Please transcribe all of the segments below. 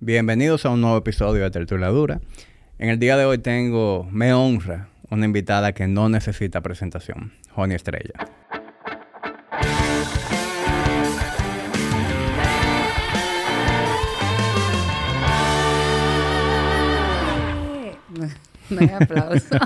Bienvenidos a un nuevo episodio de Tertulia Dura. En el día de hoy me honra una invitada que no necesita presentación, Joni Estrella. No hay aplauso.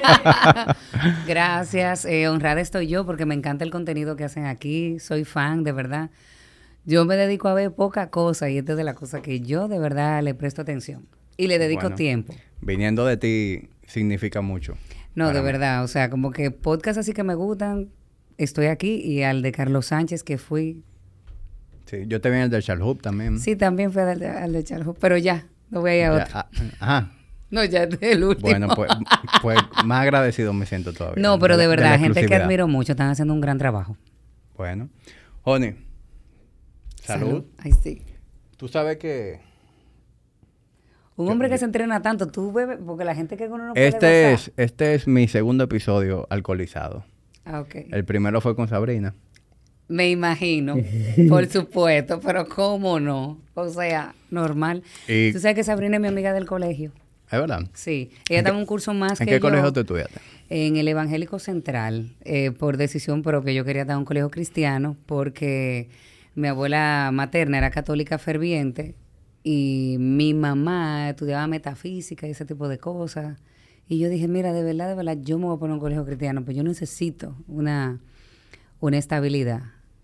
Gracias. Honrada estoy yo porque me encanta el contenido que hacen aquí. Soy fan, de verdad. Yo me dedico a ver poca cosa y esta es de las cosas que yo de verdad le presto atención. Y le dedico tiempo. Viniendo de ti significa mucho. No, de verdad. O sea, como que podcasts así que me gustan, estoy aquí. Y al de Carlos Sánchez que fui. Sí, yo te vi en el de Charles Hub también. Sí, también fui al de Charles Hub. Pero ya, no voy a ir a otro. Ajá. No, ya es el último. Bueno, pues más agradecido me siento todavía. No, pero de verdad, gente que admiro mucho, están haciendo un gran trabajo. Bueno. Joni, salud. Ay, sí. Tú sabes que... Un hombre que se entrena tanto, tú bebes, porque la gente que uno no puede gozar. Este es mi segundo episodio alcoholizado. Ah, ok. El primero fue con Sabrina. Me imagino, por supuesto, pero ¿cómo no? O sea, normal. Tú sabes que Sabrina es mi amiga del colegio. ¿Es verdad? Sí. Ella estaba en un curso más que yo. ¿En qué colegio tú estudiaste? En el Evangélico Central, por decisión propia. Yo quería estar en un colegio cristiano porque mi abuela materna era católica ferviente y mi mamá estudiaba metafísica y ese tipo de cosas. Y yo dije, mira, de verdad, yo me voy a poner en un colegio cristiano, pues yo necesito una estabilidad.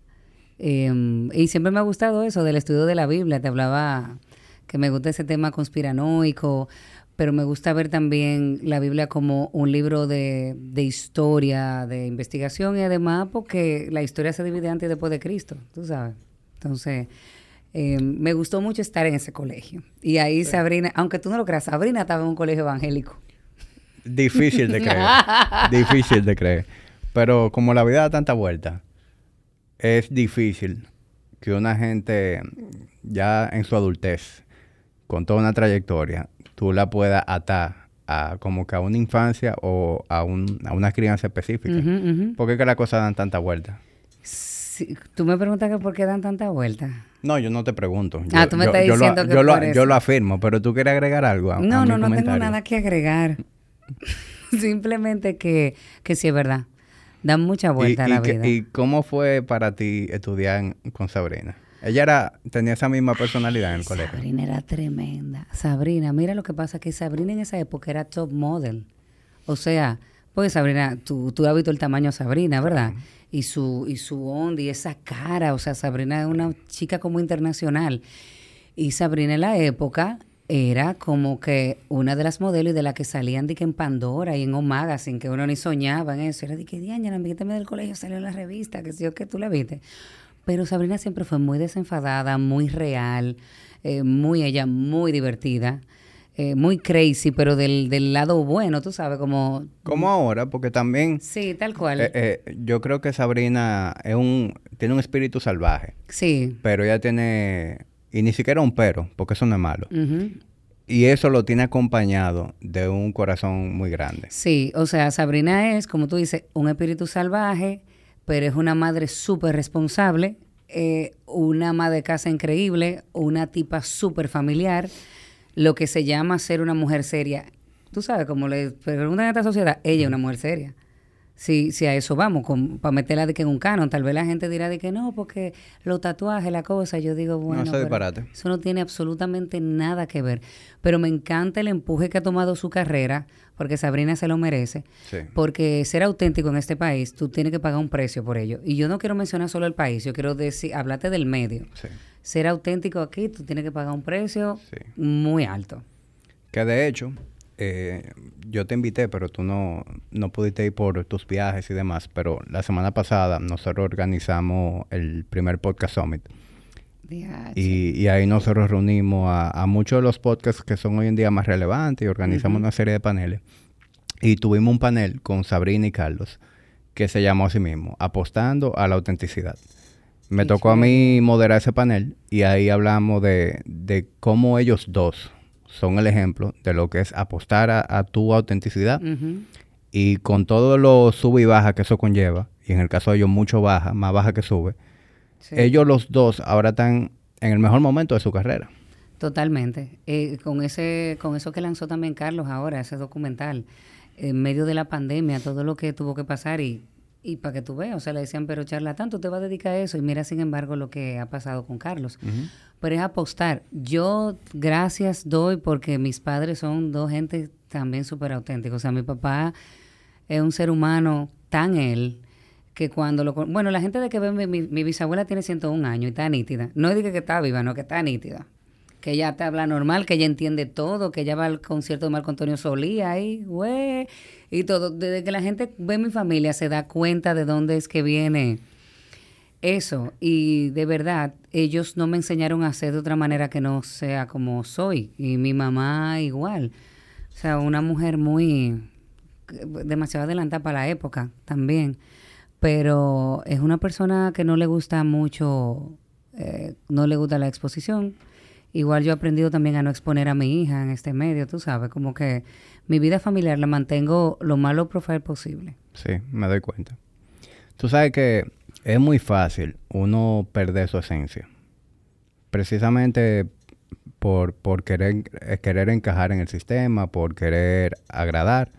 Y siempre me ha gustado eso del estudio de la Biblia. Te hablaba que me gusta ese tema conspiranoico, pero me gusta ver también la Biblia como un libro de historia, de investigación y además porque la historia se divide antes y después de Cristo, tú sabes. Entonces, me gustó mucho estar en ese colegio. Y ahí sí. Sabrina, aunque tú no lo creas, Sabrina estaba en un colegio evangélico. Difícil de creer, difícil de creer. Pero como la vida da tanta vuelta, es difícil que una gente ya en su adultez, con toda una trayectoria, tú la puedas atar a como que a una infancia o a una crianza específica. ¿Por qué que las cosas dan tanta vuelta? Sí, tú me preguntas que por qué dan tanta vuelta. No, yo no te pregunto. Tú me estás diciendo que yo lo afirmo, pero tú quieres agregar algo a mi comentario. No tengo nada que agregar. Simplemente que sí es verdad. Dan mucha vuelta a la vida. ¿Y cómo fue para ti estudiar con Sabrina? Ella tenía esa misma personalidad en el colegio. Sabrina era tremenda. Sabrina, mira lo que pasa, que Sabrina en esa época era top model. O sea, pues Sabrina, tú has visto el tamaño de Sabrina, ¿verdad? Y su onda y esa cara. O sea, Sabrina es una chica como internacional. Y Sabrina en la época era como que una de las modelos y de las que salían de que en Pandora y en O Magazine, que uno ni soñaba en eso. Era de que, diaña, la amiguita del colegio salió en la revista, que sí o que tú la viste. Pero Sabrina siempre fue muy desenfadada, muy real, muy divertida, muy crazy, pero del lado bueno, tú sabes, como... Como ahora, porque también... Sí, tal cual. Yo creo que Sabrina tiene un espíritu salvaje. Sí. Pero ella tiene... Y ni siquiera un pero, porque eso no es malo. Uh-huh. Y eso lo tiene acompañado de un corazón muy grande. Sí, o sea, Sabrina es, como tú dices, un espíritu salvaje, pero es una madre súper responsable, una ama de casa increíble, una tipa súper familiar, lo que se llama ser una mujer seria. Tú sabes, como le preguntan a esta sociedad, ella es una mujer seria. Si a eso vamos, para meterla de que en un canon, tal vez la gente dirá de que no, porque los tatuajes, la cosa, yo digo, bueno, no, eso no tiene absolutamente nada que ver. Pero me encanta el empuje que ha tomado su carrera, porque Sabrina se lo merece, sí. Porque ser auténtico en este país, tú tienes que pagar un precio por ello. Y yo no quiero mencionar solo el país, yo quiero hablarte del medio. Sí. Ser auténtico aquí, tú tienes que pagar un precio muy alto. Que de hecho... yo te invité, pero tú no pudiste ir por tus viajes y demás. Pero la semana pasada nosotros organizamos el primer Podcast Summit. Y ahí nosotros reunimos a muchos de los podcasts que son hoy en día más relevantes y organizamos una serie de paneles. Y tuvimos un panel con Sabrina y Carlos que se llamó así mismo, Apostando a la Autenticidad. Me tocó a mí moderar ese panel y ahí hablamos de cómo ellos dos son el ejemplo de lo que es apostar a tu autenticidad y con todo lo sube y baja que eso conlleva, y en el caso de ellos mucho baja, más baja que sube, ellos los dos ahora están en el mejor momento de su carrera. Totalmente. Con eso que lanzó también Carlos ahora, ese documental, en medio de la pandemia, todo lo que tuvo que pasar y para que tú veas, o sea, le decían, pero charlatán, tú te vas a dedicar a eso. Y mira, sin embargo, lo que ha pasado con Carlos. Pero es apostar. Yo, gracias doy porque mis padres son dos gente también súper auténticos. O sea, mi papá es un ser humano tan él que cuando bueno, la gente de que ve, mi bisabuela tiene 101 años y está nítida. No es de que está viva, no, que está nítida. Que ella te habla normal, que ella entiende todo, que ella va al concierto de Marco Antonio Solís ahí, güey, y todo. Desde que la gente ve mi familia se da cuenta de dónde es que viene eso. Y de verdad, ellos no me enseñaron a ser de otra manera que no sea como soy. Y mi mamá igual. O sea, una mujer demasiado adelantada para la época también. Pero es una persona que no le gusta mucho, no le gusta la exposición. Igual yo he aprendido también a no exponer a mi hija en este medio, tú sabes, como que mi vida familiar la mantengo lo más low profile posible. Sí, me doy cuenta. Tú sabes que es muy fácil uno perder su esencia. Precisamente por querer encajar en el sistema, por querer agradar.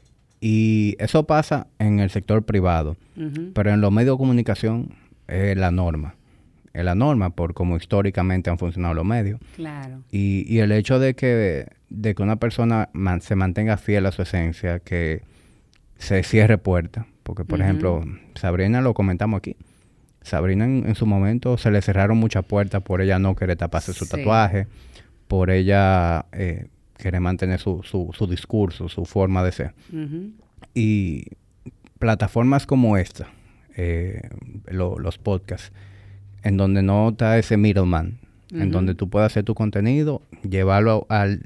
Y eso pasa en el sector privado. Pero en los medios de comunicación es la norma. Es la norma por cómo históricamente han funcionado los medios. Claro. Y el hecho de que una persona se mantenga fiel a su esencia, que se cierre puertas. Porque, por ejemplo, Sabrina lo comentamos aquí. Sabrina en su momento se le cerraron muchas puertas por ella no querer taparse su tatuaje, por ella querer mantener su discurso, su forma de ser. Y plataformas como esta, los podcasts, en donde no está ese middleman, en donde tú puedes hacer tu contenido, llevarlo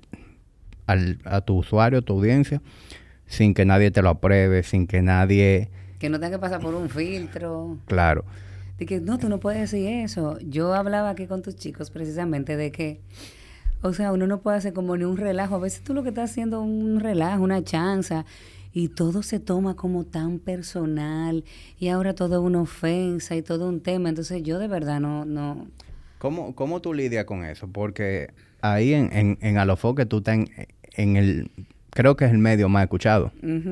a tu usuario, a tu audiencia, sin que nadie te lo apruebe, sin que nadie... Que no tenga que pasar por un filtro. Claro. De que, no, tú no puedes decir eso. Yo hablaba aquí con tus chicos precisamente de que, o sea, uno no puede hacer como ni un relajo. A veces tú lo que estás haciendo es un relajo, una chanza, y todo se toma como tan personal, y ahora todo es una ofensa y todo un tema. Entonces yo de verdad no... ¿Cómo tú lidias con eso? Porque ahí en Alofoque tú estás en el... Creo que es el medio más escuchado.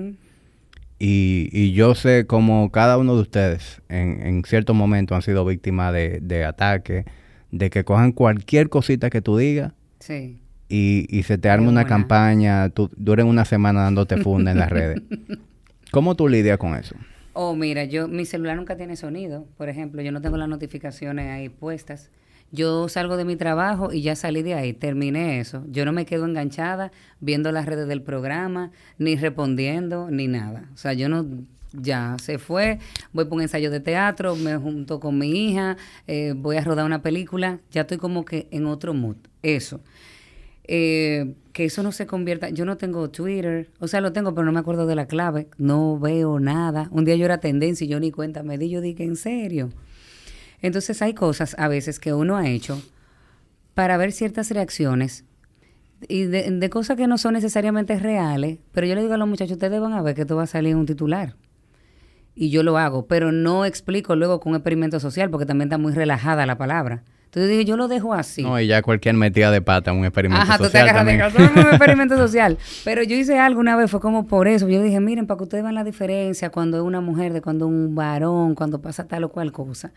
Y yo sé cómo cada uno de ustedes en ciertos momentos han sido víctimas de ataques, de que cojan cualquier cosita que tú digas. Sí. Y se te arma una campaña, duren una semana dándote funda en las redes. ¿Cómo tú lidias con eso? Oh, mira, mi celular nunca tiene sonido. Por ejemplo, yo no tengo las notificaciones ahí puestas. Yo salgo de mi trabajo y ya salí de ahí, terminé eso. Yo no me quedo enganchada viendo las redes del programa, ni respondiendo, ni nada. O sea, yo no... Ya, se fue, voy por un ensayo de teatro, me junto con mi hija, voy a rodar una película, ya estoy como que en otro mood. Eso. Que eso no se convierta... Yo no tengo Twitter, o sea, lo tengo, pero no me acuerdo de la clave, no veo nada. Un día yo era tendencia y yo ni cuenta me di, yo dije, ¿en serio? Entonces hay cosas a veces que uno ha hecho para ver ciertas reacciones y de cosas que no son necesariamente reales, pero yo le digo a los muchachos, ustedes van a ver que esto va a salir en un titular. Y yo lo hago, pero no explico luego con un experimento social, porque también está muy relajada la palabra. Entonces dije, yo lo dejo así. No, y ya cualquier metida de pata, un experimento social. Ajá, tú te agarras de un experimento social. Pero yo hice algo una vez, fue como por eso. Yo dije, miren, para que ustedes vean la diferencia cuando es una mujer, de cuando es un varón, cuando pasa tal o cual cosa.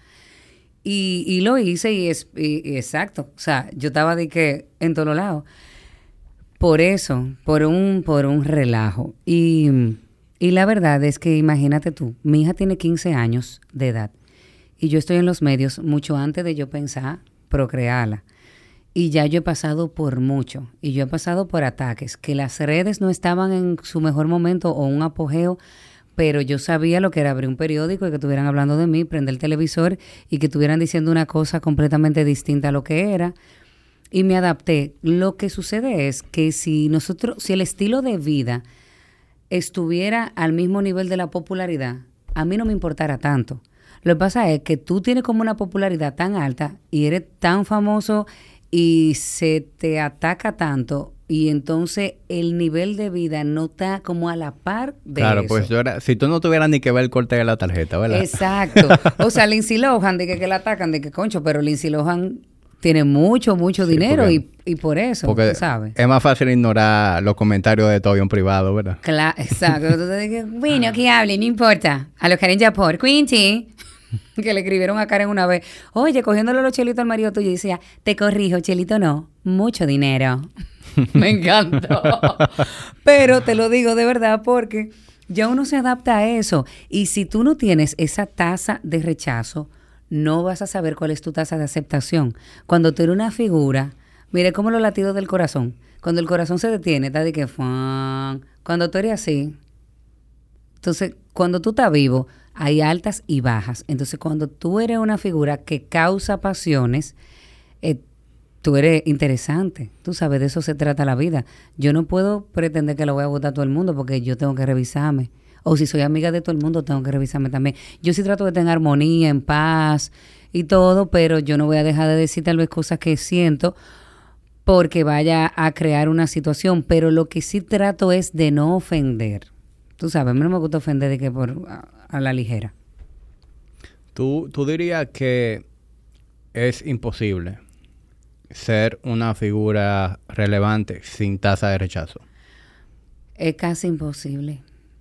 Y lo hice y exacto. O sea, yo estaba de que en todos lados. Por eso, por un relajo. Y la verdad es que imagínate tú, mi hija tiene 15 años de edad y yo estoy en los medios mucho antes de yo pensar procrearla. Y ya yo he pasado por mucho y yo he pasado por ataques, que las redes no estaban en su mejor momento o un apogeo, pero yo sabía lo que era abrir un periódico y que estuvieran hablando de mí, prender el televisor y que estuvieran diciendo una cosa completamente distinta a lo que era. Y me adapté. Lo que sucede es que si el estilo de vida estuviera al mismo nivel de la popularidad, a mí no me importara tanto. Lo que pasa es que tú tienes como una popularidad tan alta y eres tan famoso y se te ataca tanto y entonces el nivel de vida no está como a la par de claro, eso. Claro, pues si tú no tuvieras ni que ver el corte de la tarjeta, ¿verdad? Exacto. O sea, Lindsay Lohan, de que la atacan, de que concho, pero Lindsay Lohan tiene mucho Sí, dinero porque, y por eso, porque tú sabes. es más fácil ignorar los comentarios de todo en privado, ¿verdad? Claro, exacto. Entonces dije, bueno, que hable, no importa. A los Karen Yapor, Quincy, que le escribieron a Karen una vez, oye, cogiéndole los chelitos al marido tuyo, y decía, te corrijo, chelito no, mucho dinero. Me encantó. Pero te lo digo de verdad porque ya uno se adapta a eso. Y si tú no tienes esa tasa de rechazo, no vas a saber cuál es tu tasa de aceptación. Cuando tú eres una figura, mire cómo los latidos del corazón. Cuando el corazón se detiene, está de que ¡fuan! Cuando tú eres así, entonces cuando tú estás vivo, hay altas y bajas. Entonces cuando tú eres una figura que causa pasiones, tú eres interesante. Tú sabes, de eso se trata la vida. Yo no puedo pretender que lo voy a gustar a todo el mundo porque yo tengo que revisarme. O si soy amiga de todo el mundo, tengo que revisarme también. Yo sí trato de tener armonía, en paz y todo, pero yo no voy a dejar de decir tal vez cosas que siento porque vaya a crear una situación. Pero lo que sí trato es de no ofender. Tú sabes, a mí no me gusta ofender de que a la ligera. ¿Tú dirías que es imposible ser una figura relevante sin tasa de rechazo? Es casi imposible.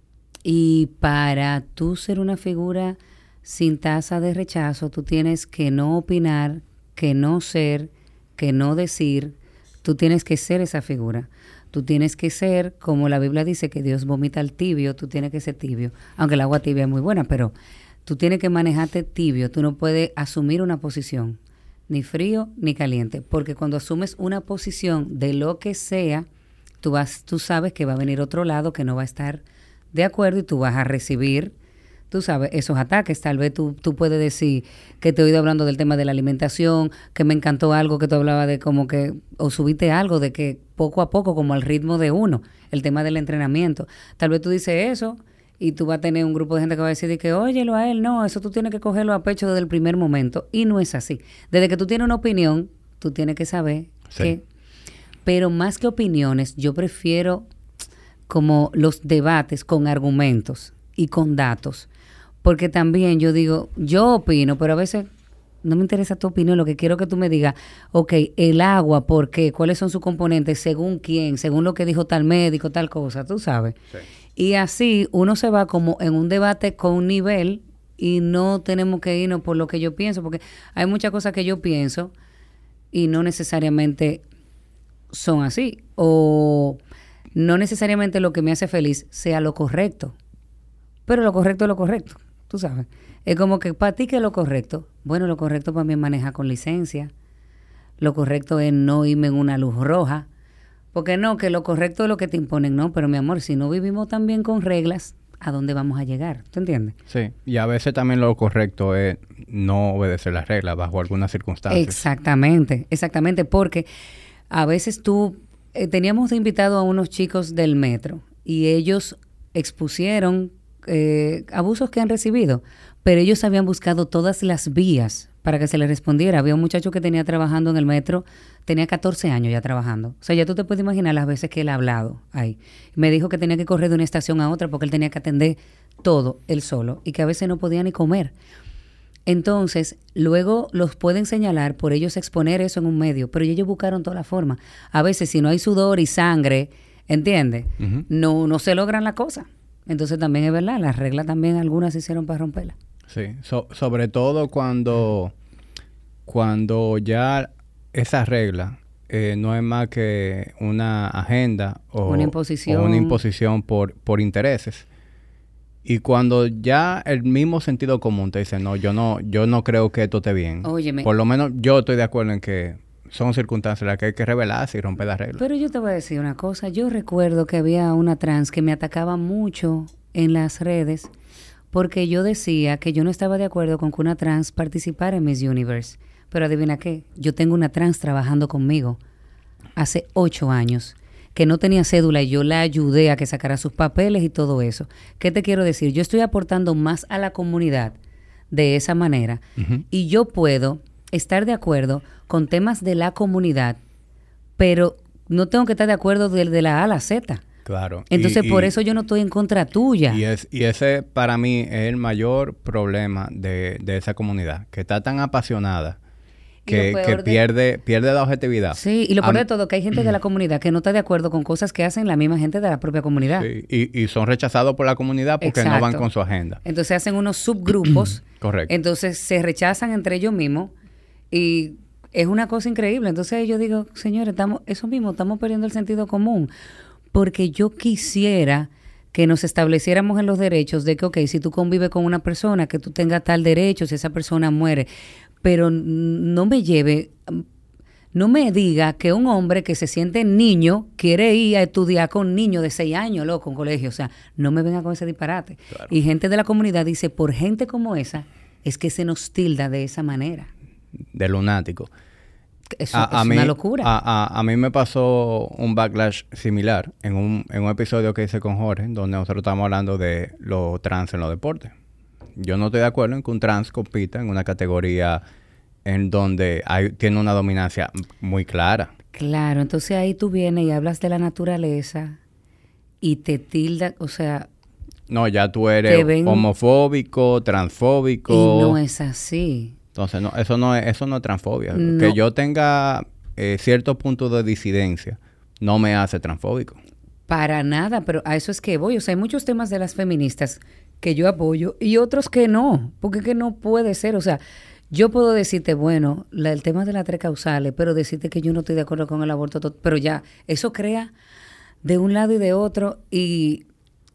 Y para tú ser una figura sin tasa de rechazo, tú tienes que no opinar, que no ser, que no decir. Tú tienes que ser esa figura. Tú tienes que ser, como la Biblia dice, que Dios vomita al tibio, tú tienes que ser tibio. Aunque el agua tibia es muy buena, pero tú tienes que manejarte tibio. Tú no puedes asumir una posición, ni frío ni caliente. Porque cuando asumes una posición de lo que sea, tú sabes que va a venir otro lado que no va a estar de acuerdo y tú vas a recibir, tú sabes, esos ataques. Tal vez tú puedes decir que te he oído hablando del tema de la alimentación, que me encantó algo que tú hablabas de como que, o subiste algo de que poco a poco, como al ritmo de uno, el tema del entrenamiento. Tal vez tú dices eso y tú vas a tener un grupo de gente que va a decir de que, óyelo a él, no, eso tú tienes que cogerlo a pecho desde el primer momento. Y no es así. Desde que tú tienes una opinión, tú tienes que saber que... Pero más que opiniones, yo prefiero como los debates con argumentos y con datos. Porque también yo digo, yo opino, pero a veces no me interesa tu opinión. Lo que quiero que tú me digas, ok, el agua, ¿por qué? ¿Cuáles son sus componentes? ¿Según quién? ¿Según lo que dijo tal médico, tal cosa? Tú sabes. Sí. Y así uno se va como en un debate con un nivel y no tenemos que irnos por lo que yo pienso. Porque hay muchas cosas que yo pienso y no necesariamente son así. O no necesariamente lo que me hace feliz sea lo correcto. Pero lo correcto es lo correcto. Tú sabes. Es como que para ti, ¿qué es lo correcto? Bueno, lo correcto para mí es manejar con licencia. Lo correcto es no irme en una luz roja. Porque no, que lo correcto es lo que te imponen. No, pero mi amor, si no vivimos también con reglas, ¿a dónde vamos a llegar? ¿Tú entiendes? Sí, y a veces también lo correcto es no obedecer las reglas bajo algunas circunstancias. Exactamente, exactamente. Porque a veces teníamos de invitado a unos chicos del metro y ellos expusieron abusos que han recibido, pero ellos habían buscado todas las vías para que se les respondiera. Había un muchacho que tenía trabajando en el metro, tenía 14 años ya trabajando. O sea, ya tú te puedes imaginar las veces que él ha hablado ahí. Me dijo que tenía que correr de una estación a otra porque él tenía que atender todo él solo y que a veces no podía ni comer. Entonces, luego los pueden señalar por ellos exponer eso en un medio, pero ellos buscaron toda la forma. A veces, si no hay sudor y sangre, ¿entiendes? Uh-huh. No se logran las cosas. Entonces, también es verdad, las reglas también algunas se hicieron para romperlas. Sí, sobre todo cuando ya esa regla no es más que una agenda o una imposición por intereses. Y cuando ya el mismo sentido común te dice, no, yo no creo que esto esté bien. Óyeme. Por lo menos yo estoy de acuerdo en que son circunstancias en las que hay que rebelarse y romper las reglas. Pero yo te voy a decir una cosa. Yo recuerdo que había una trans que me atacaba mucho en las redes porque yo decía que yo no estaba de acuerdo con que una trans participara en Miss Universe. Pero adivina qué, yo tengo una trans trabajando conmigo hace 8 años. Que no tenía cédula y yo la ayudé a que sacara sus papeles y todo eso. ¿Qué te quiero decir? Yo estoy aportando más a la comunidad de esa manera uh-huh. Y yo puedo estar de acuerdo con temas de la comunidad, pero no tengo que estar de acuerdo de la A a la Z. Claro. Entonces, por eso yo no estoy en contra tuya. Y ese, para mí, es el mayor problema de esa comunidad, que está tan apasionada que pierde la objetividad. Sí, y lo peor de todo, que hay gente de la comunidad que no está de acuerdo con cosas que hacen la misma gente de la propia comunidad. Sí, y son rechazados por la comunidad porque Exacto. no van con su agenda. Entonces hacen unos subgrupos. Correcto. Entonces se rechazan entre ellos mismos y es una cosa increíble. Entonces yo digo, señores, estamos perdiendo el sentido común. Porque yo quisiera que nos estableciéramos en los derechos de que, ok, si tú convives con una persona, que tú tengas tal derecho, si esa persona muere, pero no me diga que un hombre que se siente niño quiere ir a estudiar con niños de 6 años, loco, en colegio. O sea, no me venga con ese disparate. Claro. Y gente de la comunidad dice, por gente como esa, es que se nos tilda de esa manera. De lunático. Eso es una locura. A mí me pasó un backlash similar en un episodio que hice con Jorge, donde nosotros estábamos hablando de los trans en los deportes. Yo no estoy de acuerdo en que un trans compita en una categoría en donde tiene una dominancia muy clara. Claro, entonces ahí tú vienes y hablas de la naturaleza y te tilda, o sea... No, ya tú eres homofóbico, transfóbico. Y no es así. Entonces, eso no es transfobia. No. Que yo tenga ciertos puntos de disidencia no me hace transfóbico. Para nada, pero a eso es que voy. O sea, hay muchos temas de las feministas que yo apoyo y otros que no, porque que no puede ser. O sea, yo puedo decirte, bueno, el tema de las 3 causales, pero decirte que yo no estoy de acuerdo con el aborto, pero ya, eso crea de un lado y de otro y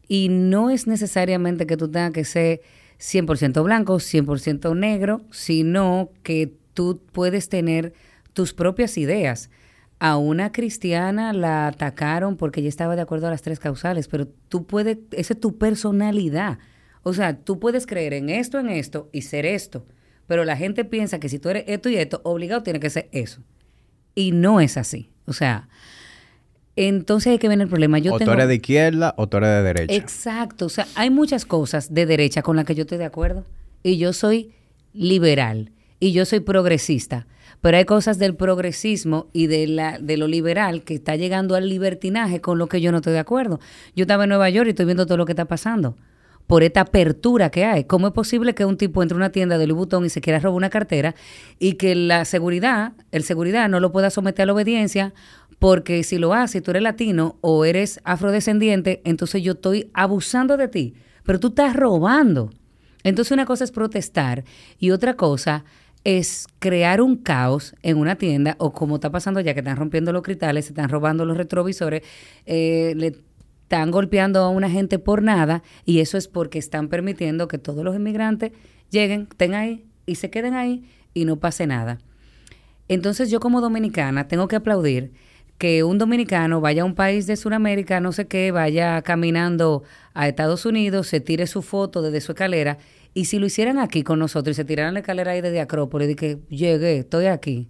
no es necesariamente que tú tengas que ser 100% blanco, 100% negro, sino que tú puedes tener tus propias ideas. A una cristiana la atacaron porque ella estaba de acuerdo a las 3 causales, pero tú puedes, esa es tu personalidad. O sea, tú puedes creer en esto y ser esto, pero la gente piensa que si tú eres esto y esto, obligado tiene que ser eso. Y no es así. O sea... Entonces hay que ver el problema. O tú eres de izquierda o tú eres de derecha. Exacto. O sea, hay muchas cosas de derecha con las que yo estoy de acuerdo. Y yo soy liberal. Y yo soy progresista. Pero hay cosas del progresismo y de lo liberal que está llegando al libertinaje con lo que yo no estoy de acuerdo. Yo estaba en Nueva York y estoy viendo todo lo que está pasando. Por esta apertura que hay. ¿Cómo es posible que un tipo entre a una tienda de Louis Vuitton y se quiera robar una cartera y que el seguridad no lo pueda someter a la obediencia? Porque si lo hace, tú eres latino o eres afrodescendiente, entonces yo estoy abusando de ti. Pero tú estás robando. Entonces una cosa es protestar y otra cosa es crear un caos en una tienda o como está pasando ya que están rompiendo los cristales, se están robando los retrovisores, le están golpeando a una gente por nada y eso es porque están permitiendo que todos los inmigrantes lleguen, estén ahí y se queden ahí y no pase nada. Entonces yo como dominicana tengo que aplaudir que un dominicano vaya a un país de Sudamérica, no sé qué, vaya caminando a Estados Unidos, se tire su foto desde su escalera, y si lo hicieran aquí con nosotros y se tiraran la escalera ahí desde Acrópolis, de que llegué, estoy aquí.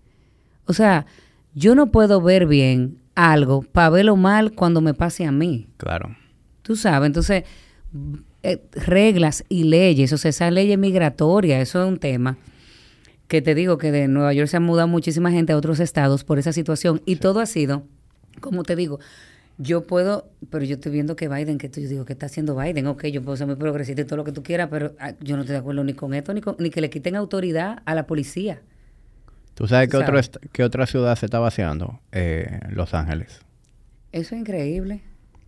O sea, yo no puedo ver bien algo para verlo mal cuando me pase a mí. Claro. Tú sabes, entonces, reglas y leyes, o sea, esa ley migratoria, eso es un tema que te digo que de Nueva York se han mudado muchísima gente a otros estados por esa situación y todo ha sido, como te digo, yo puedo, pero yo estoy viendo que Biden, yo digo, ¿qué está haciendo Biden? Ok, yo puedo ser muy progresista y todo lo que tú quieras, pero yo no estoy de acuerdo ni con esto, ni que le quiten autoridad a la policía. ¿Tú sabes qué otra ciudad se está vaciando? Los Ángeles. Eso es increíble.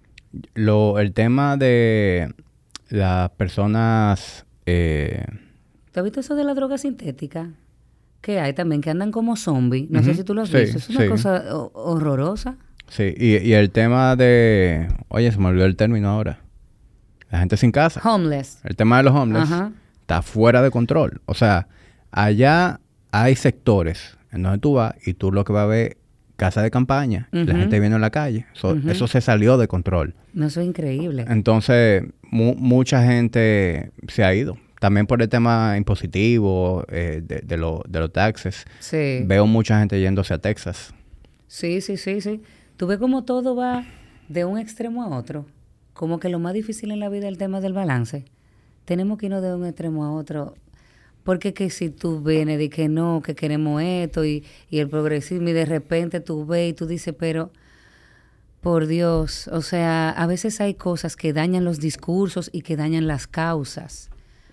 El tema de las personas... ¿Tú has visto eso de la droga sintética? Que hay también, que andan como zombies. No sé si tú lo has visto. Es una cosa horrorosa. Sí, y el tema de... Oye, se me olvidó el término ahora. La gente sin casa. Homeless. El tema de los homeless está fuera de control. O sea, allá hay sectores en donde tú vas y tú lo que vas a ver casa de campaña. La gente viviendo en la calle. Eso se salió de control. No, eso es increíble. Entonces, mucha gente se ha ido. También por el tema impositivo, de los taxes. Sí. Veo mucha gente yéndose a Texas. Sí. Tú ves cómo todo va de un extremo a otro. Como que lo más difícil en la vida es el tema del balance. Tenemos que irnos de un extremo a otro. Porque que si tú vienes de que no, que queremos esto y el progresismo y de repente tú ves y tú dices, pero por Dios, o sea, a veces hay cosas que dañan los discursos y que dañan las causas.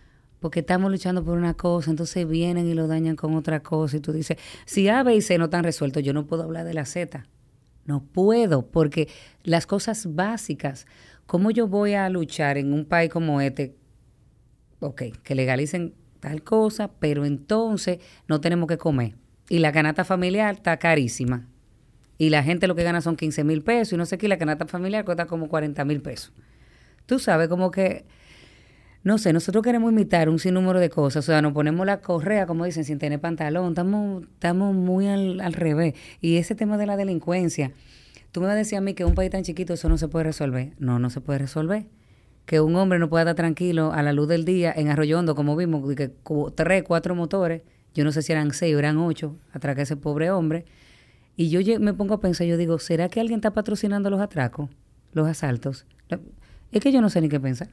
porque estamos luchando por una cosa, entonces vienen y lo dañan con otra cosa y tú dices, si A, B y C no están resueltos, yo no puedo hablar de la Z. No puedo, porque las cosas básicas, ¿cómo yo voy a luchar en un país como este? Ok, que legalicen tal cosa, pero entonces no tenemos que comer. Y la canasta familiar está carísima. Y la gente lo que gana son 15,000 pesos y no sé qué, la canasta familiar cuesta como 40,000 pesos. Tú sabes, como que, no sé, nosotros queremos imitar un sinnúmero de cosas. O sea, nos ponemos la correa, como dicen, sin tener pantalón. Estamos muy al revés. Y ese tema de la delincuencia, tú me vas a decir a mí que un país tan chiquito eso no se puede resolver. No, no se puede resolver. Que un hombre no pueda estar tranquilo a la luz del día en Arroyo Hondo, como vimos, que 3, 4 motores, yo no sé si eran 6 o eran 8, atraque a ese pobre hombre. Y yo me pongo a pensar, yo digo, ¿será que alguien está patrocinando los atracos, los asaltos? Es que yo no sé ni qué pensar.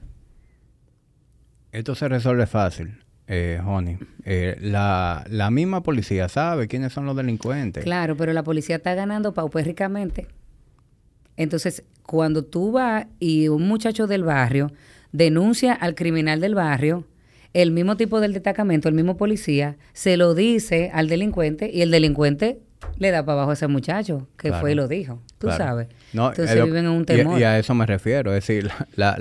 Esto se resuelve fácil, Honey. La misma policía sabe quiénes son los delincuentes. Claro, pero la policía está ganando paupérricamente. Entonces, cuando tú vas y un muchacho del barrio denuncia al criminal del barrio, el mismo tipo del destacamento, el mismo policía, se lo dice al delincuente y el delincuente le da para abajo a ese muchacho que Claro. fue y lo dijo. Tú Claro. sabes. No, Entonces viven en un temor. Y a eso me refiero. Es decir,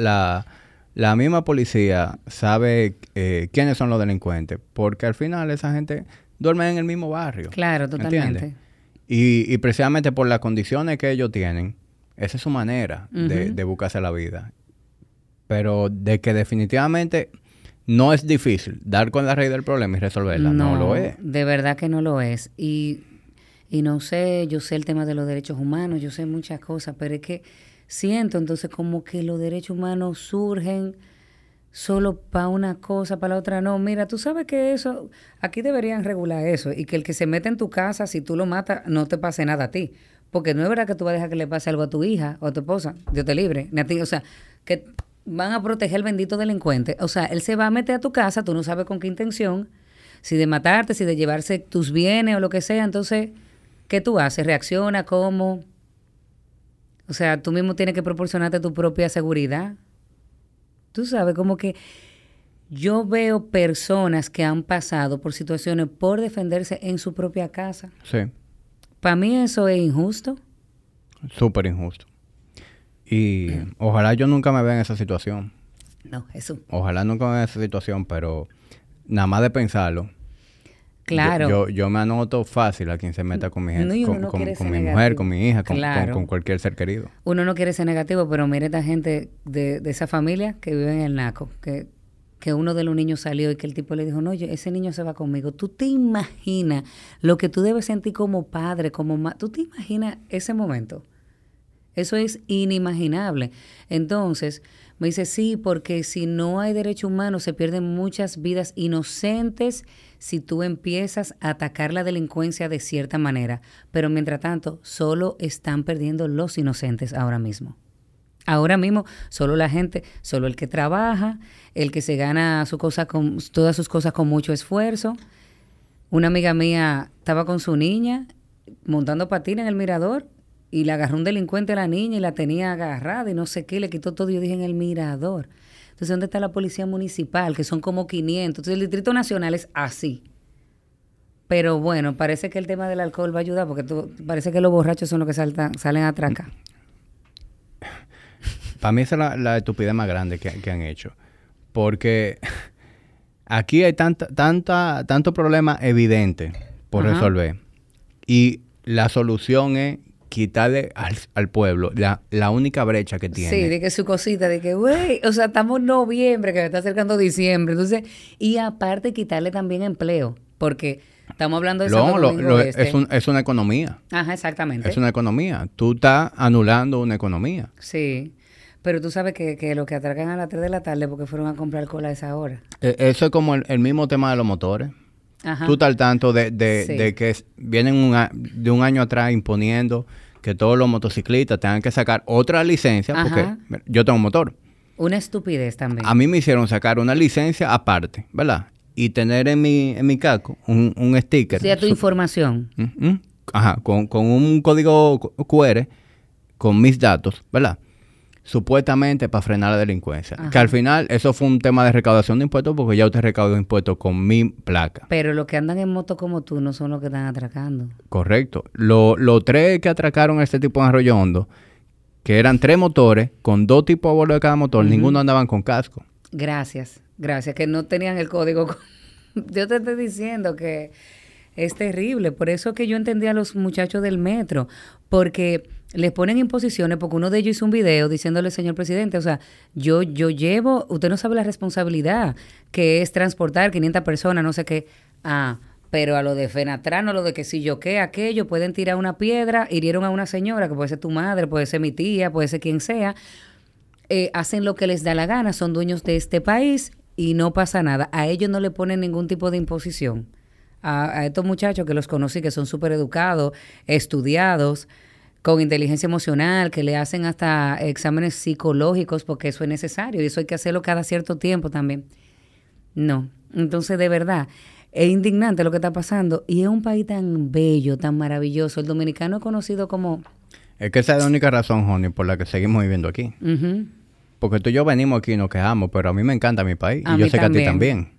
la misma policía sabe quiénes son los delincuentes, porque al final esa gente duerme en el mismo barrio. Claro, totalmente. ¿Entiendes? Y precisamente por las condiciones que ellos tienen, esa es su manera de buscarse la vida. Pero de que definitivamente no es difícil dar con la raíz del problema y resolverla. No lo es. De verdad que no lo es. Y no sé, yo sé el tema de los derechos humanos, yo sé muchas cosas, pero es que siento entonces como que los derechos humanos surgen solo para una cosa, para la otra no. Mira, tú sabes que eso, aquí deberían regular eso y que el que se mete en tu casa, si tú lo matas, no te pase nada a ti. Porque no es verdad que tú vas a dejar que le pase algo a tu hija o a tu esposa, Dios te libre, ni a ti, o sea, que van a proteger al bendito delincuente. O sea, él se va a meter a tu casa, tú no sabes con qué intención, si de matarte, si de llevarse tus bienes o lo que sea. Entonces, ¿qué tú haces? ¿Reacciona? ¿Cómo? O sea, tú mismo tienes que proporcionarte tu propia seguridad. Tú sabes, como que yo veo personas que han pasado por situaciones por defenderse en su propia casa. Sí. Para mí eso es injusto. Súper injusto. Y ojalá yo nunca me vea en esa situación. No, Jesús. Ojalá nunca me vea en esa situación, pero nada más de pensarlo. Claro. Yo me anoto fácil a quien se meta con mi gente, No, y uno con, no quiere con ser mi mujer, negativo. con mi hija, Claro. con cualquier ser querido. Uno no quiere ser negativo, pero mire esta gente de esa familia que vive en el Naco, que uno de los niños salió y que el tipo le dijo, no, ese niño se va conmigo. ¿Tú te imaginas lo que tú debes sentir como padre, como madre? ¿Tú te imaginas ese momento? Eso es inimaginable. Entonces, me dice, sí, porque si no hay derecho humano, se pierden muchas vidas inocentes si tú empiezas a atacar la delincuencia de cierta manera. Pero mientras tanto, solo están perdiendo los inocentes ahora mismo. Ahora mismo, solo la gente, solo el que trabaja, el que se gana todas sus cosas con mucho esfuerzo. Una amiga mía estaba con su niña montando patina en el mirador y le agarró un delincuente a la niña y la tenía agarrada y no sé qué, le quitó todo. Yo dije, en el mirador. Entonces, ¿dónde está la policía municipal? Que son como 500. Entonces, el Distrito Nacional es así. Pero bueno, parece que el tema del alcohol va a ayudar porque parece que los borrachos son los que salen a atracar. Para mí esa es la estupidez más grande que han hecho. Porque aquí hay tanto problema evidente por resolver. Y la solución es quitarle al pueblo la única brecha que tiene. Sí, de que su cosita, de que, güey, o sea, estamos en noviembre, que me está acercando diciembre. Entonces, y aparte quitarle también empleo, porque estamos hablando de Santo Domingo Este. Es una economía. Ajá, exactamente. Es una economía. Tú estás anulando una economía. Sí, pero tú sabes que lo que atracan a las 3 de la tarde porque fueron a comprar alcohol a esa hora. Eso es como el mismo tema de los motores. Ajá. Tú estás al tanto Sí. de que vienen de un año atrás imponiendo que todos los motociclistas tengan que sacar otra licencia. Ajá. Porque yo tengo un motor. Una estupidez también. A mí me hicieron sacar una licencia aparte, ¿verdad? Y tener en mi casco un sticker. O sea, tu información. Ajá, con un código QR con mis datos, ¿verdad? supuestamente para frenar la delincuencia. Ajá. Que al final eso fue un tema de recaudación de impuestos porque ya usted recaudó impuestos con mi placa. Pero los que andan en moto como tú no son los que están atracando. Correcto. Los 3 que atracaron a este tipo en Arroyo Hondo, que eran 3 motores con 2 tipos de vuelo de cada motor, ninguno andaban con casco. Gracias, que no tenían el código. Yo te estoy diciendo que es terrible. Por eso que yo entendí a los muchachos del metro, porque les ponen imposiciones, porque uno de ellos hizo un video diciéndole, señor presidente, o sea, yo llevo, usted no sabe la responsabilidad que es transportar 500 personas, no sé qué. Pero a lo de Fenatrano, lo de que si yo qué, aquello, pueden tirar una piedra, hirieron a una señora, que puede ser tu madre, puede ser mi tía, puede ser quien sea. Hacen lo que les da la gana, son dueños de este país y no pasa nada. A ellos no le ponen ningún tipo de imposición. A estos muchachos que los conocí, que son súper educados, estudiados, con inteligencia emocional, que le hacen hasta exámenes psicológicos porque eso es necesario y eso hay que hacerlo cada cierto tiempo también. No, entonces de verdad, es indignante lo que está pasando y es un país tan bello, tan maravilloso. El dominicano es conocido como... Es que esa es la única razón, Honey, por la que seguimos viviendo aquí. Porque tú y yo venimos aquí y nos quejamos, pero a mí me encanta mi país y yo sé que a ti también.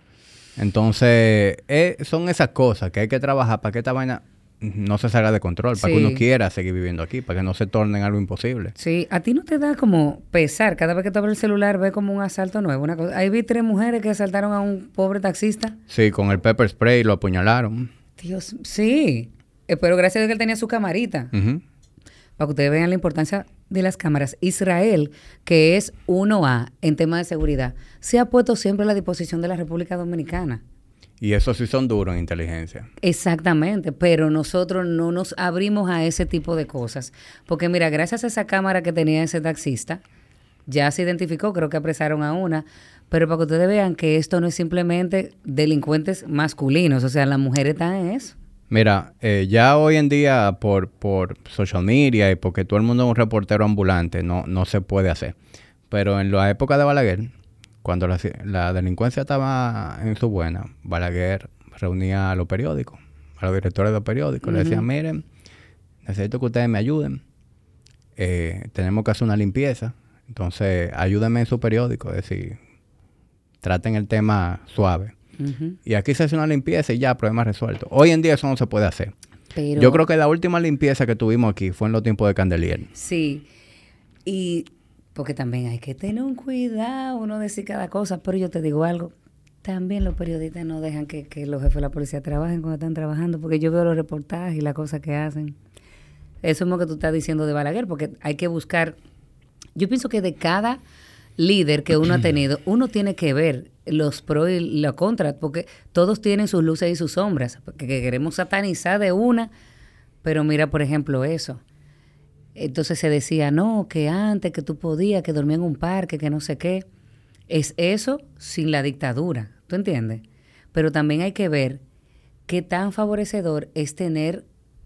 Entonces, son esas cosas que hay que trabajar para que esta vaina no se salga de control, para que uno quiera seguir viviendo aquí, para que no se torne en algo imposible. Sí, a ti no te da como pesar, cada vez que tú abres el celular ves como un asalto nuevo, una cosa. Ahí vi 3 mujeres que asaltaron a un pobre taxista. Sí, con el pepper spray lo apuñalaron. Dios, sí, pero gracias a Dios que él tenía su camarita. Para que ustedes vean la importancia de las cámaras. Israel, que es 1A en tema de seguridad, se ha puesto siempre a la disposición de la República Dominicana. Y eso sí son duros en inteligencia. Exactamente, pero nosotros no nos abrimos a ese tipo de cosas. Porque mira, gracias a esa cámara que tenía ese taxista, ya se identificó, creo que apresaron a una, pero para que ustedes vean que esto no es simplemente delincuentes masculinos, o sea, las mujeres están en eso. Mira, ya hoy en día por social media y porque todo el mundo es un reportero ambulante, no se puede hacer. Pero en la época de Balaguer, cuando la delincuencia estaba en su buena, Balaguer reunía a los periódicos, a los directores de los periódicos. Le decían, miren, necesito que ustedes me ayuden. Tenemos que hacer una limpieza. Entonces, ayúdenme en su periódico. Es decir, traten el tema suave. Y aquí se hace una limpieza y ya, problema resuelto. Hoy en día eso no se puede hacer. Pero yo creo que la última limpieza que tuvimos aquí fue en los tiempos de Candelier. Sí. Y porque también hay que tener un cuidado, uno decir cada cosa. Pero yo te digo algo, también los periodistas no dejan que los jefes de la policía trabajen cuando están trabajando, porque yo veo los reportajes y las cosas que hacen. Eso es lo que tú estás diciendo de Balaguer, porque hay que buscar... Yo pienso que de cada líder que uno ha tenido, uno tiene que ver los pros y los contras, porque todos tienen sus luces y sus sombras, porque queremos satanizar de una, pero mira, por ejemplo, eso. Entonces se decía, no, que antes, que tú podías, que dormía en un parque, que no sé qué. Es eso sin la dictadura, ¿tú entiendes? Pero también hay que ver qué tan favorecedor es tener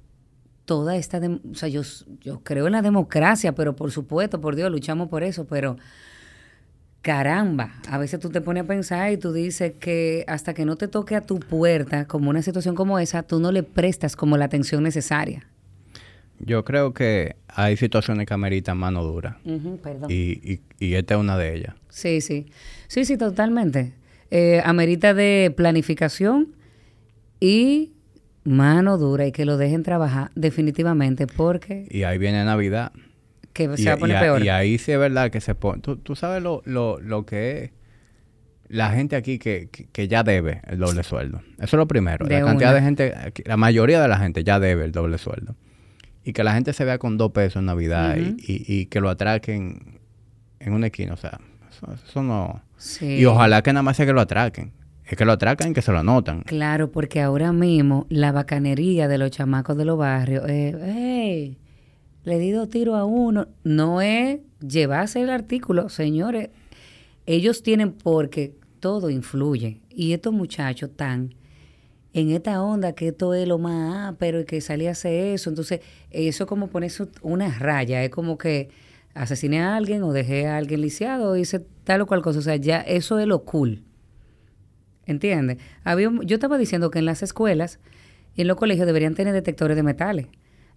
toda esta... o sea, yo creo en la democracia, pero por supuesto, por Dios, luchamos por eso, pero... Caramba, a veces tú te pones a pensar y tú dices que hasta que no te toque a tu puerta, como una situación como esa, tú no le prestas como la atención necesaria. Yo creo que hay situaciones que ameritan mano dura. Perdón. Y esta es una de ellas. Sí, totalmente. Amerita de planificación y mano dura y que lo dejen trabajar definitivamente porque... Y ahí viene Navidad. Que se va a poner peor. Y ahí sí es verdad que se pone... Tú sabes lo que es la gente aquí que ya debe el doble sueldo. Eso es lo primero. La cantidad de gente... La mayoría de la gente ya debe el doble sueldo. Y que la gente se vea con 2 pesos en Navidad y que lo atraquen en una esquina. O sea, eso no... Sí. Y ojalá que nada más sea que lo atraquen. Es que lo atracan y que se lo anotan. Claro, porque ahora mismo la bacanería de los chamacos de los barrios... ¡Hey! Le di 2 tiros a uno. No es llevarse el artículo, señores. Ellos tienen, porque todo influye. Y estos muchachos están en esta onda que esto es lo más pero y que salía a hacer eso. Entonces, eso es como ponerse una raya. Es como que asesiné a alguien o dejé a alguien lisiado o hice tal o cual cosa. O sea, ya eso es lo cool. ¿Entiendes? Yo estaba diciendo que en las escuelas y en los colegios deberían tener detectores de metales.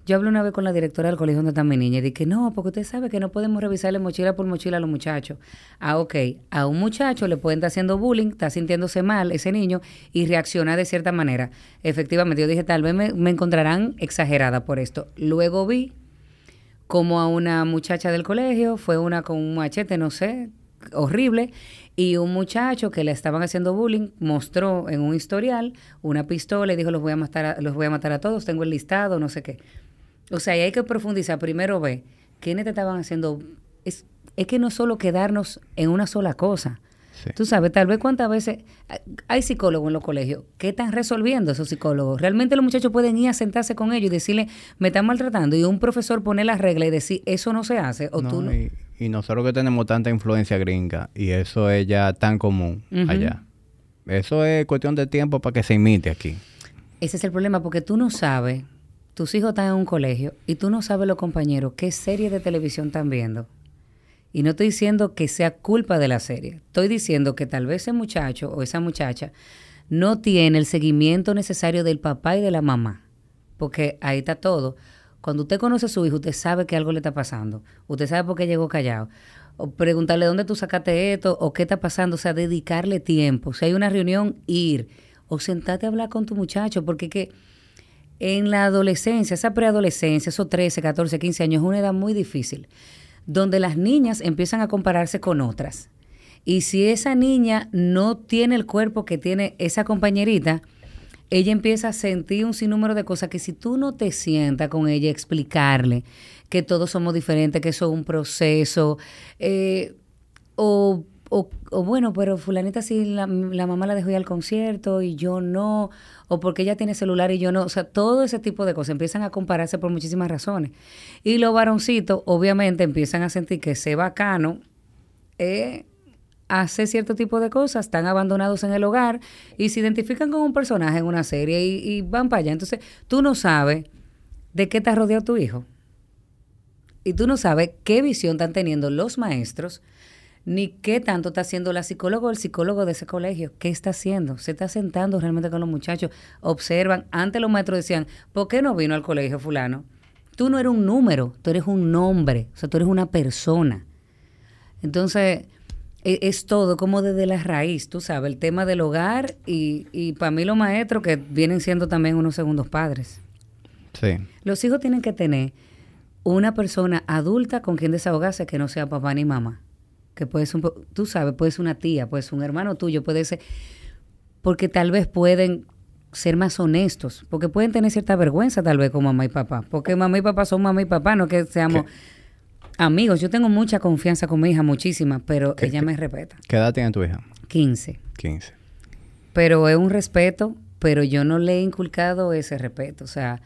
Yo hablé una vez con la directora del colegio donde está mi niña y dije, no, porque usted sabe que no podemos revisarle mochila por mochila a los muchachos. Ah, ok. A un muchacho le pueden estar haciendo bullying, está sintiéndose mal ese niño y reacciona de cierta manera. Efectivamente, yo dije, tal vez me encontrarán exagerada por esto. Luego vi como a una muchacha del colegio, fue una con un machete, no sé, horrible, y un muchacho que le estaban haciendo bullying mostró en un historial una pistola y dijo, los voy a matar a todos, tengo el listado, no sé qué. O sea, y hay que profundizar. Primero ve quiénes te estaban haciendo. Es que no solo quedarnos en una sola cosa. Sí. Tú sabes, tal vez cuántas veces hay psicólogos en los colegios. ¿Qué están resolviendo esos psicólogos? Realmente los muchachos pueden ir a sentarse con ellos y decirle, me están maltratando. Y un profesor pone las reglas y decir, eso no se hace. O no, tú no. Y nosotros que tenemos tanta influencia gringa y eso es ya tan común allá. Eso es cuestión de tiempo para que se imite aquí. Ese es el problema, porque tú no sabes. Tus hijos están en un colegio y tú no sabes los compañeros qué serie de televisión están viendo. Y no estoy diciendo que sea culpa de la serie. Estoy diciendo que tal vez ese muchacho o esa muchacha no tiene el seguimiento necesario del papá y de la mamá. Porque ahí está todo. Cuando usted conoce a su hijo, usted sabe que algo le está pasando. Usted sabe por qué llegó callado. O preguntarle dónde tú sacaste esto o qué está pasando. O sea, dedicarle tiempo. Si hay una reunión, ir. O sentarte a hablar con tu muchacho. Porque que en la adolescencia, esa preadolescencia, esos 13, 14, 15 años, es una edad muy difícil, donde las niñas empiezan a compararse con otras. Y si esa niña no tiene el cuerpo que tiene esa compañerita, ella empieza a sentir un sinnúmero de cosas que si tú no te sientas con ella, explicarle que todos somos diferentes, que eso es un proceso, o bueno, pero fulanita sí, la mamá la dejó ir al concierto y yo no, o porque ella tiene celular y yo no, o sea, todo ese tipo de cosas empiezan a compararse por muchísimas razones. Y los varoncitos obviamente empiezan a sentir que ese bacano hace cierto tipo de cosas, están abandonados en el hogar y se identifican con un personaje en una serie y van para allá. Entonces, tú no sabes de qué está rodeado tu hijo. Y tú no sabes qué visión están teniendo los maestros, ni qué tanto está haciendo la psicóloga o el psicólogo de ese colegio. ¿Qué está haciendo? ¿Se está sentando realmente con los muchachos? Observan. Antes los maestros decían, ¿por qué no vino al colegio fulano? Tú no eres un número, tú eres un nombre. O sea, tú eres una persona. Entonces, es todo como desde la raíz, tú sabes, el tema del hogar y para mí los maestros que vienen siendo también unos segundos padres. Sí. Los hijos tienen que tener una persona adulta con quien desahogarse que no sea papá ni mamá. Que puede ser, tú sabes, puede ser una tía, puede ser un hermano tuyo, puede ser, porque tal vez pueden ser más honestos, porque pueden tener cierta vergüenza tal vez con mamá y papá, porque mamá y papá son mamá y papá, no que seamos amigos. Yo tengo mucha confianza con mi hija, muchísima, pero ella me respeta. ¿Qué edad tiene tu hija? 15. 15. Pero es un respeto, pero yo no le he inculcado ese respeto, o sea,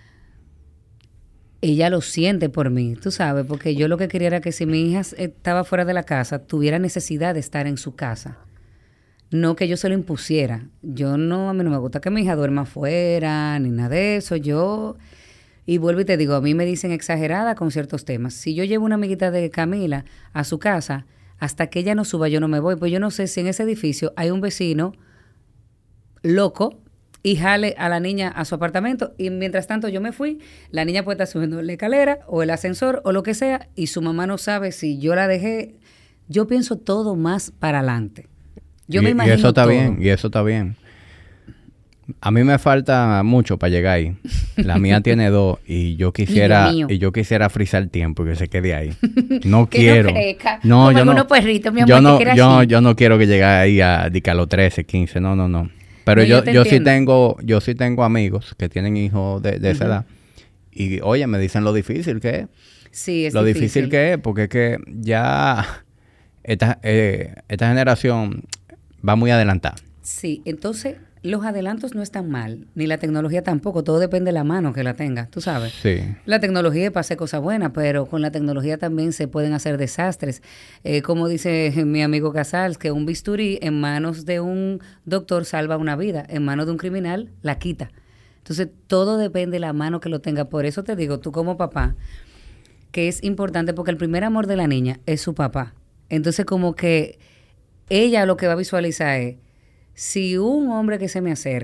ella lo siente por mí, tú sabes, porque yo lo que quería era que si mi hija estaba fuera de la casa, tuviera necesidad de estar en su casa. No que yo se lo impusiera. A mí no me gusta que mi hija duerma afuera, ni nada de eso. Y vuelvo y te digo, a mí me dicen exagerada con ciertos temas. Si yo llevo una amiguita de Camila a su casa, hasta que ella no suba, yo no me voy. Pues yo no sé si en ese edificio hay un vecino loco y jale a la niña a su apartamento y mientras tanto yo me fui, la niña puede estar subiendo la escalera o el ascensor o lo que sea y su mamá no sabe si yo la dejé. Yo pienso todo más para adelante. Yo me imagino y eso está todo. bien, y eso está bien. A mí me falta mucho para llegar ahí. La mía tiene 2 y yo quisiera frizar el tiempo y que se quede ahí. No quiero. No, yo no. Perritos, mi amor, yo no quiero que llegue ahí a los 13, 15. No. Pero yo sí tengo amigos que tienen hijos de esa edad. Y oye, me dicen lo difícil que es. Sí, es lo difícil que es, porque es que ya esta generación va muy adelantada. Sí, entonces los adelantos no están mal, ni la tecnología tampoco, todo depende de la mano que la tenga, tú sabes. Sí. La tecnología es para hacer cosas buenas, pero con la tecnología también se pueden hacer desastres. Como dice mi amigo Casals, que un bisturí en manos de un doctor salva una vida, en manos de un criminal la quita. Entonces todo depende de la mano que lo tenga. Por eso te digo, tú como papá, que es importante porque el primer amor de la niña es su papá. Entonces como que ella lo que va a visualizar es, si un hombre que se me acerque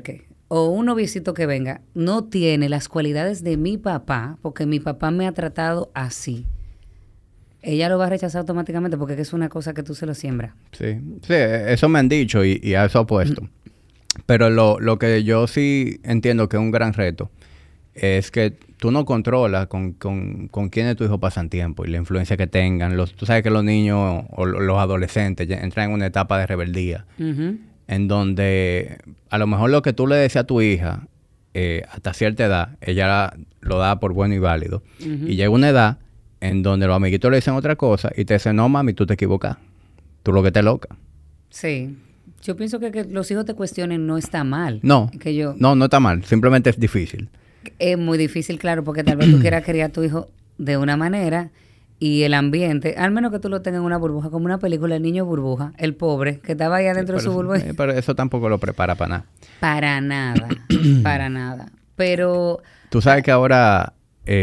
o un noviecito que venga no tiene las cualidades de mi papá, porque mi papá me ha tratado así, ella lo va a rechazar automáticamente porque es una cosa que tú se lo siembras. Sí, sí, eso me han dicho y a eso apuesto. Pero lo que yo sí entiendo que es un gran reto es que tú no controlas con quiénes tus hijos pasan tiempo y la influencia que tengan. Tú sabes que los niños o los adolescentes ya entran en una etapa de rebeldía en donde a lo mejor lo que tú le decías a tu hija hasta cierta edad, ella lo da por bueno y válido. Y llega una edad en donde los amiguitos le dicen otra cosa y te dicen, no, mami, tú te equivocas. Tú lo que te loca. Sí. Yo pienso que los hijos te cuestionen no está mal. No, no está mal. Simplemente es difícil. Es muy difícil, claro, porque tal vez tú quieras criar a tu hijo de una manera y el ambiente, al menos que tú lo tengas en una burbuja, como una película, El niño burbuja, el pobre, que estaba ahí adentro de su burbuja. Pero eso tampoco lo prepara para nada. Para nada, para nada. Pero... Tú sabes que ahora...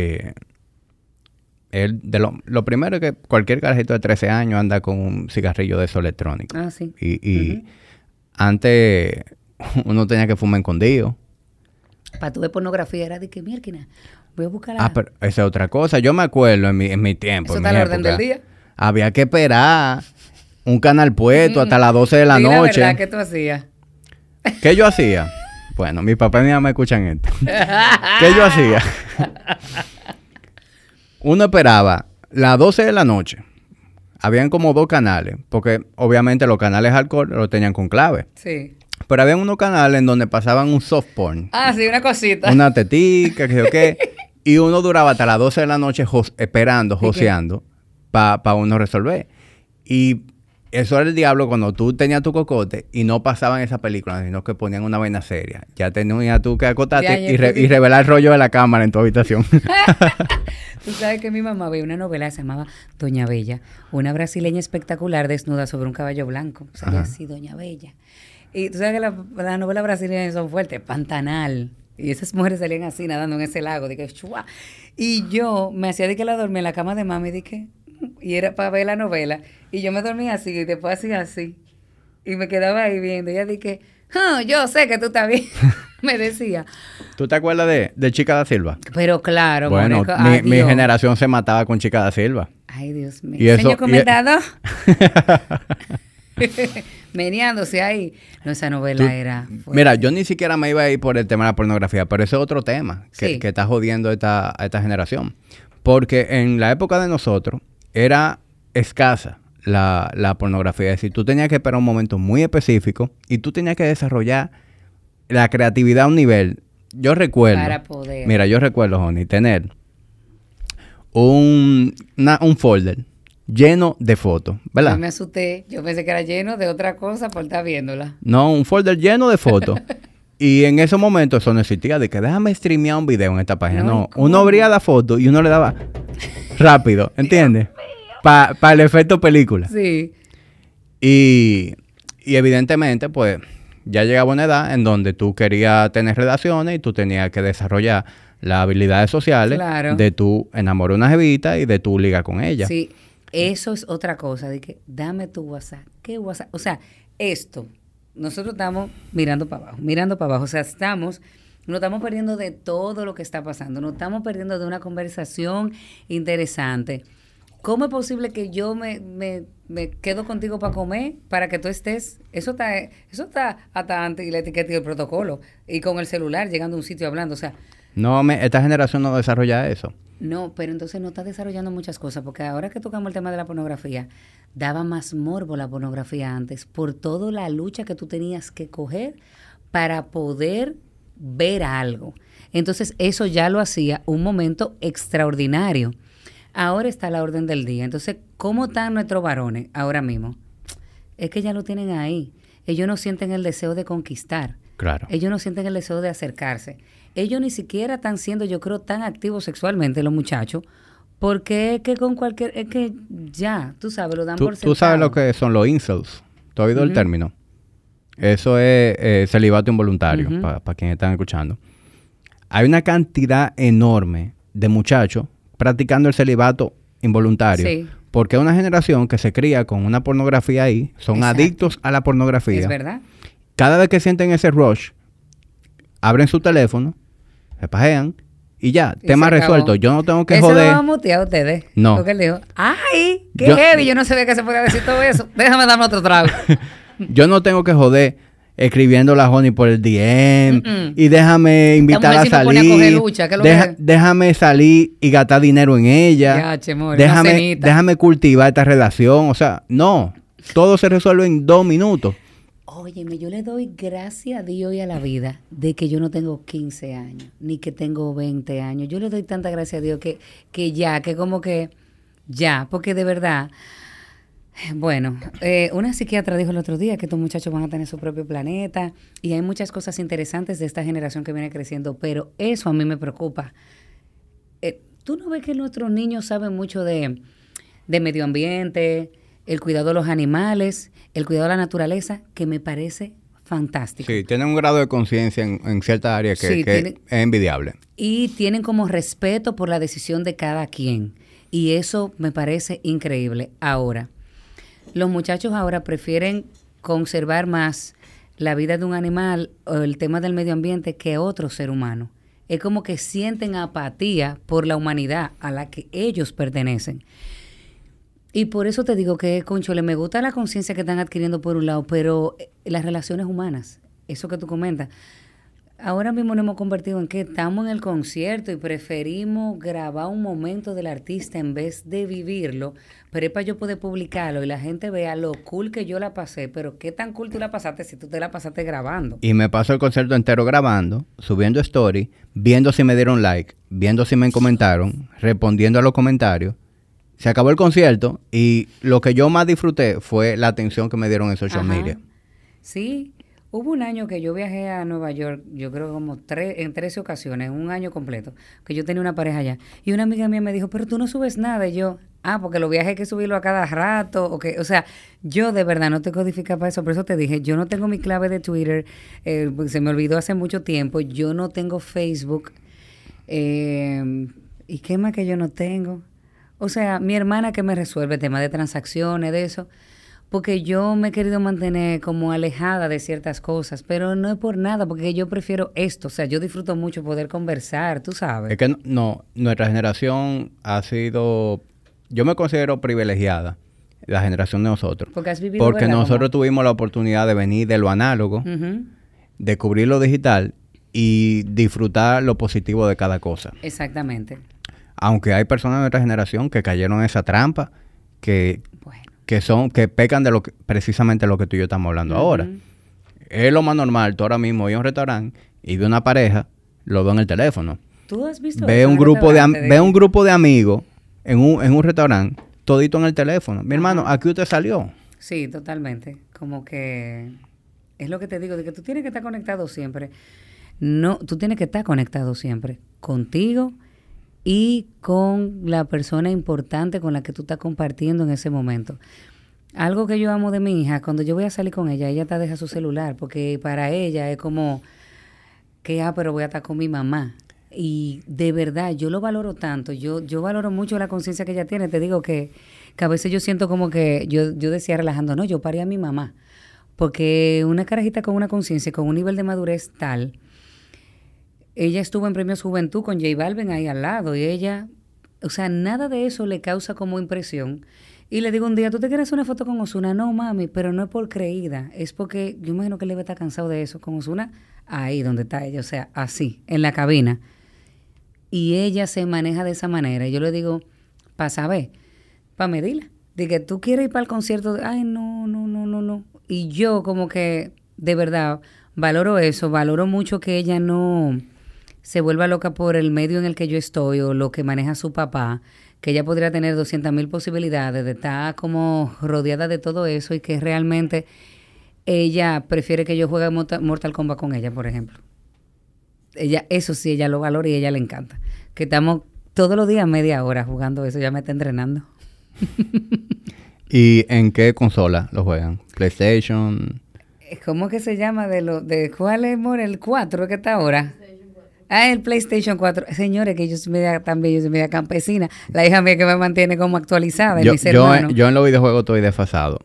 lo primero es que cualquier carajito de 13 años anda con un cigarrillo de eso electrónico. Ah, sí. Y antes uno tenía que fumar escondido. Para tu ver pornografía era de que, mierda, voy a buscar la... pero esa es otra cosa. Yo me acuerdo en mi tiempo. ¿Eso está a la orden del día? Había que esperar un canal puesto hasta las 12 de la noche. La verdad, ¿qué tú hacías? ¿Qué yo hacía? Bueno, mi papá y mi mamá escuchan esto. ¿Qué yo hacía? Uno esperaba las 12 de la noche. Habían como 2 canales, porque obviamente los canales hardcore los tenían con clave. Sí. Pero habían unos canales en donde pasaban un soft porn. Ah, sí, una cosita. Una tetica, que sé yo qué. Y uno duraba hasta las 12 de la noche esperando, joseando, para uno resolver. Y eso era el diablo cuando tú tenías tu cocote y no pasaban esa película, sino que ponían una vaina seria. Ya tenías tú que acotarte y revelar el rollo de la cámara en tu habitación. Tú sabes que mi mamá veía una novela que se llamaba Doña Bella, una brasileña espectacular desnuda sobre un caballo blanco. Salía así, Doña Bella. Y tú sabes que las novelas brasileñas son fuertes, Pantanal. Y esas mujeres salían así nadando en ese lago. Dije, ¡chua! Y yo me hacía de que la dormía en la cama de mami, dije, y era para ver la novela. Y yo me dormía así y después hacía así. Y me quedaba ahí viendo. Y ella dije, yo sé que tú estás bien. Me decía. ¿Tú te acuerdas de Chica da Silva? Pero claro, bueno, Moreco, mi generación se mataba con Chica da Silva. Ay, Dios mío. Y eso, señor comentado. Meneándose ahí. No, esa novela era... Mira, yo ni siquiera me iba a ir por el tema de la pornografía, pero ese es otro tema que está jodiendo a esta generación. Porque en la época de nosotros era escasa la pornografía. Es decir, tú tenías que esperar un momento muy específico y tú tenías que desarrollar la creatividad a un nivel. Yo recuerdo... Para poder. Mira, yo recuerdo, Johnny, tener un folder lleno de fotos, ¿verdad? Yo me asusté. Yo pensé que era lleno de otra cosa por estar viéndola. No, un folder lleno de fotos. Y en esos momentos eso no existía de que déjame streamear un video en esta página. No, uno abría la foto y uno le daba rápido, ¿entiendes? Para el efecto película. Sí. Y evidentemente, pues, ya llegaba una edad en donde tú querías tener relaciones y tú tenías que desarrollar las habilidades sociales de tú enamorar a una jevita y de tú ligar con ella. Sí. Eso es otra cosa, de que dame tu WhatsApp. ¿Qué WhatsApp? O sea, esto, nosotros estamos mirando para abajo. O sea, nos estamos perdiendo de todo lo que está pasando. Nos estamos perdiendo de una conversación interesante. ¿Cómo es posible que yo me quedo contigo para comer, para que tú estés? Eso está hasta antes y la etiqueta y el protocolo. Y con el celular, llegando a un sitio hablando, o sea... No, esta generación no desarrolla eso. No, pero entonces no está desarrollando muchas cosas, porque ahora que tocamos el tema de la pornografía, daba más morbo la pornografía antes, por toda la lucha que tú tenías que coger para poder ver algo. Entonces eso ya lo hacía un momento extraordinario. Ahora está a la orden del día. Entonces, ¿cómo están nuestros varones ahora mismo? Es que ya lo tienen ahí. Ellos no sienten el deseo de conquistar. Claro. Ellos no sienten el deseo de acercarse. Ellos ni siquiera están siendo, yo creo, tan activos sexualmente, los muchachos, porque es que es que ya, tú sabes, lo dan por sentado. Tú sabes lo que son los incels. ¿Tú has oído el término? Eso es celibato involuntario, para quienes están escuchando. Hay una cantidad enorme de muchachos practicando el celibato involuntario. Sí. Porque es una generación que se cría con una pornografía ahí, son adictos a la pornografía. Es verdad. Cada vez que sienten ese rush, abren su teléfono, se pajean y ya, Y tema se acabó. resuelto. Yo no tengo que ¿Eso joder. lo van a mutear ustedes? No. Porque él dijo, ¡ay! ¡Qué Yo- heavy! Yo no sabía que se podía decir todo eso. Déjame darme otro trago. Yo no tengo que joder escribiendo a Honey por el DM y déjame invitarla a mujer sí me pone a coger salir. lucha, ¿qué es lo que es? Déjame salir y gastar dinero en ella. Ya, chemor, una cenita. déjame cultivar esta relación. O sea, no. Todo se resuelve en 2 minutos. Óyeme, yo le doy gracias a Dios y a la vida de que yo no tengo 15 años, ni que tengo 20 años. Yo le doy tanta gracia a Dios que como que ya, porque de verdad, bueno, una psiquiatra dijo el otro día que estos muchachos van a tener su propio planeta y hay muchas cosas interesantes de esta generación que viene creciendo, pero eso a mí me preocupa. ¿Tú no ves que nuestros niños saben mucho de medio ambiente, el cuidado de los animales, el cuidado de la naturaleza, que me parece fantástico? Sí, tienen un grado de conciencia en ciertas áreas que Sí, es envidiable. Y tienen como respeto por la decisión de cada quien. Y eso me parece increíble. Ahora, los muchachos ahora prefieren conservar más la vida de un animal o el tema del medio ambiente que otro ser humano. Es como que sienten apatía por la humanidad a la que ellos pertenecen. Y por eso te digo que, conchole, me gusta la conciencia que están adquiriendo por un lado, pero las relaciones humanas, eso que tú comentas, ahora mismo nos hemos convertido en que estamos en el concierto y preferimos grabar un momento del artista en vez de vivirlo, pero es para yo poder publicarlo y la gente vea lo cool que yo la pasé, pero qué tan cool tú la pasaste si tú te la pasaste grabando. Y me paso el concierto entero grabando, subiendo story, viendo si me dieron like, viendo si me comentaron, respondiendo a los comentarios. Se acabó el concierto y lo que yo más disfruté fue la atención que me dieron en social media. Sí, hubo un año que yo viajé a Nueva York, yo creo como en 13 ocasiones, un año completo, que yo tenía una pareja allá. Y una amiga mía me dijo, pero tú no subes nada. Y yo, porque los viajes hay que subirlo a cada rato. O sea, yo de verdad no te codifico para eso. Por eso te dije, yo no tengo mi clave de Twitter, se me olvidó hace mucho tiempo. Yo no tengo Facebook. ¿Y qué más que yo no tengo? O sea, mi hermana que me resuelve temas de transacciones, de eso, porque yo me he querido mantener como alejada de ciertas cosas, pero no es por nada, porque yo prefiero esto. O sea, yo disfruto mucho poder conversar, tú sabes. Es que no, nuestra generación ha sido, yo me considero privilegiada, la generación de nosotros. Porque has vivido, porque ¿verdad? nosotros tuvimos la oportunidad de venir de lo análogo, descubrir lo digital y disfrutar lo positivo de cada cosa. Exactamente. Aunque hay personas de nuestra generación que cayeron en esa trampa, que Bueno. que pecan de precisamente lo que tú y yo estamos hablando ahora. Es lo más normal. Tú ahora mismo ir a un restaurante y ve una pareja, lo ve en el teléfono. ¿Tú has visto Ve eso un en grupo restaurante? ve un grupo de amigos en un restaurante, todito en el teléfono. Mi hermano, ¿a qué usted salió? Sí, totalmente. Como que es lo que te digo, de que tú tienes que estar conectado siempre. No, tú tienes que estar conectado siempre contigo y con la persona importante con la que tú estás compartiendo en ese momento. Algo que yo amo de mi hija, cuando yo voy a salir con ella te deja su celular, porque para ella es como que, pero voy a estar con mi mamá. Y de verdad, yo lo valoro tanto, yo valoro mucho la conciencia que ella tiene. Te digo que a veces yo siento como que yo decía relajando, no, yo paré a mi mamá, porque una carajita con una conciencia, con un nivel de madurez tal. Ella estuvo en Premios Juventud con J Balvin ahí al lado y ella, o sea, nada de eso le causa como impresión. Y le digo un día, ¿tú te quieres hacer una foto con Ozuna? No, mami, pero no es por creída, es porque yo imagino que él debe estar cansado de eso. Con Ozuna, ahí donde está ella, o sea, así, en la cabina. Y ella se maneja de esa manera. Y yo le digo, para saber, para medirla. De que tú quieres ir para el concierto, ay, no. Y yo como que, de verdad, valoro eso, valoro mucho que ella no se vuelva loca por el medio en el que yo estoy o lo que maneja su papá, que ella podría tener 200,000 posibilidades de estar como rodeada de todo eso y que realmente ella prefiere que yo juegue Mortal Kombat con ella, por ejemplo. Ella, eso sí, ella lo valora y a ella le encanta. Que estamos todos los días media hora jugando eso, ya me está entrenando. ¿Y en qué consola lo juegan? ¿PlayStation? ¿Cómo que se llama? ¿De cuál es, amor? ¿El 4 que está ahora? El PlayStation 4. Señores, que yo soy media campesina. La hija mía que me mantiene como actualizada, mis hermanos. Yo en los videojuegos estoy desfasado.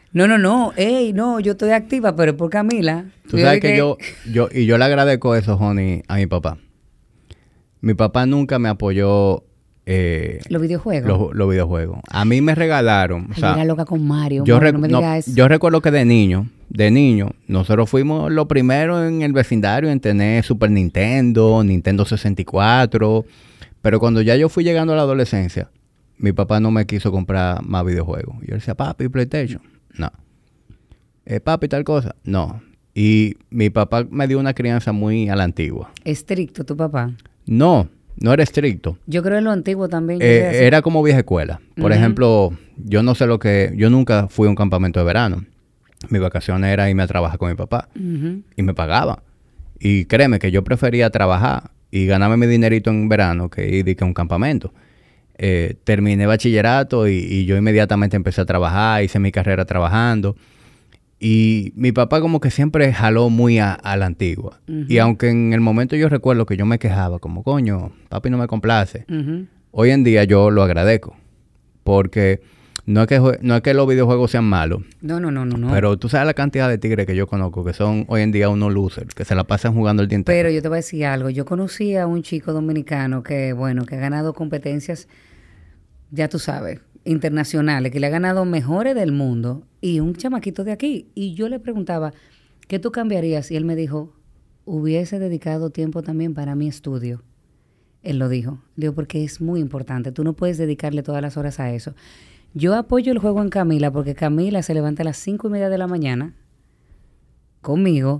No. Ey, no, yo estoy activa, pero es por Camila. Tú sabes que yo le agradezco eso, Honey, a mi papá. Mi papá nunca me apoyó los videojuegos. Los videojuegos. A mí me regalaron. Ay, era loca con Mario. Yo, no me digas eso. Yo recuerdo que de niño, nosotros fuimos los primeros en el vecindario en tener Super Nintendo, Nintendo 64. Pero cuando ya yo fui llegando a la adolescencia, mi papá no me quiso comprar más videojuegos. Yo le decía, papi, PlayStation. No. Papi, tal cosa. No. Y mi papá me dio una crianza muy a la antigua. ¿Estricto tu papá? No era estricto. Yo creo en lo antiguo también. Era como vieja escuela. Por ejemplo, yo nunca fui a un campamento de verano. Mi vacaciones era irme a trabajar con mi papá. Y me pagaba. Y créeme que yo prefería trabajar y ganarme mi dinerito en verano que ir a un campamento. Terminé bachillerato y yo inmediatamente empecé a trabajar, hice mi carrera trabajando. Y mi papá como que siempre jaló muy a la antigua. Y aunque en el momento yo recuerdo que yo me quejaba, como, coño, papi no me complace. Hoy en día yo lo agradezco. Porque no es que los videojuegos sean malos. No. Pero tú sabes la cantidad de tigres que yo conozco que son hoy en día unos losers, que se la pasan jugando el día entero. Pero yo te voy a decir algo. Yo conocí a un chico dominicano que ha ganado competencias, ya tú sabes, internacionales, que le ha ganado mejores del mundo, y un chamaquito de aquí. Y yo le preguntaba, ¿qué tú cambiarías? Y él me dijo, hubiese dedicado tiempo también para mi estudio. Él lo dijo. Digo, porque es muy importante. Tú no puedes dedicarle todas las horas a eso. Yo apoyo el juego en Camila porque Camila se levanta a las 5:30 de la mañana conmigo,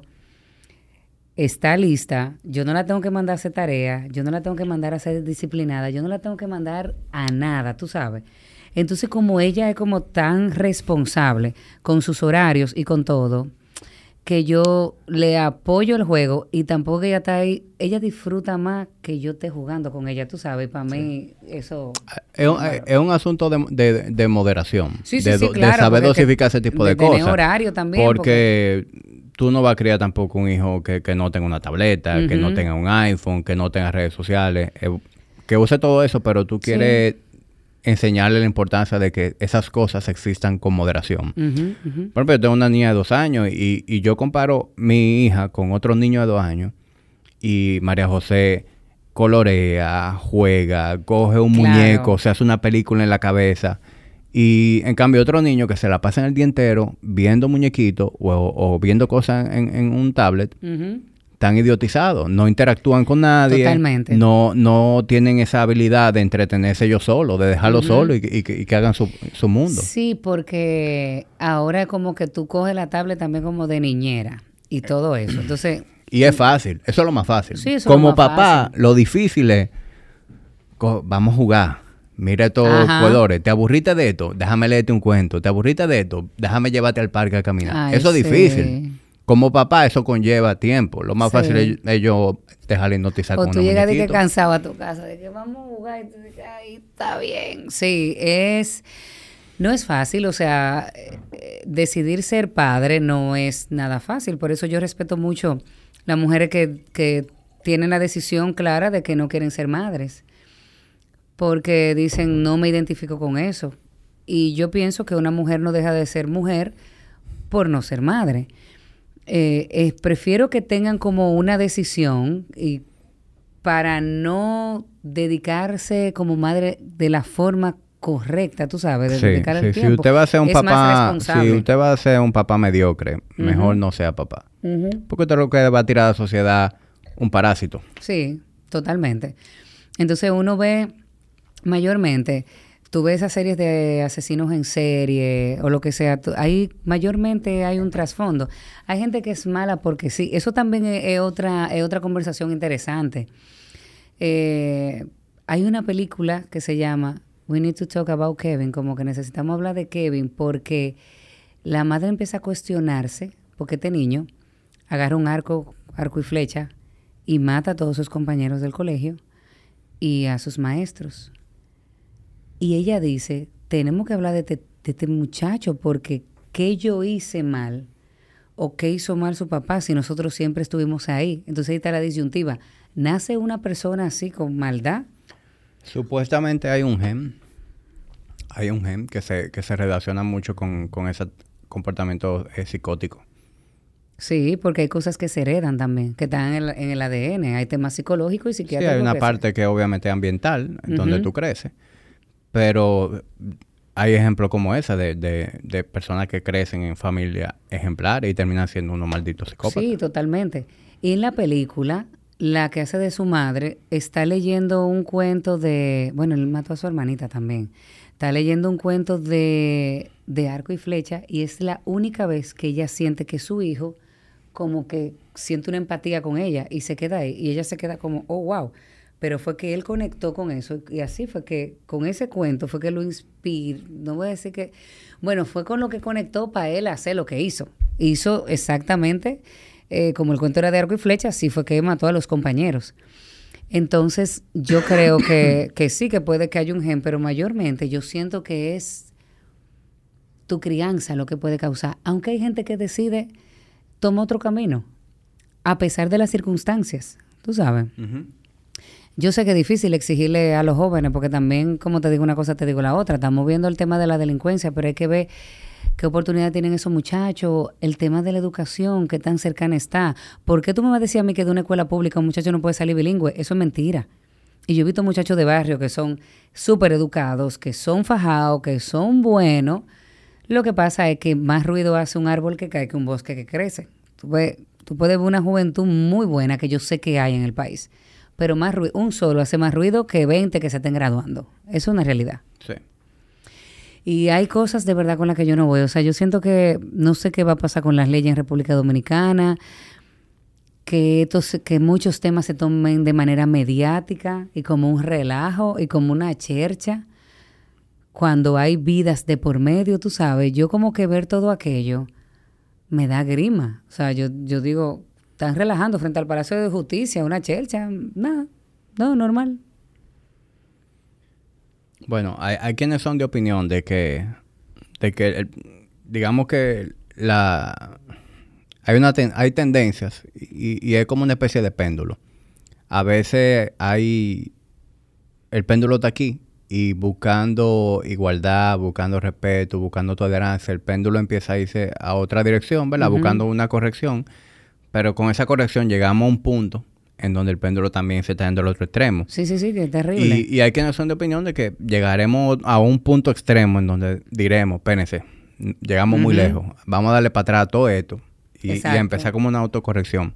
está lista, yo no la tengo que mandar a hacer tarea, yo no la tengo que mandar a ser disciplinada, yo no la tengo que mandar a nada, tú sabes. Entonces, como ella es como tan responsable con sus horarios y con todo, que yo le apoyo el juego y tampoco ella está ahí, ella disfruta más que yo esté jugando con ella, tú sabes, para mí eso... Es un asunto de moderación, sí, claro, de saber dosificar ese tipo de cosas. De tener horario también. Porque tú no vas a criar tampoco un hijo que no tenga una tableta, que no tenga un iPhone, que no tenga redes sociales, que use todo eso, pero tú quieres... enseñarle la importancia de que esas cosas existan con moderación. Por ejemplo, yo tengo una niña de 2 años y yo comparo mi hija con otro niño de 2 años y María José colorea, juega, coge un muñeco, se hace una película en la cabeza. Y en cambio otro niño que se la pasa en el día entero viendo muñequitos o viendo cosas en un tablet... Están idiotizados, no interactúan con nadie. Totalmente. No tienen esa habilidad de entretenerse ellos solos, de dejarlo solo y que hagan su mundo. Sí, porque ahora es como que tú coges la tablet también como de niñera y todo eso. Entonces... Y es fácil, eso es lo más fácil. Sí, eso como es lo más papá, fácil. lo difícil es, vamos a jugar. Mira estos jugadores, ¿te aburriste de esto? Déjame leerte un cuento. ¿Te aburriste de esto? Déjame llevarte al parque a caminar. Ay, eso es sí. difícil. Como papá, eso conlleva tiempo. Lo más fácil es yo dejarle hipnotizar con unos muñequitos. O tú llegas de que cansado a tu casa, de que vamos a jugar, y tú dices, ay, está bien. Sí, no es fácil, o sea, decidir ser padre no es nada fácil. Por eso yo respeto mucho las mujeres que tienen la decisión clara de que no quieren ser madres. Porque dicen, no me identifico con eso. Y yo pienso que una mujer no deja de ser mujer por no ser madre. Prefiero que tengan como una decisión y para no dedicarse como madre de la forma correcta, tú sabes, de dedicar el tiempo. Si usted va a ser un es más papá, responsable. si usted va a ser un papá mediocre, mejor no sea papá. Porque usted lo que va a tirar a la sociedad un parásito. Sí, totalmente. Entonces uno ve mayormente, tú ves esas series de asesinos en serie o lo que sea, ahí mayormente hay un trasfondo. Hay gente que es mala porque sí, eso también es otra conversación interesante. Hay una película que se llama We Need to Talk About Kevin, como que necesitamos hablar de Kevin porque la madre empieza a cuestionarse porque este niño agarra un arco y flecha y mata a todos sus compañeros del colegio y a sus maestros. Y ella dice, tenemos que hablar de este muchacho porque ¿qué yo hice mal? ¿O qué hizo mal su papá si nosotros siempre estuvimos ahí? Entonces ahí está la disyuntiva. ¿Nace una persona así con maldad? Supuestamente hay un gen que se relaciona mucho con comportamientos psicóticos. Sí, porque hay cosas que se heredan también, que están en el ADN. Hay temas psicológicos y Sí, psiquiátricos. hay una que parte que obviamente es ambiental, en donde tú creces, pero hay ejemplos como ese de personas que crecen en familias ejemplares y terminan siendo unos malditos psicópatas. Sí, totalmente. Y en la película, la que hace de su madre está leyendo un cuento de... Bueno, él mató a su hermanita también. Está leyendo un cuento de arco y flecha y es la única vez que ella siente que su hijo como que siente una empatía con ella y se queda ahí. Y ella se queda como, oh, wow. Pero fue que él conectó con eso y así fue que con ese cuento fue que lo inspiró. No voy a decir que... Bueno, fue con lo que conectó para él hacer lo que hizo. Hizo exactamente como el cuento era de arco y flecha, así fue que mató a los compañeros. Entonces, yo creo que sí, que puede que haya un gen, pero mayormente yo siento que es tu crianza lo que puede causar. Aunque hay gente que decide tomar otro camino, a pesar de las circunstancias, tú sabes. Ujú. Yo sé que es difícil exigirle a los jóvenes, porque también, como te digo una cosa, te digo la otra. Estamos viendo el tema de la delincuencia, pero hay que ver qué oportunidad tienen esos muchachos, el tema de la educación, qué tan cercana está. ¿Por qué tú me vas a decir a mí que de una escuela pública un muchacho no puede salir bilingüe? Eso es mentira. Y yo he visto muchachos de barrio que son súper educados, que son fajados, que son buenos. Lo que pasa es que más ruido hace un árbol que cae que un bosque que crece. Tú puedes ver una juventud muy buena que yo sé que hay en el país, pero más un solo hace más ruido que 20 que se estén graduando. Eso es una realidad. Sí. Y hay cosas de verdad con las que yo no voy. O sea, yo siento que no sé qué va a pasar con las leyes en República Dominicana, que muchos temas se tomen de manera mediática y como un relajo y como una chercha, cuando hay vidas de por medio, tú sabes. Yo como que ver todo aquello me da grima. O sea, yo digo, están relajando frente al Palacio de Justicia, una chercha, nada, no, normal. Bueno, hay quienes son de opinión de que digamos que hay tendencias y es como una especie de péndulo. A veces el péndulo está aquí y buscando igualdad, buscando respeto, buscando tolerancia, el péndulo empieza a irse a otra dirección, ¿verdad? Buscando una corrección, pero con esa corrección llegamos a un punto en donde el péndulo también se está yendo al otro extremo. Sí, que es terrible. Y hay quienes son de opinión de que llegaremos a un punto extremo en donde diremos, espérense, llegamos muy lejos, vamos a darle para atrás a todo esto y a empezar como una autocorrección.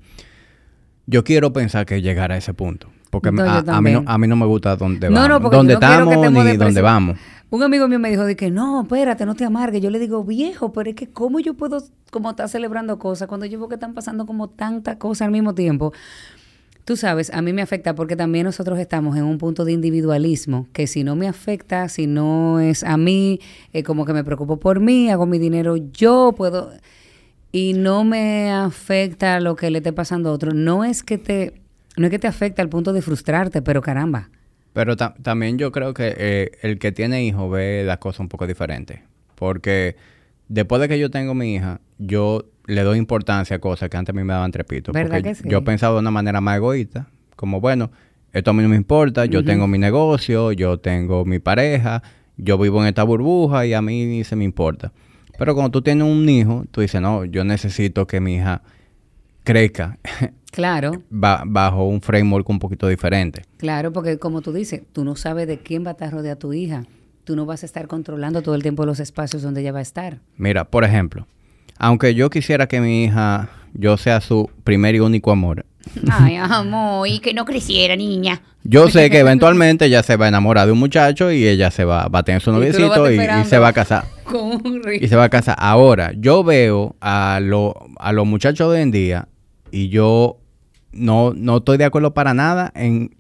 Yo quiero pensar que llegar a ese punto, porque No, a mí no me gusta dónde vamos, porque dónde yo no quiero que estamos estemos ni dónde vamos. Un amigo mío me dijo de que no, espérate, no te amargues. Yo le digo, viejo, pero es que cómo yo puedo como estar celebrando cosas cuando yo veo que están pasando como tantas cosas al mismo tiempo. Tú sabes, a mí me afecta porque también nosotros estamos en un punto de individualismo, que si no me afecta, si no es a mí, como que me preocupo por mí, hago mi dinero, yo puedo, y no me afecta lo que le esté pasando a otro. No es que te afecta al punto de frustrarte, pero caramba. Pero también yo creo que el que tiene hijos ve las cosas un poco diferentes, porque después de que yo tengo mi hija, yo le doy importancia a cosas que antes a mí me daban trepito. ¿Verdad porque que sí? yo pensaba de una manera más egoísta, como bueno, esto a mí no me importa, yo tengo mi negocio, yo tengo mi pareja, yo vivo en esta burbuja y a mí ni se me importa. Pero cuando tú tienes un hijo, tú dices, no, yo necesito que mi hija crezca. Claro. Bajo un framework un poquito diferente. Claro, porque como tú dices, tú no sabes de quién va a estar rodeada tu hija. Tú no vas a estar controlando todo el tiempo los espacios donde ella va a estar. Mira, por ejemplo, aunque yo quisiera que mi hija, yo sea su primer y único amor. Ay, amor, y que no creciera, niña. Yo sé que eventualmente ella se va a enamorar de un muchacho y ella va a tener su noviecito y se va a casar. Con un Y se va a casar. Ahora, yo veo a los muchachos de hoy en día y yo no estoy de acuerdo para nada en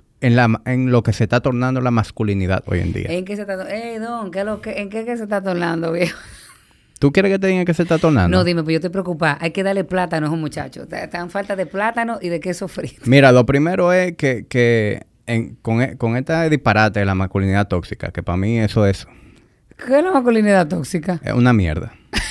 lo que se está tornando la masculinidad hoy en día. ¿En qué se está Don, ¿en qué se está tornando, viejo? ¿Tú quieres que te diga que se está tornando? No, dime, pues yo estoy preocupada. Hay que darle plátano a esos muchachos. Están falta de plátano y de queso frito. Mira, lo primero es con esta disparate de la masculinidad tóxica, que para mí eso es... ¿Qué es la masculinidad tóxica? Es una mierda.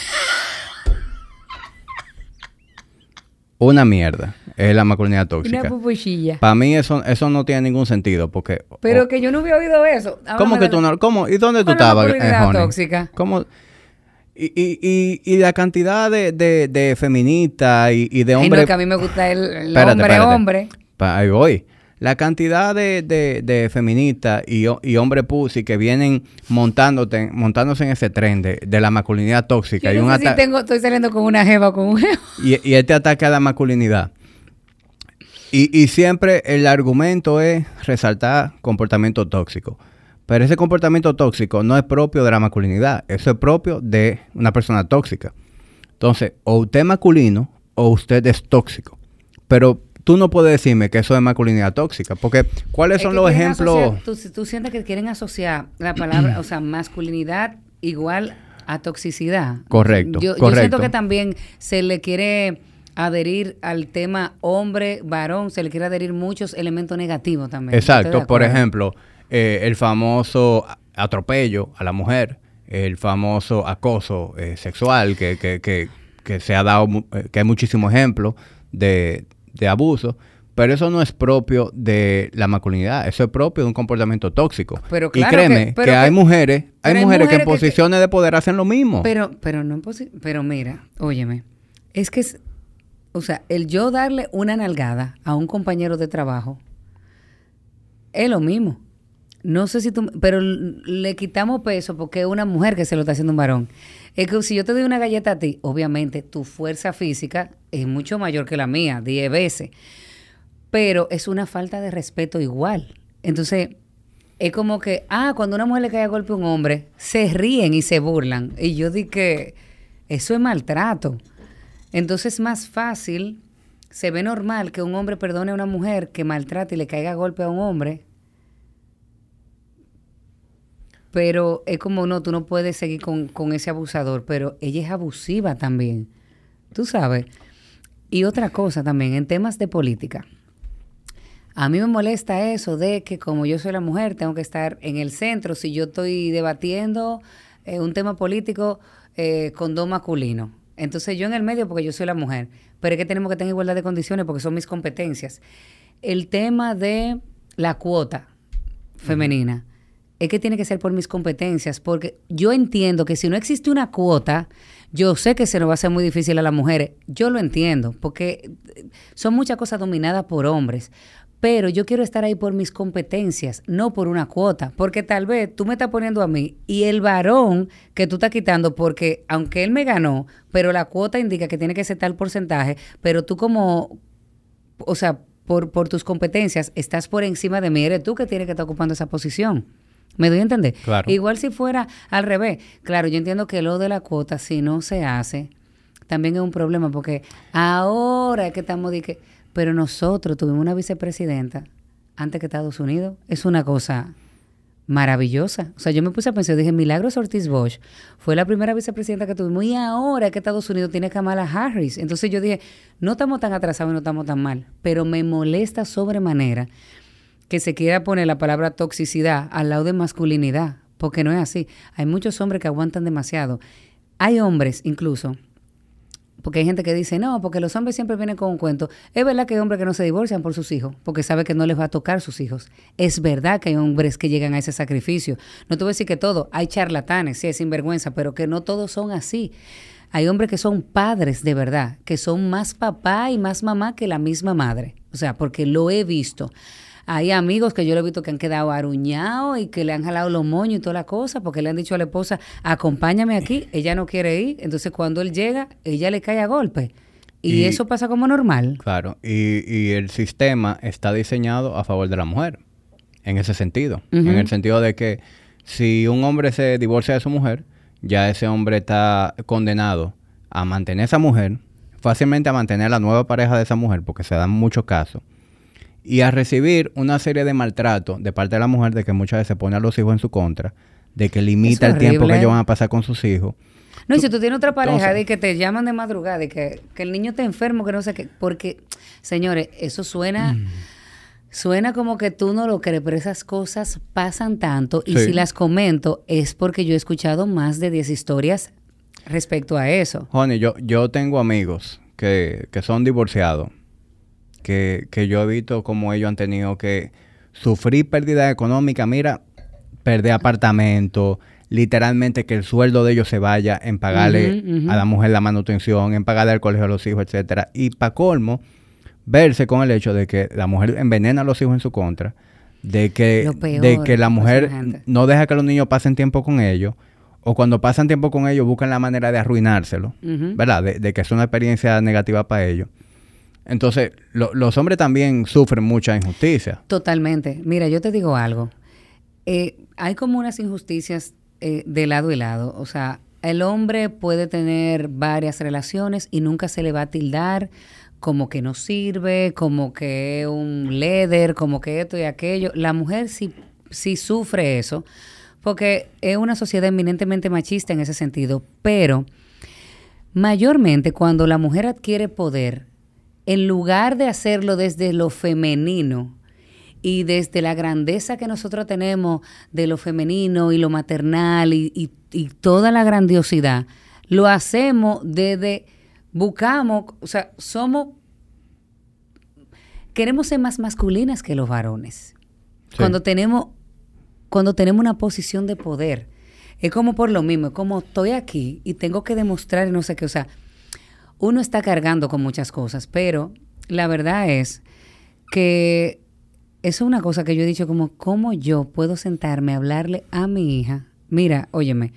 Una mierda es la masculinidad tóxica. Una pupuchilla. Para mí eso no tiene ningún sentido porque... Pero que yo no había oído eso. ¿Cómo que tú no? ¿Cómo? ¿Y dónde tú estabas, masculinidad Honey? tóxica? ¿Cómo? Y la cantidad de feministas y de Ay, hombres... no, que a mí me gusta el Espérate. hombre. Ahí voy. La cantidad de feministas y hombres pussy que vienen montándose en ese tren de la masculinidad tóxica. Yo no sé si estoy saliendo con una jeva o con un jevo. Y este ataque a la masculinidad. Y siempre el argumento es resaltar comportamiento tóxico. Pero ese comportamiento tóxico no es propio de la masculinidad. Eso es propio de una persona tóxica. Entonces, o usted es masculino o usted es tóxico. Pero tú no puedes decirme que eso es masculinidad tóxica. Porque, ¿cuáles son los ejemplos? Tú sientes que quieren asociar la palabra, o sea, masculinidad igual a toxicidad. Correcto. Yo siento que también se le quiere adherir al tema hombre, varón, se le quiere adherir muchos elementos negativos también. Exacto. Por ejemplo, el famoso atropello a la mujer, el famoso acoso sexual que se ha dado, que hay muchísimos ejemplos de abuso, pero eso no es propio de la masculinidad, eso es propio de un comportamiento tóxico. Pero claro, y créeme que hay mujeres que en posiciones de poder hacen lo mismo. Pero no pero mira, óyeme, es que o sea, el yo darle una nalgada a un compañero de trabajo es lo mismo. No sé si pero le quitamos peso porque es una mujer que se lo está haciendo un varón. Es que si yo te doy una galleta a ti, obviamente tu fuerza física es mucho mayor que la mía, 10 veces. Pero es una falta de respeto igual. Entonces, es como que, cuando una mujer le cae a golpe a un hombre, se ríen y se burlan. Y yo digo que eso es maltrato. Entonces es más fácil, se ve normal que un hombre perdone a una mujer que maltrate y le caiga a golpe a un hombre. Pero es como, no, tú no puedes seguir con ese abusador, pero ella es abusiva también, tú sabes. Y otra cosa también, en temas de política, a mí me molesta eso de que como yo soy la mujer, tengo que estar en el centro si yo estoy debatiendo un tema político con dos masculinos. Entonces yo en el medio porque yo soy la mujer, pero es que tenemos que tener igualdad de condiciones porque son mis competencias. El tema de la cuota femenina, es que tiene que ser por mis competencias, porque yo entiendo que si no existe una cuota, yo sé que se nos va a hacer muy difícil a las mujeres. Yo lo entiendo, porque son muchas cosas dominadas por hombres. Pero yo quiero estar ahí por mis competencias, no por una cuota. Porque tal vez tú me estás poniendo a mí y el varón que tú estás quitando, porque aunque él me ganó, pero la cuota indica que tiene que ser tal porcentaje, pero tú como, o sea, por tus competencias, estás por encima de mí, eres tú que tienes que estar ocupando esa posición. ¿Me doy a entender? Claro. Igual si fuera al revés. Claro, yo entiendo que lo de la cuota, si no se hace, también es un problema, porque ahora es que estamos pero nosotros tuvimos una vicepresidenta antes que Estados Unidos. Es una cosa maravillosa. O sea, yo me puse a pensar, dije, Milagros Ortiz Bosch fue la primera vicepresidenta que tuvimos y ahora es que Estados Unidos tiene Kamala Harris. Entonces yo dije, no estamos tan atrasados y no estamos tan mal, pero me molesta sobremanera que se quiera poner la palabra toxicidad al lado de masculinidad, porque no es así. Hay muchos hombres que aguantan demasiado. Hay hombres incluso, porque hay gente que dice, no, porque los hombres siempre vienen con un cuento. Es verdad que hay hombres que no se divorcian por sus hijos, porque sabe que no les va a tocar sus hijos. Es verdad que hay hombres que llegan a ese sacrificio. No te voy a decir que todo, hay charlatanes, sí, hay sinvergüenza, pero que no todos son así. Hay hombres que son padres de verdad, que son más papá y más mamá que la misma madre. O sea, porque lo he visto. Hay amigos que yo lo he visto que han quedado aruñados y que le han jalado los moños y toda la cosa porque le han dicho a la esposa, acompáñame aquí, ella no quiere ir. Entonces cuando él llega, ella le cae a golpe. Y eso pasa como normal. Claro, y el sistema está diseñado a favor de la mujer, en ese sentido. En el sentido de que si un hombre se divorcia de su mujer, ya ese hombre está condenado a mantener a esa mujer, fácilmente a mantener a la nueva pareja de esa mujer, porque se dan muchos casos. Y a recibir una serie de maltratos de parte de la mujer, de que muchas veces pone a los hijos en su contra, de que limita el tiempo que ellos van a pasar con sus hijos. No, y si tú tienes otra pareja de que te llaman de madrugada, de que el niño está enfermo, que no sé qué, porque, señores, eso suena como que tú no lo crees, pero esas cosas pasan tanto, y si las comento es porque yo he escuchado más de 10 historias respecto a eso. Honey, yo tengo amigos que son divorciados, que yo he visto como ellos han tenido que sufrir pérdida económica, mira, perder apartamento, literalmente que el sueldo de ellos se vaya en pagarle a la mujer la manutención, en pagarle al colegio a los hijos, etcétera. Y para colmo, verse con el hecho de que la mujer envenena a los hijos en su contra, de que la mujer no deja que los niños pasen tiempo con ellos, o cuando pasan tiempo con ellos buscan la manera de arruinárselo, ¿verdad? De que es una experiencia negativa para ellos. Entonces, los hombres también sufren mucha injusticia. Totalmente. Mira, yo te digo algo. Hay como unas injusticias de lado y lado. O sea, el hombre puede tener varias relaciones y nunca se le va a tildar como que no sirve, como que es un líder, como que esto y aquello. La mujer sí sufre eso, porque es una sociedad eminentemente machista en ese sentido. Pero, mayormente, cuando la mujer adquiere poder, en lugar de hacerlo desde lo femenino y desde la grandeza que nosotros tenemos de lo femenino y lo maternal y toda la grandiosidad, lo hacemos desde, buscamos, o sea, queremos ser más masculinas que los varones. Sí. Cuando tenemos una posición de poder, es como por lo mismo, es como estoy aquí y tengo que demostrar y no sé qué, o sea, uno está cargando con muchas cosas, pero la verdad es que eso es una cosa que yo he dicho como, ¿cómo yo puedo sentarme a hablarle a mi hija? Mira, óyeme,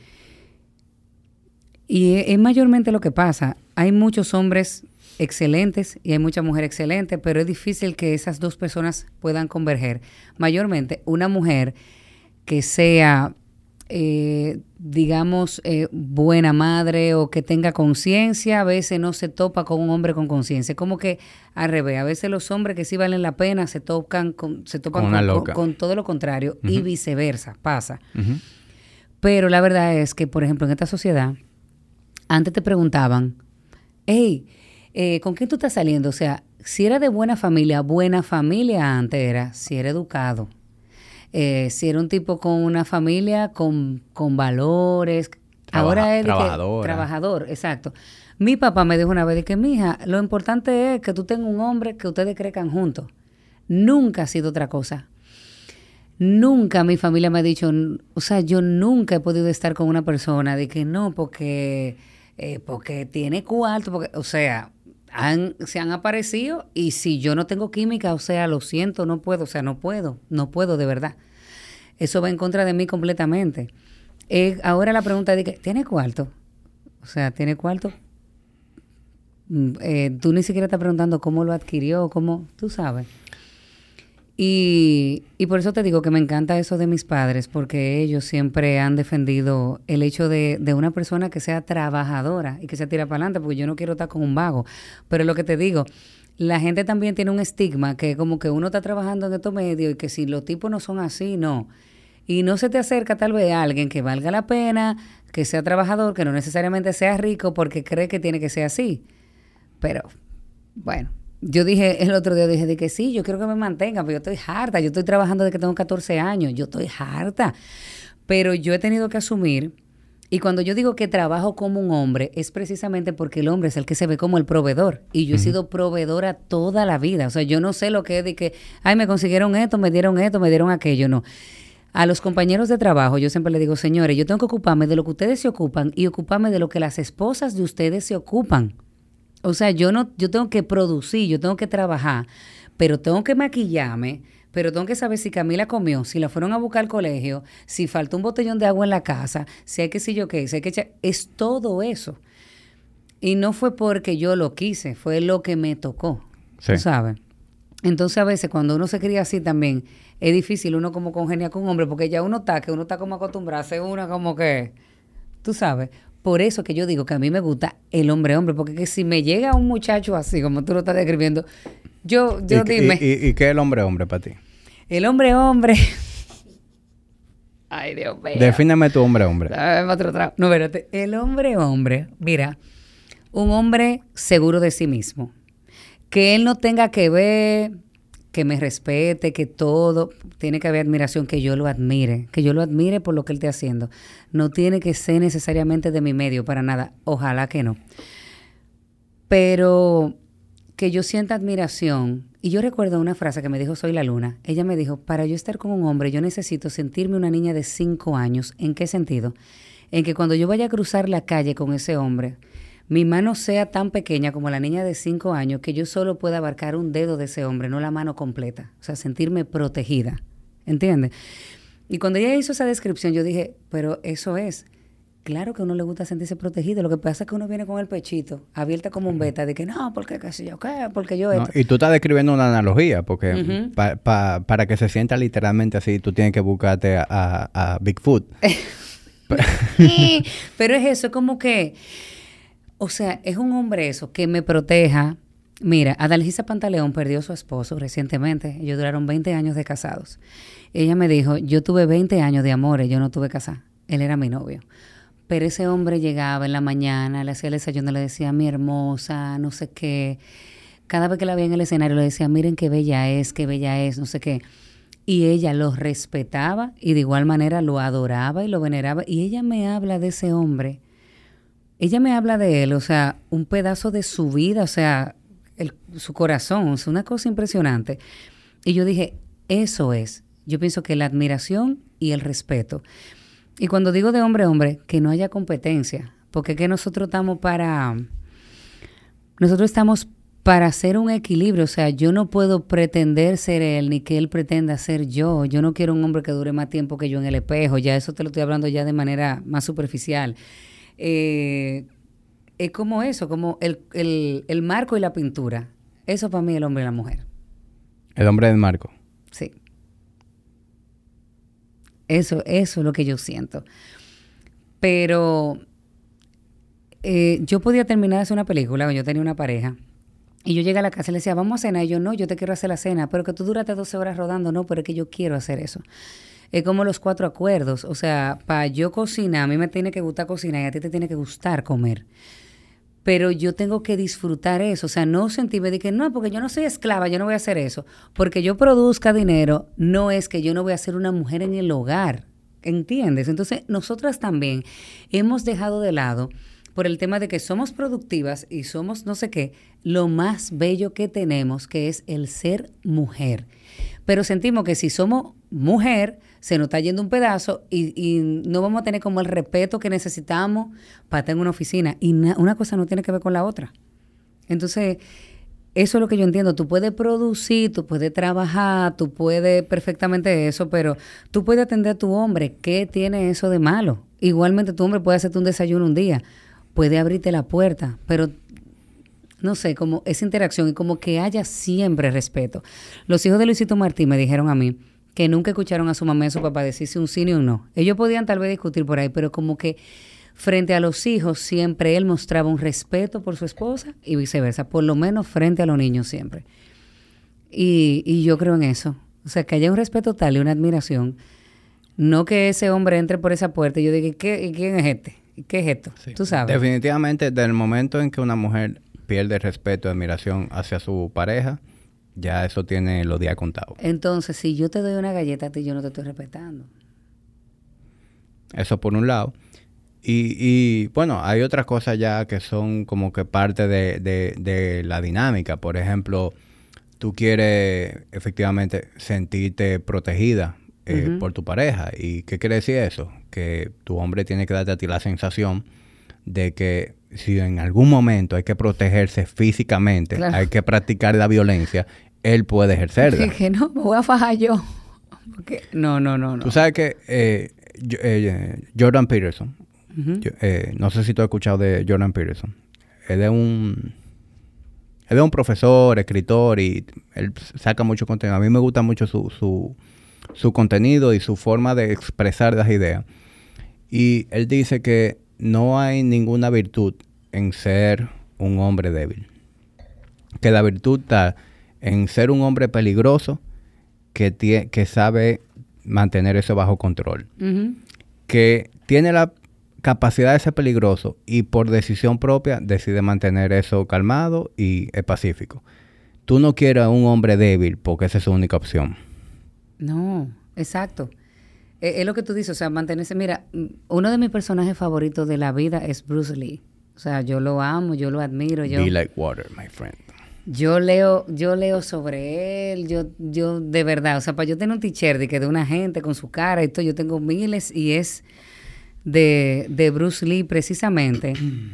y es mayormente lo que pasa. Hay muchos hombres excelentes y hay mucha mujer excelente, pero es difícil que esas dos personas puedan converger. Mayormente, una mujer que sea digamos, buena madre o que tenga conciencia, a veces no se topa con un hombre con conciencia. Como que al revés, a veces los hombres que sí valen la pena se topan con todo lo contrario y viceversa, pasa. Pero la verdad es que, por ejemplo, en esta sociedad, antes te preguntaban, hey, ¿con quién tú estás saliendo? O sea, si era de buena familia antes era, si era educado. Si era un tipo con una familia con valores, ahora es trabajador, exacto. Mi papá me dijo una vez de que, mija, lo importante es que tú tengas un hombre que ustedes crezcan juntos. Nunca ha sido otra cosa. Nunca mi familia me ha dicho, o sea, yo nunca he podido estar con una persona de que no, porque tiene cuarto, porque, o sea, se han aparecido y si yo no tengo química, o sea, lo siento, no puedo, o sea, no puedo de verdad. Eso va en contra de mí completamente. Ahora la pregunta es de que, ¿tiene cuarto? O sea, ¿tiene cuarto? Tú ni siquiera estás preguntando cómo lo adquirió, cómo, tú sabes. Y por eso te digo que me encanta eso de mis padres, porque ellos siempre han defendido el hecho de una persona que sea trabajadora y que se tira para adelante, porque yo no quiero estar con un vago. Pero lo que te digo, la gente también tiene un estigma que como que uno está trabajando en estos medios y que si los tipos no son así, no. Y no se te acerca tal vez a alguien que valga la pena, que sea trabajador, que no necesariamente sea rico porque cree que tiene que ser así. Pero, bueno. Yo dije el otro día, de que sí, yo quiero que me mantengan, pero yo estoy harta, yo estoy trabajando desde que tengo 14 años, yo estoy harta. Pero yo he tenido que asumir, y cuando yo digo que trabajo como un hombre, es precisamente porque el hombre es el que se ve como el proveedor. Y yo he sido proveedora toda la vida. O sea, yo no sé lo que es de que, ay, me consiguieron esto, me dieron aquello, no. A los compañeros de trabajo yo siempre les digo, señores, yo tengo que ocuparme de lo que ustedes se ocupan y ocuparme de lo que las esposas de ustedes se ocupan. O sea, yo tengo que producir, yo tengo que trabajar, pero tengo que maquillarme, pero tengo que saber si Camila comió, si la fueron a buscar al colegio, si faltó un botellón de agua en la casa, si hay que si yo qué, si hay que echar, es todo eso. Y no fue porque yo lo quise, fue lo que me tocó, sí. ¿Tú sabes? Entonces a veces cuando uno se cría así también, es difícil uno como congeniar con un hombre, porque ya uno está como acostumbrado a ser una como que, tú sabes. Por eso que yo digo que a mí me gusta el hombre, porque que si me llega un muchacho así, como tú lo estás describiendo, yo dime. ¿Y qué es el hombre para ti? El hombre. Ay, Dios mío. Defíneme tu hombre. No, espérate. El hombre, mira, un hombre seguro de sí mismo. Que él no tenga que ver, que me respete, que todo, tiene que haber admiración, que yo lo admire por lo que él esté haciendo. No tiene que ser necesariamente de mi medio, para nada. Ojalá que no. Pero que yo sienta admiración Y yo recuerdo una frase que me dijo Soy la Luna. Ella me dijo, para yo estar con un hombre, yo necesito sentirme una niña de 5 años. ¿En qué sentido? En que cuando yo vaya a cruzar la calle con ese hombre, mi mano sea tan pequeña como la niña de 5 años que yo solo pueda abarcar un dedo de ese hombre, no la mano completa. O sea, sentirme protegida. ¿Entiendes? Y cuando ella hizo esa descripción, yo dije, pero eso es. Claro que a uno le gusta sentirse protegido. Lo que pasa es que uno viene con el pechito abierta como un beta de que no, porque qué sé yo qué, porque yo esto. Y tú estás describiendo una analogía, porque para que se sienta literalmente así, tú tienes que buscarte a Bigfoot. Pero es eso, es como que, o sea, es un hombre eso, que me proteja. Mira, Adalgisa Pantaleón perdió a su esposo recientemente. Ellos duraron 20 años de casados. Ella me dijo, yo tuve 20 años de amores, yo no tuve casada. Él era mi novio. Pero ese hombre llegaba en la mañana, le hacía el desayuno, le decía, mi hermosa, no sé qué. Cada vez que la veía en el escenario le decía, miren qué bella es, no sé qué. Y ella lo respetaba y de igual manera lo adoraba y lo veneraba. Y ella me habla de ese hombre. Ella me habla de él, o sea, un pedazo de su vida, o sea, su corazón, es una cosa impresionante. Y yo dije, eso es. Yo pienso que la admiración y el respeto. Y cuando digo de hombre a hombre, que no haya competencia, porque es que nosotros estamos para hacer un equilibrio. O sea, yo no puedo pretender ser él, ni que él pretenda ser yo. Yo no quiero un hombre que dure más tiempo que yo en el espejo. Ya eso te lo estoy hablando ya de manera más superficial. Es como eso, como el marco y la pintura. Eso para mí es el hombre y la mujer. El hombre del marco. Sí. Eso es lo que yo siento. Pero yo podía terminar de hacer una película, yo tenía una pareja, y yo llegué a la casa y le decía, vamos a cenar. Y yo, no, yo te quiero hacer la cena, pero que tú duraste 12 horas rodando, no, pero es que yo quiero hacer eso. Es como los 4 acuerdos. O sea, para yo cocinar, a mí me tiene que gustar cocinar y a ti te tiene que gustar comer. Pero yo tengo que disfrutar eso. O sea, no sentirme de que no, porque yo no soy esclava, yo no voy a hacer eso. Porque yo produzca dinero, no es que yo no voy a ser una mujer en el hogar. ¿Entiendes? Entonces, nosotras también hemos dejado de lado, por el tema de que somos productivas y somos no sé qué, lo más bello que tenemos, que es el ser mujer. Pero sentimos que si somos mujer, se nos está yendo un pedazo y no vamos a tener como el respeto que necesitamos para estar en una oficina. Y una cosa no tiene que ver con la otra. Entonces, eso es lo que yo entiendo. Tú puedes producir, tú puedes trabajar, tú puedes perfectamente eso, pero tú puedes atender a tu hombre. ¿Qué tiene eso de malo? Igualmente tu hombre puede hacerte un desayuno un día, puede abrirte la puerta, pero no sé, como esa interacción y como que haya siempre respeto. Los hijos de Luisito Martín me dijeron a mí que nunca escucharon a su mamá y a su papá decirse un sí ni un no. Ellos podían tal vez discutir por ahí, pero como que frente a los hijos siempre él mostraba un respeto por su esposa y viceversa, por lo menos frente a los niños siempre. Y yo creo en eso. O sea, que haya un respeto tal y una admiración. No que ese hombre entre por esa puerta y yo diga, ¿quién es este? ¿Qué es esto? Sí. Tú sabes. Definitivamente, desde el momento en que una mujer pierde respeto y admiración hacia su pareja, ya eso tiene los días contados. Entonces, si yo te doy una galleta a ti, yo no te estoy respetando. Eso por un lado. Y bueno, hay otras cosas ya que son como que parte de la dinámica. Por ejemplo, tú quieres efectivamente sentirte protegida por tu pareja. ¿Y qué quiere decir eso? Que tu hombre tiene que darte a ti la sensación de que si en algún momento hay que protegerse físicamente, claro, hay que practicar la violencia, él puede ejercerla. Que no, me voy a fajar yo. Porque no. Tú sabes que Jordan Peterson, no sé si tú has escuchado de Jordan Peterson. Él es un profesor, escritor y él saca mucho contenido. A mí me gusta mucho su contenido y su forma de expresar las ideas. Y él dice que no hay ninguna virtud en ser un hombre débil. Que la virtud está en ser un hombre peligroso que sabe mantener eso bajo control. Que tiene la capacidad de ser peligroso y por decisión propia decide mantener eso calmado y pacífico. Tú no quieres a un hombre débil porque esa es su única opción. No, exacto. Es lo que tú dices, o sea, mantenerse. Mira, uno de mis personajes favoritos de la vida es Bruce Lee. O sea, yo lo amo, yo lo admiro. Be like water, my friend. Yo leo sobre él, yo de verdad, o sea, para yo tener un t-shirt de una gente con su cara y todo, yo tengo miles y es de Bruce Lee precisamente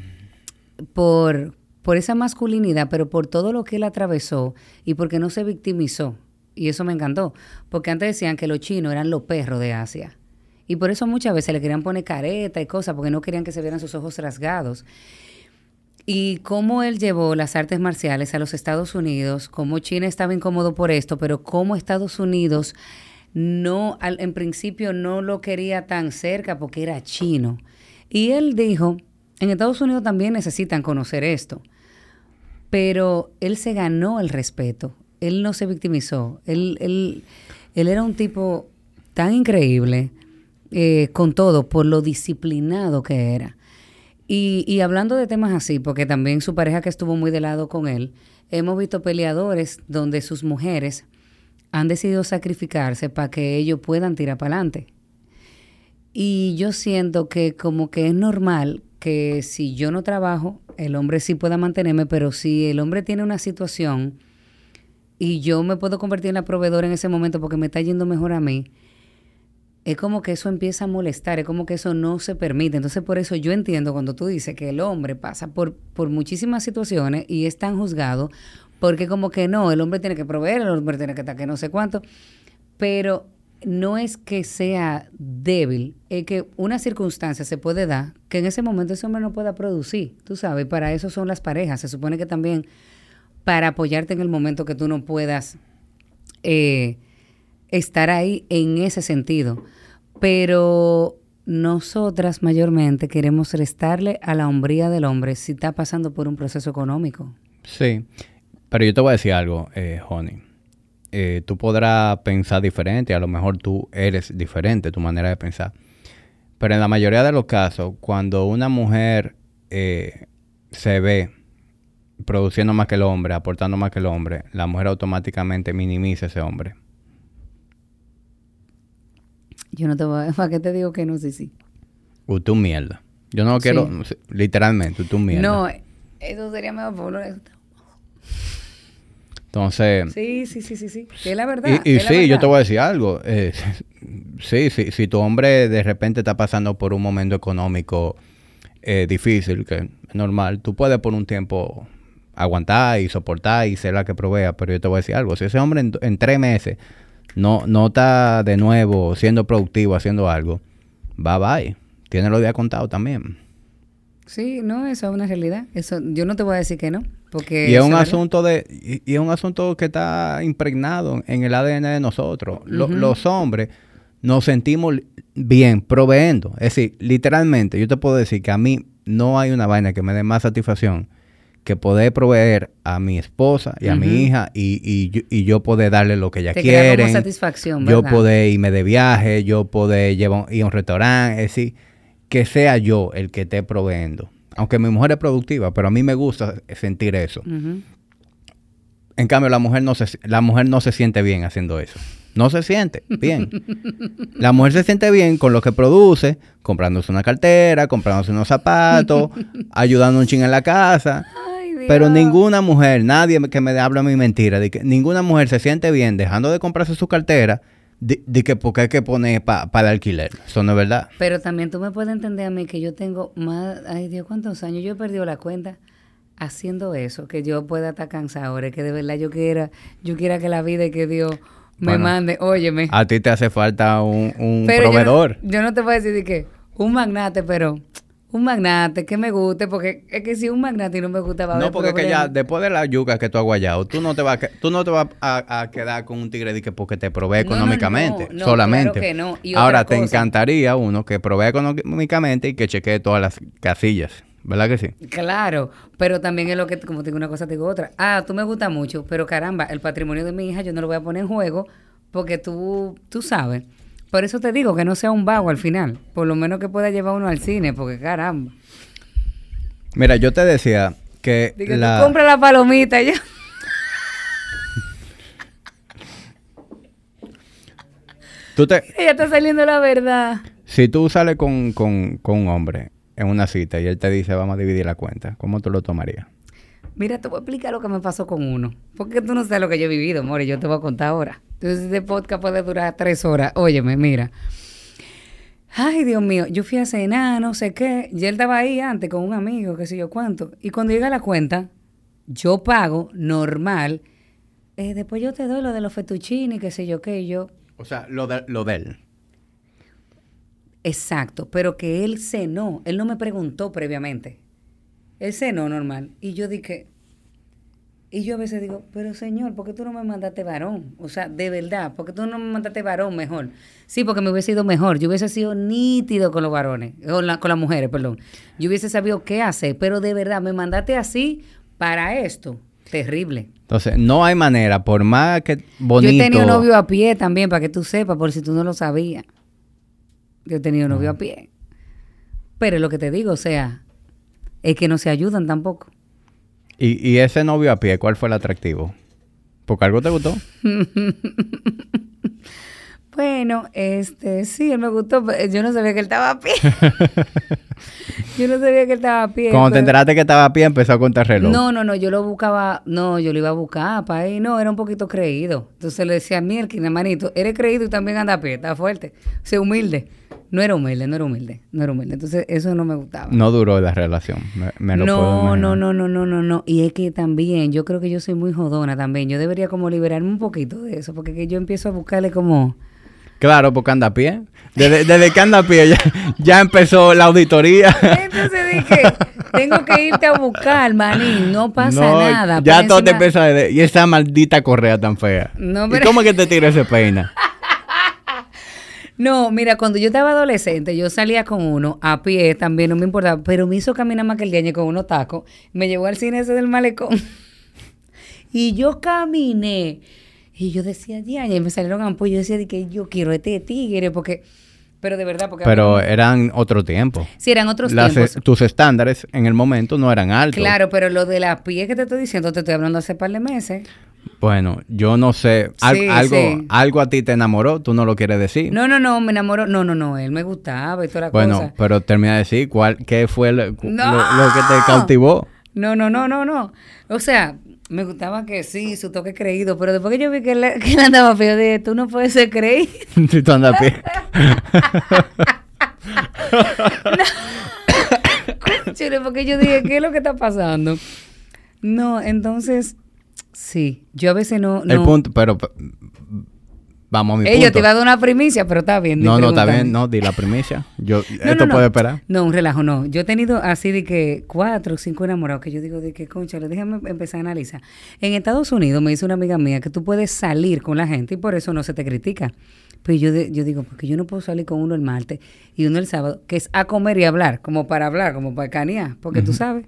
por esa masculinidad, pero por todo lo que él atravesó y porque no se victimizó. Y eso me encantó, porque antes decían que los chinos eran los perros de Asia. Y por eso muchas veces le querían poner careta y cosas, porque no querían que se vieran sus ojos rasgados. Y cómo él llevó las artes marciales a los Estados Unidos, cómo China estaba incómodo por esto, pero cómo Estados Unidos en principio no lo quería tan cerca porque era chino. Y él dijo, en Estados Unidos también necesitan conocer esto. Pero él se ganó el respeto, él no se victimizó, él era un tipo tan increíble con todo, por lo disciplinado que era. Y hablando de temas así, porque también su pareja que estuvo muy de lado con él, hemos visto peleadores donde sus mujeres han decidido sacrificarse para que ellos puedan tirar para adelante. Y yo siento que como que es normal que si yo no trabajo, el hombre sí pueda mantenerme, pero si el hombre tiene una situación y yo me puedo convertir en la proveedora en ese momento porque me está yendo mejor a mí, es como que eso empieza a molestar, es como que eso no se permite. Entonces, por eso yo entiendo cuando tú dices que el hombre pasa por muchísimas situaciones y es tan juzgado, porque como que no, el hombre tiene que proveer, el hombre tiene que estar que no sé cuánto, pero no es que sea débil, es que una circunstancia se puede dar que en ese momento ese hombre no pueda producir, tú sabes, para eso son las parejas. Se supone que también para apoyarte en el momento que tú no puedas estar ahí en ese sentido. Pero nosotras mayormente queremos restarle a la hombría del hombre si está pasando por un proceso económico. Sí, pero yo te voy a decir algo, Honey. Tú podrás pensar diferente, a lo mejor tú eres diferente, tu manera de pensar. Pero en la mayoría de los casos, cuando una mujer se ve produciendo más que el hombre, aportando más que el hombre, la mujer automáticamente minimiza a ese hombre. Yo no te voy a... ¿Para qué te digo que no? Sí. Usted un mierda. Yo no quiero... Sí. Literalmente, usted un mierda. No, eso sería mejor por uno. Entonces... Sí. Que es la verdad. Y sí, verdad. Yo te voy a decir algo. Sí, si tu hombre de repente está pasando por un momento económico difícil, que es normal, tú puedes por un tiempo aguantar y soportar y ser la que provea, pero yo te voy a decir algo. Si ese hombre en 3 meses no está de nuevo siendo productivo, haciendo algo, bye. Tiene los días contados también. Sí, no, eso es una realidad. Eso yo no te voy a decir que no, porque y es un asunto y es un asunto que está impregnado en el ADN de nosotros. Los hombres nos sentimos bien proveyendo. Es decir, literalmente, yo te puedo decir que a mí no hay una vaina que me dé más satisfacción que poder proveer a mi esposa y a mi hija y yo poder darle lo que ella quiere. Te crea como satisfacción, ¿verdad? Yo poder irme de viaje, yo poder ir a un restaurante, es decir, que sea yo el que esté proveyendo. Aunque mi mujer es productiva, pero a mí me gusta sentir eso. En cambio, la mujer no se siente bien haciendo eso. No se siente bien. La mujer se siente bien con lo que produce, comprándose una cartera, comprándose unos zapatos, ayudando un ching en la casa. Pero ninguna mujer, nadie que me hable a mi mentira, de que ninguna mujer se siente bien dejando de comprarse su cartera, de que porque hay que poner para el alquiler. Eso no es verdad. Pero también tú me puedes entender a mí que yo tengo más, ay Dios, ¿cuántos años? Yo he perdido la cuenta haciendo eso, que yo pueda estar cansada ahora, que de verdad yo quiera que la vida y que Dios me mande, óyeme. A ti te hace falta un proveedor. Yo no te voy a decir de que un magnate, pero un magnate que me guste, porque es que si un magnate no me gusta va a haber porque problema. Que ya después de la yuca que tú has guayado, tú no te vas a quedar con un tigre de que porque te provee económicamente, no, solamente. Claro que no. Y ahora te encantaría uno que provee económicamente y que chequee todas las casillas, ¿verdad que sí? Claro, pero también es lo que, como te digo una cosa, te digo otra. Tú me gusta mucho, pero caramba, el patrimonio de mi hija yo no lo voy a poner en juego porque tú sabes. Por eso te digo que no sea un vago al final. Por lo menos que pueda llevar uno al cine, porque caramba. Mira, yo te decía que tú compra la palomita ya. Ya está saliendo la verdad. Si tú sales con un hombre en una cita y él te dice vamos a dividir la cuenta, ¿cómo tú lo tomarías? Mira, te voy a explicar lo que me pasó con uno. Porque tú no sabes lo que yo he vivido, more. Yo te voy a contar ahora. Entonces, este podcast puede durar 3 horas. Óyeme, mira. Ay, Dios mío. Yo fui a cenar, no sé qué. Y él estaba ahí antes con un amigo, qué sé yo cuánto. Y cuando llega la cuenta, yo pago normal. Después yo te doy lo de los fettuccini, qué sé yo qué. Y yo... O sea, lo de él. Exacto. Pero que él cenó. Él no me preguntó previamente. Él cenó normal. Y yo dije... Y yo a veces digo, pero señor, ¿por qué tú no me mandaste varón? O sea, de verdad, ¿por qué tú no me mandaste varón mejor? Sí, porque me hubiese ido mejor. Yo hubiese sido nítido con los varones, con las mujeres, perdón. Yo hubiese sabido qué hacer, pero de verdad, me mandaste así para esto. Terrible. Entonces, no hay manera, por más que bonito... Yo he tenido novio a pie también, para que tú sepas, por si tú no lo sabías. Yo he tenido novio a pie. Pero es lo que te digo, o sea, es que no se ayudan tampoco. ¿Y ese novio a pie, cuál fue el atractivo? ¿Porque algo te gustó? Bueno, sí, él me gustó. Yo no sabía que él estaba a pie. Yo no sabía que él estaba a pie. Cuando te enteraste que estaba a pie, empezó a contar reloj. No, yo lo buscaba. No, yo lo iba a buscar para ahí. No, era un poquito creído. Entonces le decía, Mielkin, hermanito, eres creído y también anda a pie, está fuerte. Sé humilde. No era humilde. Entonces, eso no me gustaba. No duró la relación. Me lo puedo imaginar. No. Y es que también, yo creo que yo soy muy jodona también. Yo debería como liberarme un poquito de eso, porque que yo empiezo a buscarle como... Claro, porque anda a pie. Desde que anda a pie ya empezó la auditoría. Entonces dije, tengo que irte a buscar, manín. No pasa nada. Ya todo te empieza a... Y esa maldita correa tan fea. No, pero... ¿Y cómo es que te tira ese peina? No, mira, cuando yo estaba adolescente, yo salía con uno a pie, también no me importaba, pero me hizo caminar más que el diaño con unos tacos. Me llevó al cine ese del malecón. Y yo caminé. Y yo decía, diaño, y me salieron ampollas. Yo decía que yo quiero este tigre, porque... Pero de verdad, porque... Pero eran otro tiempo. Sí, eran otros tiempos. Tus estándares en el momento no eran altos. Claro, pero lo de la pie que te estoy diciendo, te estoy hablando hace un par de meses. Bueno, yo no sé. Algo a ti te enamoró, tú no lo quieres decir. No, me enamoró. No, él me gustaba y toda la cosa. Bueno, pero termina de decir qué fue lo que te cautivó. No. O sea, me gustaba que sí, su toque creído, pero después que yo vi que él andaba feo, dije, tú no puedes ser creído. Si tú andas a pie. Cónchale, porque yo dije, ¿qué es lo que está pasando? No, entonces, sí, yo a veces no... El punto, pero... Vamos a mi punto. Yo te iba a dar una primicia, pero está bien. No, está bien, no, di la primicia. Esto puede esperar. No, un relajo, no. Yo he tenido así de que 4 o 5 enamorados que yo digo de que, conchale, déjame empezar a analizar. En Estados Unidos me dice una amiga mía que tú puedes salir con la gente y por eso no se te critica. Pues yo digo, porque yo no puedo salir con uno el martes y uno el sábado, que es a comer y hablar, como para canear, porque tú sabes.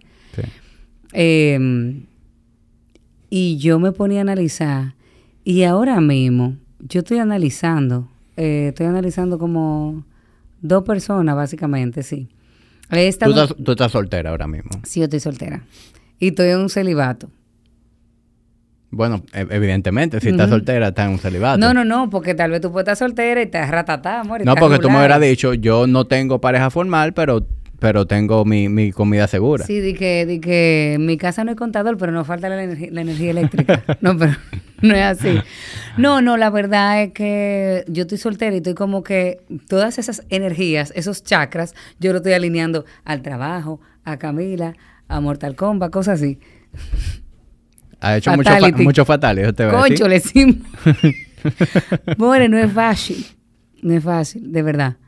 Sí. Y yo me ponía a analizar y ahora mismo... Yo estoy analizando como 2 personas, básicamente, sí. ¿Tú estás soltera ahora mismo? Sí, yo estoy soltera. Y estoy en un celibato. Bueno, evidentemente, si estás soltera, estás en un celibato. No, porque tal vez tú puedes estar soltera y estás ratatá, amor. No, porque tú me hubieras dicho, yo no tengo pareja formal, pero tengo mi comida segura. Sí, di que en mi casa no hay contador, pero nos falta la energía eléctrica. No, pero no es así. No, la verdad es que yo estoy soltera y estoy como que todas esas energías, esos chakras, yo lo estoy alineando al trabajo, a Camila, a Mortal Kombat, cosas así. Ha hecho mucho fatality, te voy a decir. Concho, le decimos. More, no es fácil, de verdad.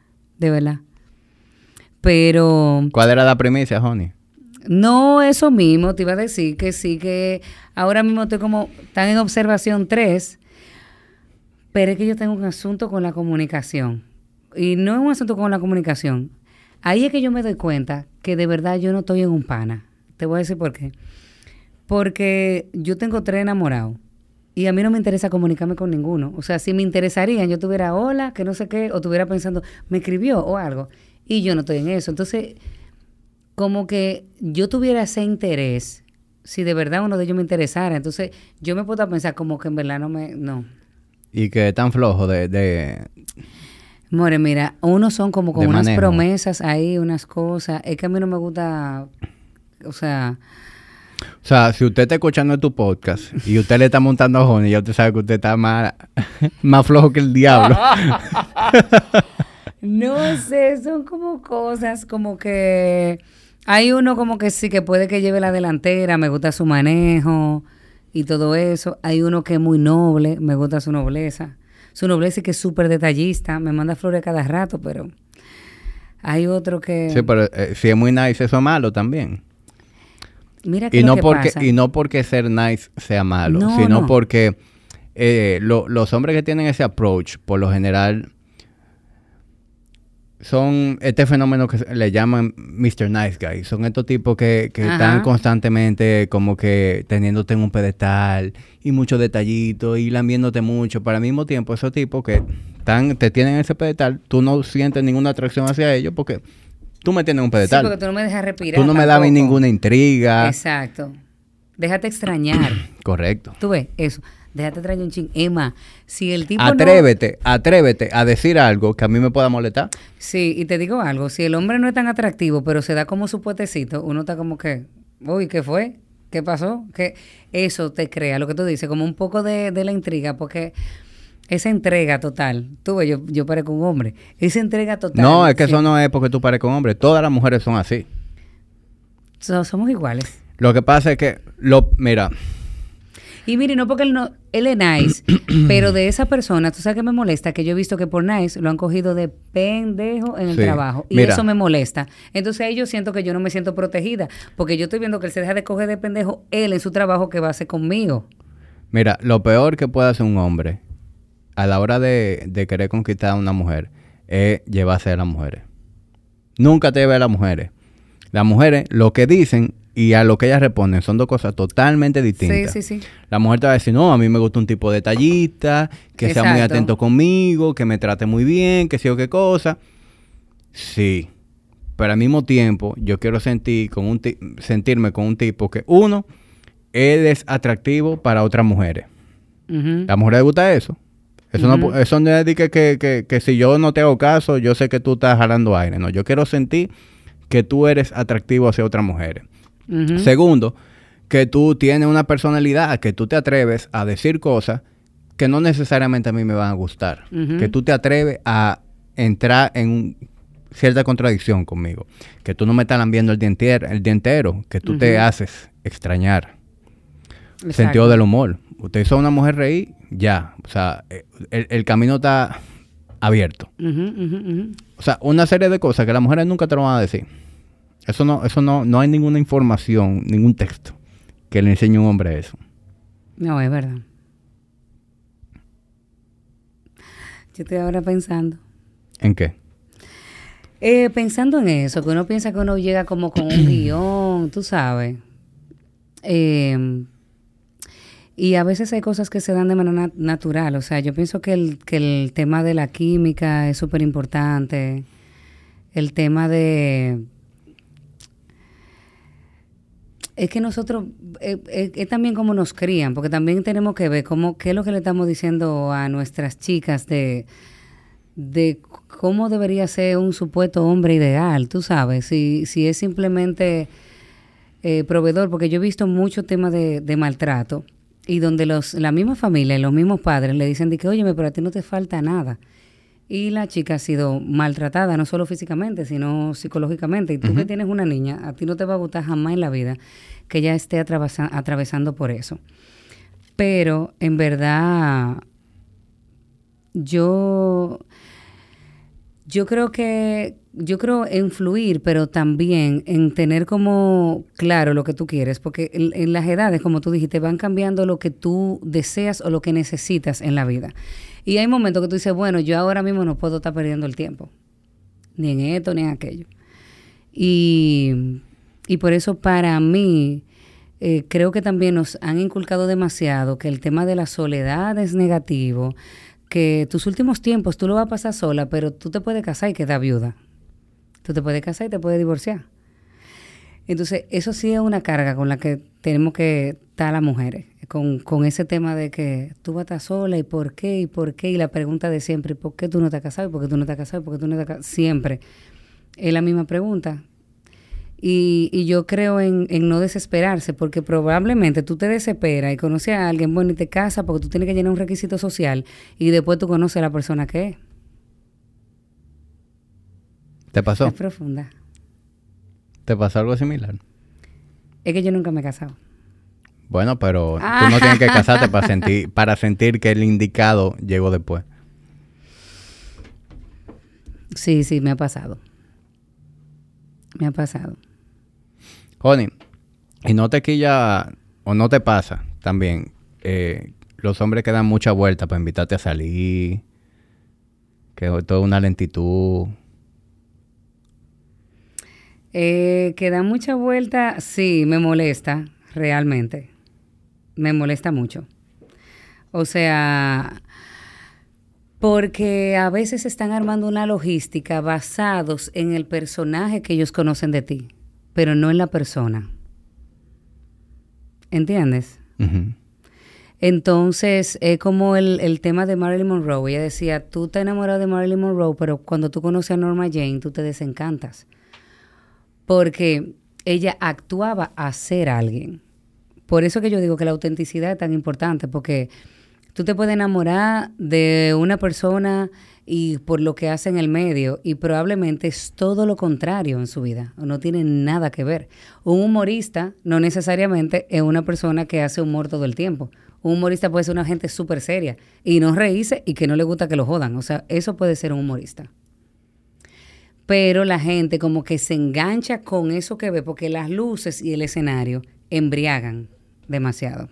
Pero... ¿Cuál era la primicia, Honey? No, eso mismo, te iba a decir que sí, que ahora mismo estoy como tan en observación 3, pero es que yo tengo un asunto con la comunicación. Y no es un asunto con la comunicación. Ahí es que yo me doy cuenta que de verdad yo no estoy en un pana. Te voy a decir por qué. Porque yo tengo 3 enamorados y a mí no me interesa comunicarme con ninguno. O sea, si me interesarían, yo tuviera hola, que no sé qué, o estuviera pensando, me escribió o algo. Y yo no estoy en eso. Entonces, como que yo tuviera ese interés, si de verdad uno de ellos me interesara, entonces yo me puedo pensar como que en verdad no. ¿Y que tan flojo de More, mira, unos son como con unas manejo. promesas ahí, unas cosas. Es que a mí no me gusta, o sea... O sea, si usted está escuchando tu podcast y usted le está montando a Johnny, ya usted sabe que usted está más flojo que el diablo. No sé, son como cosas como que hay uno como que sí que puede que lleve la delantera, me gusta su manejo y todo eso. Hay uno que es muy noble, me gusta su nobleza. Su nobleza y que es súper detallista, me manda flores cada rato, pero hay otro que... Sí, pero si es muy nice, eso es malo también. Mira que lo que pasa. Y no porque ser nice sea malo, No, sino no. porque los hombres que tienen ese approach, por lo general, son este fenómeno que le llaman Mr. Nice Guy. Son estos tipos que están constantemente como que teniéndote en un pedestal y muchos detallitos y lambiéndote mucho. Pero al mismo tiempo, esos tipos que te tienen en ese pedestal, tú no sientes ninguna atracción hacia ellos porque tú me tienes en un pedestal. Sí, porque tú no me dejas respirar. Tú no me das ninguna intriga. Exacto. Déjate extrañar. Correcto. Tú ves, eso. Déjate extrañar un ching. Emma, si el tipo atrévete a decir algo que a mí me pueda molestar. Sí, y te digo algo. Si el hombre no es tan atractivo, pero se da como su puestecito, uno está como que, uy, ¿qué fue? ¿Qué pasó? Que eso te crea, lo que tú dices, como un poco de la intriga, porque esa entrega total, tú ves, yo parezco un hombre, esa entrega total. No, es que eso no es porque tú parezcas un hombre, todas las mujeres son así. Somos iguales. Lo que pasa es que, mira... Y mire, no porque él es nice, pero de esa persona, tú sabes que me molesta, que yo he visto que por nice lo han cogido de pendejo en el trabajo. Y mira, eso me molesta. Entonces ahí yo siento que yo no me siento protegida, porque yo estoy viendo que él se deja de coger de pendejo él en su trabajo que va a hacer conmigo. Mira, lo peor que puede hacer un hombre a la hora de querer conquistar a una mujer es llevarse a las mujeres. Nunca te lleves a las mujeres. Las mujeres, lo que dicen y a lo que ellas responden son dos cosas totalmente distintas. Sí. La mujer te va a decir, no, a mí me gusta un tipo detallista, que sea muy atento conmigo, que me trate muy bien, que sé yo qué cosa. Sí, pero al mismo tiempo yo quiero sentirme con un tipo que, uno, él es atractivo para otras mujeres. Uh-huh. ¿A la mujer le gusta eso? Eso no es de que si yo no te hago caso, yo sé que tú estás jalando aire. No, yo quiero sentir que tú eres atractivo hacia otras mujeres. Uh-huh. Segundo, que tú tienes una personalidad, que tú te atreves a decir cosas que no necesariamente a mí me van a gustar. Uh-huh. Que tú te atreves a entrar en cierta contradicción conmigo. Que tú no me estás lambiendo el día entero. Que tú te haces extrañar. Exacto. Sentido del humor. Usted hizo a una mujer reír, ya. O sea, el camino está abierto. O sea, una serie de cosas que las mujeres nunca te lo van a decir. Eso no hay ninguna información, ningún texto que le enseñe a un hombre eso. No, es verdad. Yo estoy ahora pensando. ¿En qué? Pensando en eso, que uno piensa que uno llega como con un guión, tú sabes. Y a veces hay cosas que se dan de manera natural. O sea, yo pienso que el tema de la química es súper importante. El tema de... Es que nosotros, es también como nos crían, porque también tenemos que ver qué es lo que le estamos diciendo a nuestras chicas de cómo debería ser un supuesto hombre ideal, tú sabes, si es simplemente proveedor, porque yo he visto muchos temas de maltrato y donde la misma familia y los mismos padres le dicen de que, óyeme, pero a ti no te falta nada. Y la chica ha sido maltratada, no solo físicamente, sino psicológicamente. Y tú que tienes una niña, a ti no te va a gustar jamás en la vida que ella esté atravesando por eso. Pero, en verdad, yo creo en fluir, pero también en tener como claro lo que tú quieres, porque en las edades, como tú dijiste, van cambiando lo que tú deseas o lo que necesitas en la vida. Y hay momentos que tú dices, bueno, yo ahora mismo no puedo estar perdiendo el tiempo, ni en esto, ni en aquello. Y por eso para mí, creo que también nos han inculcado demasiado que el tema de la soledad es negativo, que tus últimos tiempos tú lo vas a pasar sola, pero tú te puedes casar y quedar viuda. Tú te puedes casar y te puedes divorciar. Entonces, eso sí es una carga con la que tenemos que estar las mujeres, con ese tema de que tú vas a estar sola y por qué, y la pregunta de siempre, ¿por qué tú no te has casado? ¿Por qué tú no te has casado? ¿Por qué tú no te has casado? Siempre es la misma pregunta. Y yo creo en no desesperarse, porque probablemente tú te desesperas y conoces a alguien, bueno, y te casas porque tú tienes que llenar un requisito social y después tú conoces a la persona que es. ¿Te pasó? Es profunda. ¿Te pasó algo similar? Es que yo nunca me he casado. Bueno, pero tú no tienes que casarte para sentir que el indicado llegó después. Sí, me ha pasado. Me ha pasado. Connie, ¿y no te quilla o no te pasa también los hombres que dan mucha vuelta para invitarte a salir? Que toda una lentitud. Que da mucha vuelta, sí, me molesta, realmente. Me molesta mucho. O sea, porque a veces están armando una logística basados en el personaje que ellos conocen de ti, pero no en la persona. ¿Entiendes? Uh-huh. Entonces, es como el tema de Marilyn Monroe. Ella decía, tú te enamoras de Marilyn Monroe, pero cuando tú conoces a Norma Jane, tú te desencantas. Porque ella actuaba a ser alguien. Por eso que yo digo que la autenticidad es tan importante, porque tú te puedes enamorar de una persona y por lo que hace en el medio, y probablemente es todo lo contrario en su vida, o no tiene nada que ver. Un humorista no necesariamente es una persona que hace humor todo el tiempo. Un humorista puede ser una gente súper seria y no reírse y que no le gusta que lo jodan. O sea, eso puede ser un humorista. Pero la gente como que se engancha con eso que ve, porque las luces y el escenario embriagan demasiado.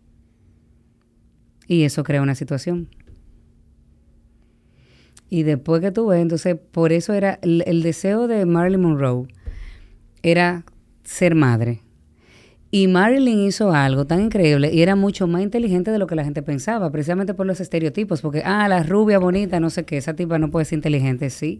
Y eso crea una situación. Y después que tú ves, entonces, por eso era el deseo de Marilyn Monroe, era ser madre. Y Marilyn hizo algo tan increíble y era mucho más inteligente de lo que la gente pensaba, precisamente por los estereotipos, porque, la rubia bonita, no sé qué, esa tipa no puede ser inteligente, sí.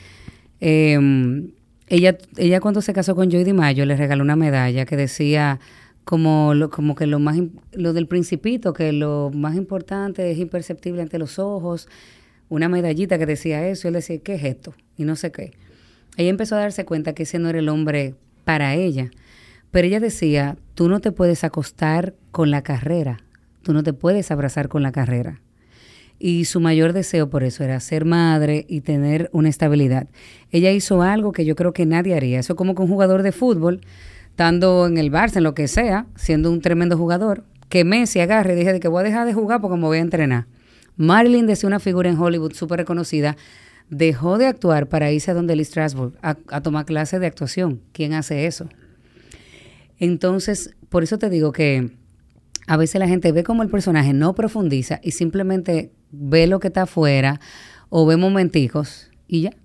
Ella cuando se casó con Joy DiMaggio le regaló una medalla que decía como que lo del Principito, que lo más importante es imperceptible ante los ojos, una medallita que decía eso, y él decía, ¿qué es esto? Y no sé qué. Ella empezó a darse cuenta que ese no era el hombre para ella, pero ella decía, tú no te puedes acostar con la carrera, tú no te puedes abrazar con la carrera. Y su mayor deseo por eso era ser madre y tener una estabilidad. Ella hizo algo que yo creo que nadie haría. Eso como que un jugador de fútbol, estando en el Barça, en lo que sea, siendo un tremendo jugador, que Messi agarre y dije de que voy a dejar de jugar porque me voy a entrenar. Marilyn, decía una figura en Hollywood súper reconocida, dejó de actuar para irse a donde Lee Strasberg a tomar clases de actuación. ¿Quién hace eso? Entonces, por eso te digo que a veces la gente ve como el personaje no profundiza y simplemente ve lo que está afuera o ve momenticos y ya.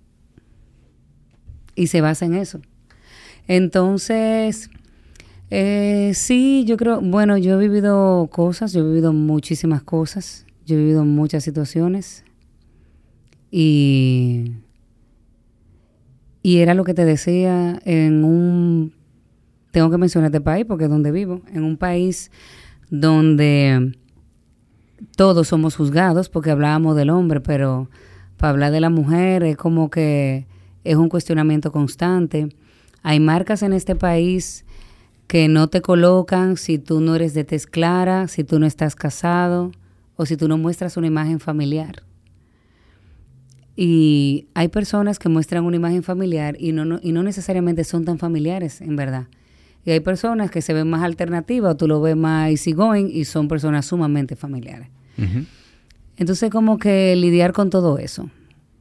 Y se basa en eso. Entonces, sí, yo creo, bueno, yo he vivido cosas, yo he vivido muchísimas cosas, yo he vivido muchas situaciones y era lo que te decía tengo que mencionar este país porque es donde vivo, en un país donde todos somos juzgados porque hablábamos del hombre, pero para hablar de la mujer es como que es un cuestionamiento constante. Hay marcas en este país que no te colocan si tú no eres de tez clara, si tú no estás casado o si tú no muestras una imagen familiar. Y hay personas que muestran una imagen familiar y no necesariamente son tan familiares, en verdad. Y hay personas que se ven más alternativas, o tú lo ves más easygoing, y son personas sumamente familiares. Uh-huh. Entonces, como que lidiar con todo eso.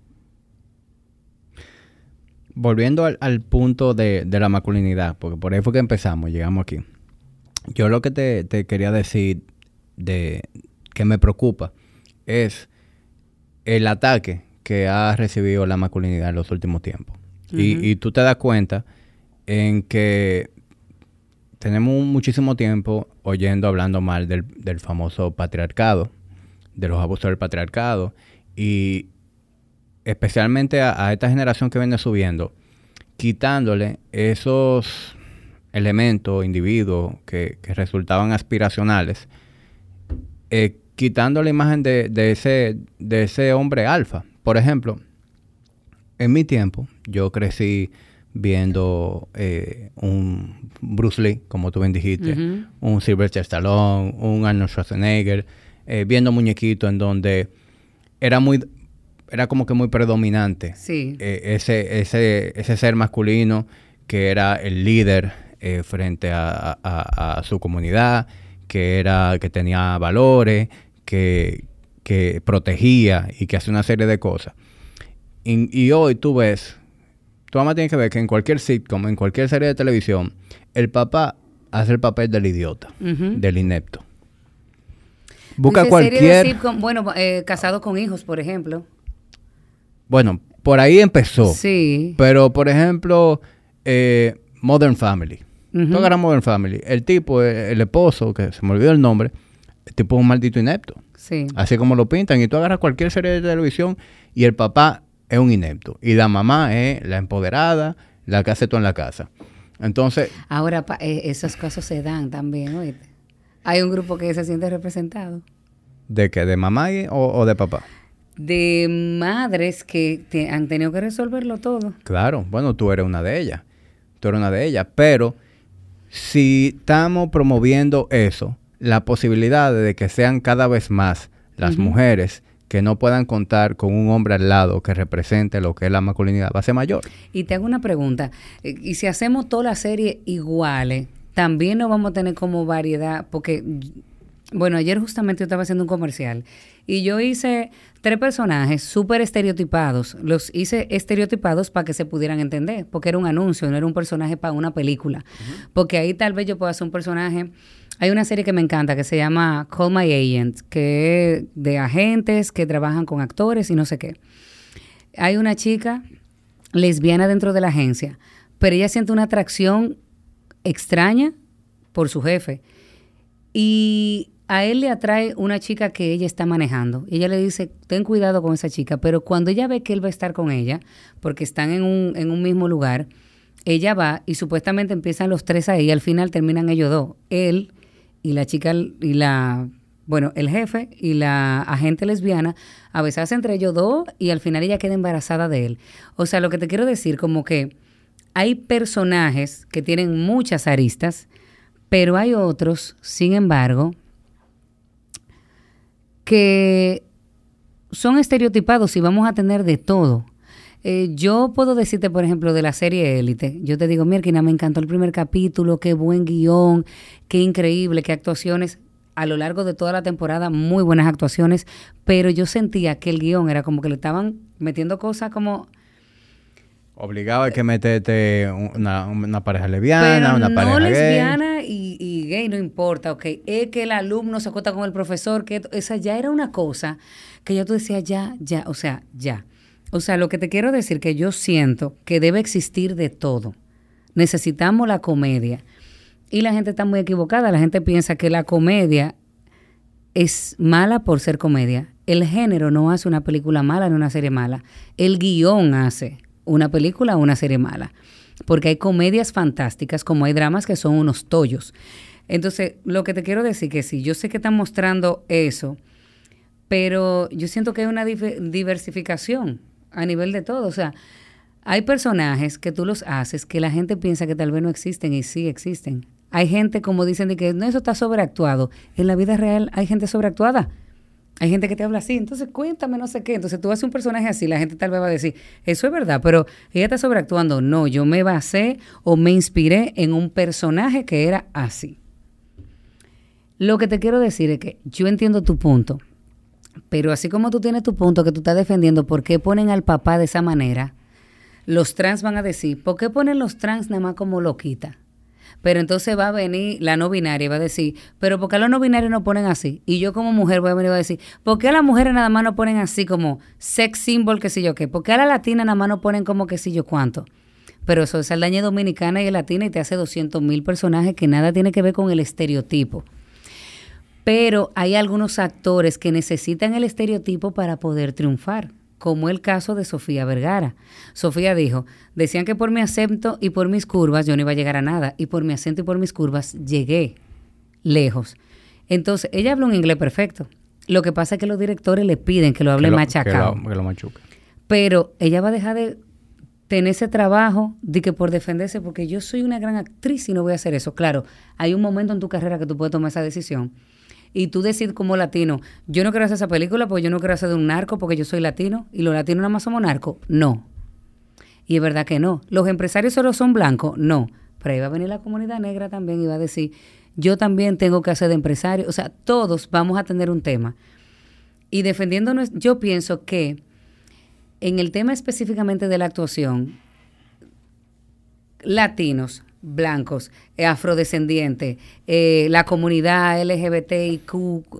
Volviendo al punto de la masculinidad, porque por ahí fue que empezamos, llegamos aquí. Yo lo que te quería decir que me preocupa es el ataque que ha recibido la masculinidad en los últimos tiempos. Uh-huh. Y tú te das cuenta en que tenemos muchísimo tiempo hablando mal del famoso patriarcado, de los abusos del patriarcado, y especialmente a esta generación que viene subiendo, quitándole esos elementos, individuos que resultaban aspiracionales, quitando la imagen de ese hombre alfa. Por ejemplo, en mi tiempo, yo crecí viendo un Bruce Lee, como tú bien dijiste, un Sylvester Stallone, un Arnold Schwarzenegger, viendo muñequitos en donde era como que muy predominante ese ser masculino que era el líder frente a su comunidad, que tenía valores, que protegía y que hacía una serie de cosas. Y hoy tú además tienes que ver que en cualquier sitcom, en cualquier serie de televisión, el papá hace el papel del idiota, del inepto. Busca cualquier... Serie de sitcom, Casados con Hijos, por ejemplo. Bueno, por ahí empezó. Sí. Pero, por ejemplo, Modern Family. Tú agarras Modern Family. El tipo, el esposo, que se me olvidó el nombre, el tipo es un maldito inepto. Sí. Así como lo pintan. Y tú agarras cualquier serie de televisión y el papá es un inepto. Y la mamá es la empoderada, la que hace todo en la casa. Entonces... Ahora, esos casos se dan también, ¿oíste? Hay un grupo que se siente representado. ¿De qué? ¿De mamá o de papá? De madres que han tenido que resolverlo todo. Claro. Bueno, tú eres una de ellas. Pero si estamos promoviendo eso, la posibilidad de que sean cada vez más las mujeres que no puedan contar con un hombre al lado que represente lo que es la masculinidad va a ser mayor. Y te hago una pregunta. ¿Y si hacemos toda la serie iguales, también no vamos a tener como variedad? Porque, bueno, ayer justamente yo estaba haciendo un comercial y yo hice 3 personajes súper estereotipados. Los hice estereotipados para que se pudieran entender, porque era un anuncio, no era un personaje para una película. Porque ahí tal vez yo pueda hacer un personaje... Hay una serie que me encanta que se llama Call My Agent, que es de agentes que trabajan con actores y no sé qué. Hay una chica lesbiana dentro de la agencia, pero ella siente una atracción extraña por su jefe. Y a él le atrae una chica que ella está manejando. Y ella le dice, ten cuidado con esa chica. Pero cuando ella ve que él va a estar con ella, porque están en un mismo lugar, ella va y supuestamente empiezan los 3 ahí y al final terminan ellos 2. Él y la chica el jefe y la agente lesbiana a besarse entre ellos 2 y al final ella queda embarazada de él. O sea, lo que te quiero decir, como que hay personajes que tienen muchas aristas, pero hay otros, sin embargo, que son estereotipados y vamos a tener de todo. Yo puedo decirte, por ejemplo, de la serie Élite. Yo te digo, Mierkina, me encantó el primer capítulo, qué buen guión, qué increíble, qué actuaciones. A lo largo de toda la temporada, muy buenas actuaciones, pero yo sentía que el guión era como que le estaban metiendo cosas como... Obligado a que meterte una pareja lesbiana, pero una pareja gay. No lesbiana y gay, no importa, ok. Es que el alumno se acuesta con el profesor, que esa ya era una cosa que yo te decía ya. O sea, lo que te quiero decir que yo siento que debe existir de todo. Necesitamos la comedia. Y la gente está muy equivocada. La gente piensa que la comedia es mala por ser comedia. El género no hace una película mala ni una serie mala. El guión hace una película o una serie mala. Porque hay comedias fantásticas como hay dramas que son unos tollos. Entonces, lo que te quiero decir que sí, yo sé que están mostrando eso, pero yo siento que hay una diversificación a nivel de todo. O sea, hay personajes que tú los haces que la gente piensa que tal vez no existen y sí existen. Hay gente, como dicen, de que no, eso está sobreactuado. En la vida real hay gente sobreactuada. Hay gente que te habla así, entonces cuéntame no sé qué. Entonces tú haces un personaje así, la gente tal vez va a decir, eso es verdad, pero ella está sobreactuando. No, yo me basé o me inspiré en un personaje que era así. Lo que te quiero decir es que yo entiendo tu punto, pero así como tú tienes tu punto que tú estás defendiendo, ¿por qué ponen al papá de esa manera? Los trans van a decir, ¿por qué ponen los trans nada más como loquita? Pero entonces va a venir la no binaria y va a decir, pero ¿por qué a los no binarios no ponen así? Y yo como mujer voy a venir y voy a decir, ¿por qué a las mujeres nada más no ponen así como sex symbol, qué sé yo qué? ¿Por qué a la latina nada más no ponen como qué sé yo cuánto? Pero eso es Saldaña Dominicana y latina y te hace 200,000 personajes que nada tiene que ver con el estereotipo. Pero hay algunos actores que necesitan el estereotipo para poder triunfar, como el caso de Sofía Vergara. Sofía dijo, decían que por mi acento y por mis curvas yo no iba a llegar a nada, y por mi acento y por mis curvas llegué lejos. Entonces, ella habla un inglés perfecto. Lo que pasa es que los directores le piden que lo hable machacado. Que lo machuque. Pero ella va a dejar de tener ese trabajo de que por defenderse, porque yo soy una gran actriz y no voy a hacer eso. Claro, hay un momento en tu carrera que tú puedes tomar esa decisión y tú decides como latino, yo no quiero hacer esa película porque yo no quiero hacer de un narco porque yo soy latino y los latinos nada más somos narcos. No. Y es verdad que no. ¿Los empresarios solo son blancos? No. Pero ahí va a venir la comunidad negra también y va a decir, yo también tengo que hacer de empresario. O sea, todos vamos a tener un tema. Y defendiéndonos, yo pienso que en el tema específicamente de la actuación, latinos, blancos, afrodescendientes, la comunidad LGBTIQ,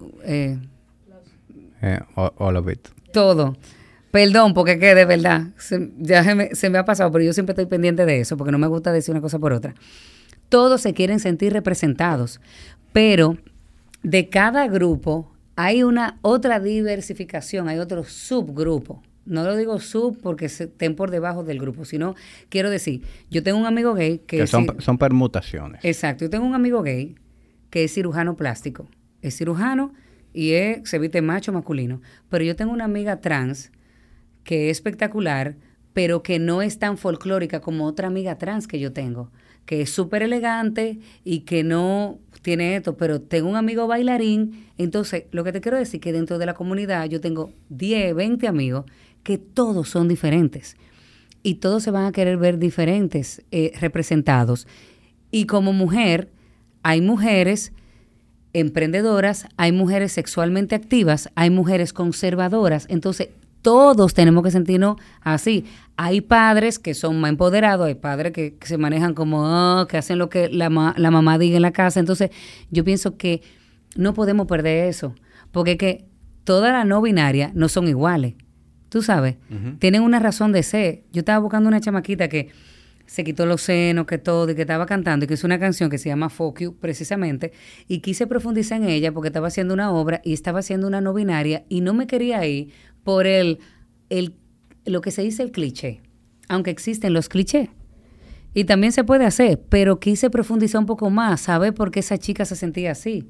all of it. todo. Perdón, porque que de verdad, se me ha pasado, pero yo siempre estoy pendiente de eso, porque no me gusta decir una cosa por otra. Todos se quieren sentir representados, pero de cada grupo hay una otra diversificación, hay otro subgrupo. No lo digo sub porque estén por debajo del grupo, sino quiero decir, yo tengo un amigo gay que son permutaciones. Exacto, yo tengo un amigo gay que es cirujano plástico. Es cirujano y se viste macho masculino. Pero yo tengo una amiga trans que es espectacular, pero que no es tan folclórica como otra amiga trans que yo tengo, que es súper elegante y que no tiene esto, pero tengo un amigo bailarín. Entonces, lo que te quiero decir es que dentro de la comunidad yo tengo 10, 20 amigos que todos son diferentes y todos se van a querer ver diferentes representados. Y como mujer, hay mujeres emprendedoras, hay mujeres sexualmente activas, hay mujeres conservadoras. Entonces, todos tenemos que sentirnos así. Hay padres que son más empoderados, hay padres que se manejan como, que hacen lo que la mamá diga en la casa. Entonces, yo pienso que no podemos perder eso, porque que todas las no binarias no son iguales. Tú sabes, tienen una razón de ser. Yo estaba buscando una chamaquita que se quitó los senos, que todo, y que estaba cantando, y que hizo una canción que se llama Fuck You, precisamente, y quise profundizar en ella porque estaba haciendo una obra y estaba haciendo una no binaria y no me quería ir por lo que se dice el cliché, aunque existen los clichés. Y también se puede hacer, pero quise profundizar un poco más, saber por qué esa chica se sentía así.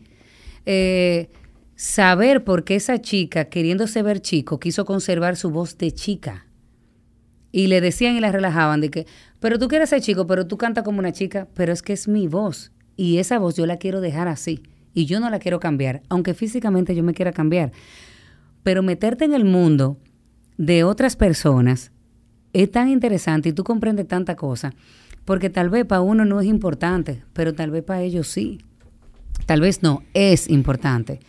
Saber por qué esa chica, queriéndose ver chico, quiso conservar su voz de chica. Y le decían y la relajaban de que, pero tú quieres ser chico, pero tú cantas como una chica, pero es que es mi voz. Y esa voz yo la quiero dejar así. Y yo no la quiero cambiar, aunque físicamente yo me quiera cambiar. Pero meterte en el mundo de otras personas es tan interesante y tú comprendes tanta cosa, porque tal vez para uno no es importante, pero tal vez para ellos sí. Tal vez no, es importante.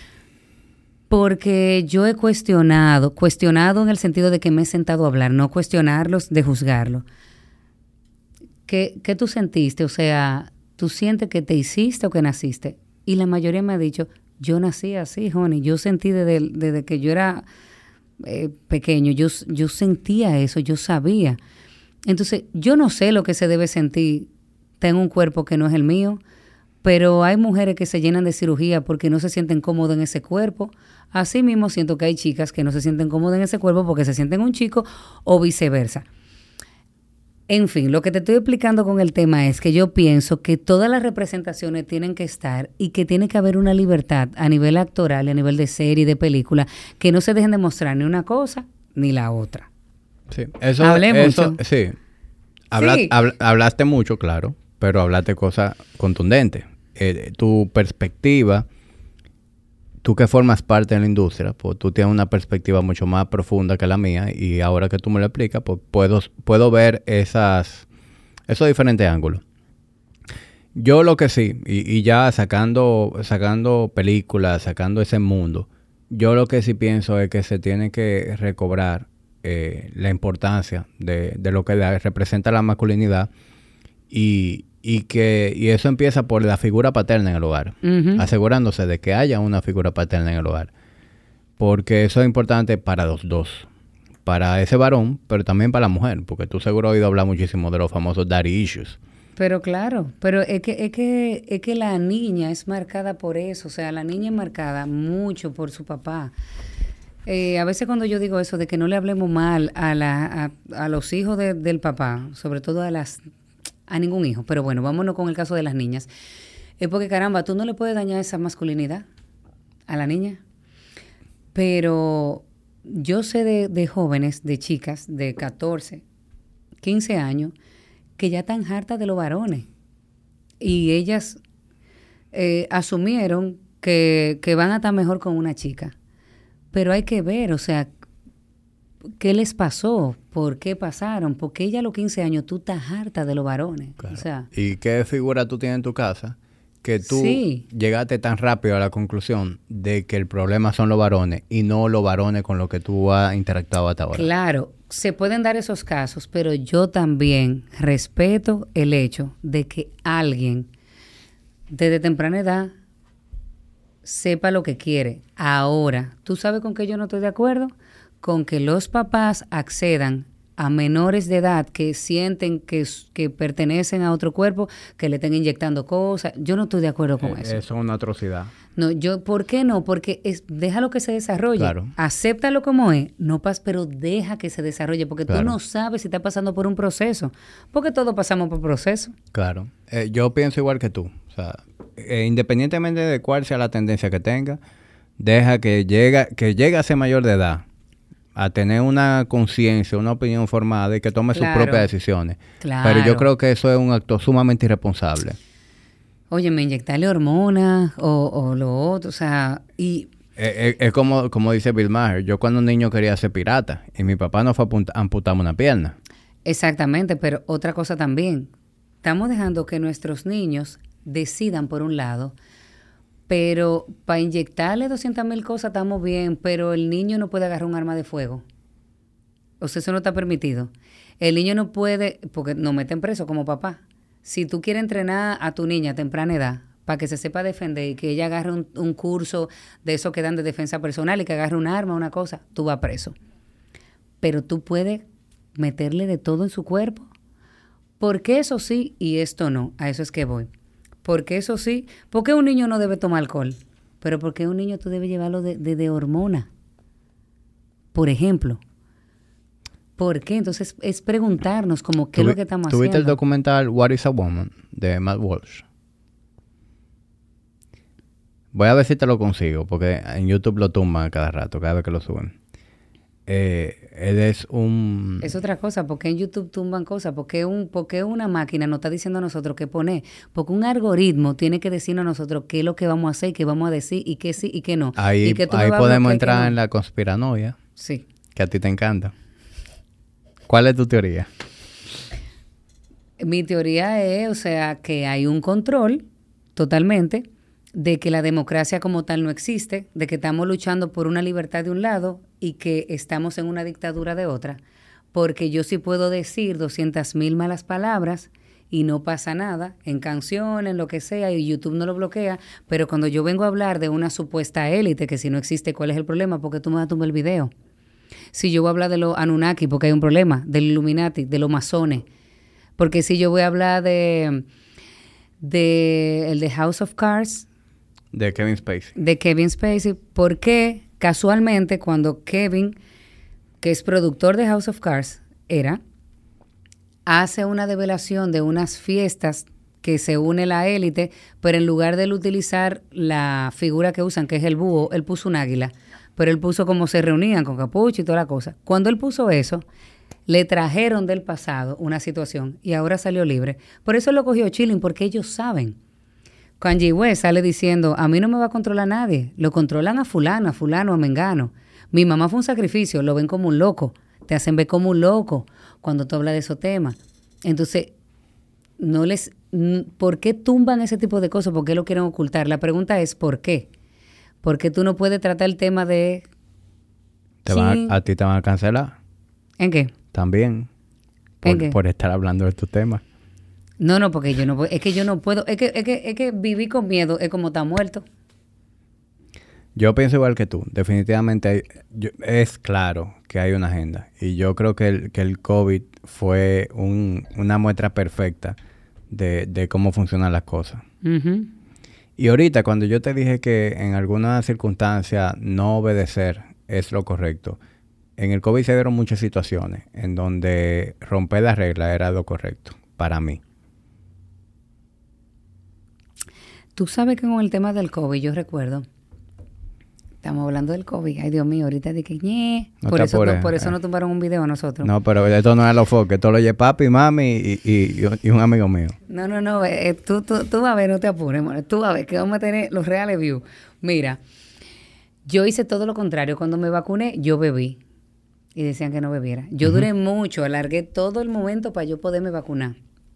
Porque yo he cuestionado en el sentido de que me he sentado a hablar, no cuestionarlos, de juzgarlo. ¿Qué tú sentiste? O sea, ¿tú sientes que te hiciste o que naciste? Y la mayoría me ha dicho, yo nací así, honey. Yo sentí desde que yo era pequeño, yo sentía eso, yo sabía. Entonces, yo no sé lo que se debe sentir. Tengo un cuerpo que no es el mío, pero hay mujeres que se llenan de cirugía porque no se sienten cómodas en ese cuerpo. Así mismo siento que hay chicas que no se sienten cómodas en ese cuerpo porque se sienten un chico o viceversa. En fin, lo que te estoy explicando con el tema es que yo pienso que todas las representaciones tienen que estar y que tiene que haber una libertad a nivel actoral y a nivel de serie y de película, que no se dejen de mostrar ni una cosa ni la otra. Sí, Hablé mucho. Sí. Hablaste mucho, claro, pero hablaste cosas contundentes. Tu perspectiva, tú que formas parte de la industria, pues tú tienes una perspectiva mucho más profunda que la mía y ahora que tú me lo explicas, pues puedo ver esos diferentes ángulos. Yo lo que sí, y ya sacando películas, sacando ese mundo, yo lo que sí pienso es que se tiene que recobrar la importancia de lo que representa la masculinidad y eso empieza por la figura paterna en el hogar, asegurándose de que haya una figura paterna en el hogar, porque eso es importante para los dos, para ese varón, pero también para la mujer, porque tú seguro has oído hablar muchísimo de los famosos daddy issues. Pero claro, pero es que la niña es marcada por eso, o sea, la niña es marcada mucho por su papá. A veces cuando yo digo eso de que no le hablemos mal a los hijos del papá, sobre todo a ningún hijo, pero bueno, vámonos con el caso de las niñas, es porque caramba, tú no le puedes dañar esa masculinidad a la niña. Pero yo sé de jóvenes, de chicas de 14, 15 años, que ya están hartas de los varones. Y ellas asumieron que van a estar mejor con una chica. Pero hay que ver, o sea, ¿qué les pasó? ¿Por qué pasaron? Porque ella a los 15 años, tú estás harta de los varones. Claro. O sea, ¿y qué figura tú tienes en tu casa? Que tú llegaste tan rápido a la conclusión de que el problema son los varones y no los varones con los que tú has interactuado hasta ahora. Claro, se pueden dar esos casos, pero yo también respeto el hecho de que alguien desde temprana edad sepa lo que quiere. Ahora, ¿tú sabes con qué yo no estoy de acuerdo? Con que los papás accedan a menores de edad que sienten que pertenecen a otro cuerpo, que le estén inyectando cosas. Yo no estoy de acuerdo con eso. Eso es una atrocidad. No, ¿por qué no? Porque déjalo que se desarrolle. Claro. Acéptalo como es, pero deja que se desarrolle, porque tú no sabes si está pasando por un proceso, porque todos pasamos por proceso. Claro. Yo pienso igual que tú. O sea, independientemente de cuál sea la tendencia que tenga, deja que llegue a ser mayor de edad, a tener una conciencia, una opinión formada y que tome sus propias decisiones. Claro. Pero yo creo que eso es un acto sumamente irresponsable. Oye, me inyectarle hormonas o lo otro, o sea, y... Es como dice Bill Maher, yo cuando un niño quería ser pirata y mi papá no fue a amputarme una pierna. Exactamente, pero otra cosa también, estamos dejando que nuestros niños decidan por un lado, pero para inyectarle 200,000 cosas estamos bien, pero el niño no puede agarrar un arma de fuego. O sea, eso no está permitido. El niño no puede, porque nos meten preso como papá. Si tú quieres entrenar a tu niña a temprana edad para que se sepa defender y que ella agarre un curso de eso que dan de defensa personal y que agarre un arma, una cosa, tú vas preso. Pero tú puedes meterle de todo en su cuerpo. Porque eso sí y esto no. A eso es que voy. Porque eso sí, ¿por qué un niño no debe tomar alcohol? Pero ¿por qué un niño tú debes llevarlo de hormona? Por ejemplo. ¿Por qué? Entonces es preguntarnos como qué es lo que estamos haciendo. ¿Tuviste el documental What is a Woman? De Matt Walsh. Voy a ver si te lo consigo, porque en YouTube lo tumban cada rato, cada vez que lo suben. Él es un... Es otra cosa, porque en YouTube tumban cosas, porque una máquina nos está diciendo a nosotros qué poner, porque un algoritmo tiene que decirnos a nosotros qué es lo que vamos a hacer, qué vamos a decir, y qué sí y qué no. Ahí podemos entrar en la conspiranoia, sí, que a ti te encanta. ¿Cuál es tu teoría? Mi teoría es, o sea, que hay un control totalmente de que la democracia como tal no existe, de que estamos luchando por una libertad de un lado y que estamos en una dictadura de otra, porque yo sí puedo decir 200,000 malas palabras y no pasa nada, en canciones, en lo que sea, y YouTube no lo bloquea, pero cuando yo vengo a hablar de una supuesta élite, que si no existe, ¿cuál es el problema? Porque tú me vas a tumbar el video. Si yo voy a hablar de los Anunnaki, porque hay un problema, del Illuminati, de los masones, porque si yo voy a hablar el de House of Cards, de Kevin Spacey. De Kevin Spacey, porque casualmente cuando Kevin, que es productor de House of Cards, hace una develación de unas fiestas que se une la élite, pero en lugar de él utilizar la figura que usan, que es el búho, él puso un águila, pero él puso como se reunían con capucha y toda la cosa. Cuando él puso eso, le trajeron del pasado una situación y ahora salió libre. Por eso lo cogió Chilling, porque ellos saben. Kanye West sale diciendo, a mí no me va a controlar nadie, lo controlan a fulano, a mengano. Mi mamá fue un sacrificio, lo ven como un loco, te hacen ver como un loco cuando tú hablas de esos temas. Entonces, ¿por qué tumban ese tipo de cosas? ¿Por qué lo quieren ocultar? La pregunta es, ¿por qué? Porque tú no puedes tratar el tema de... ¿A ti te van a cancelar? ¿En qué? También. Por estar hablando de estos temas. No, porque yo no puedo, es que yo no puedo, es que vivir con miedo es como estar muerto. Yo pienso igual que tú. Definitivamente es claro que hay una agenda. Y yo creo que el COVID fue una muestra perfecta de cómo funcionan las cosas. Uh-huh. Y ahorita, cuando yo te dije que en alguna circunstancia no obedecer es lo correcto, en el COVID se dieron muchas situaciones en donde romper las reglas era lo correcto para mí. Tú sabes que con el tema del COVID, yo recuerdo, estamos hablando del COVID. Ay, Dios mío, ahorita dije, ñe. No Por te eso, apures, por eso no tumbaron un video a nosotros. No, pero esto no es los foques. Esto lo oye papi, mami y un amigo mío. No, tú vas a ver, no te apures, amor. Tú vas a ver que vamos a tener los reales views. Mira, yo hice todo lo contrario. Cuando me vacuné, yo bebí. Y decían que no bebiera. Yo duré mucho, alargué todo el momento para yo poderme vacunar.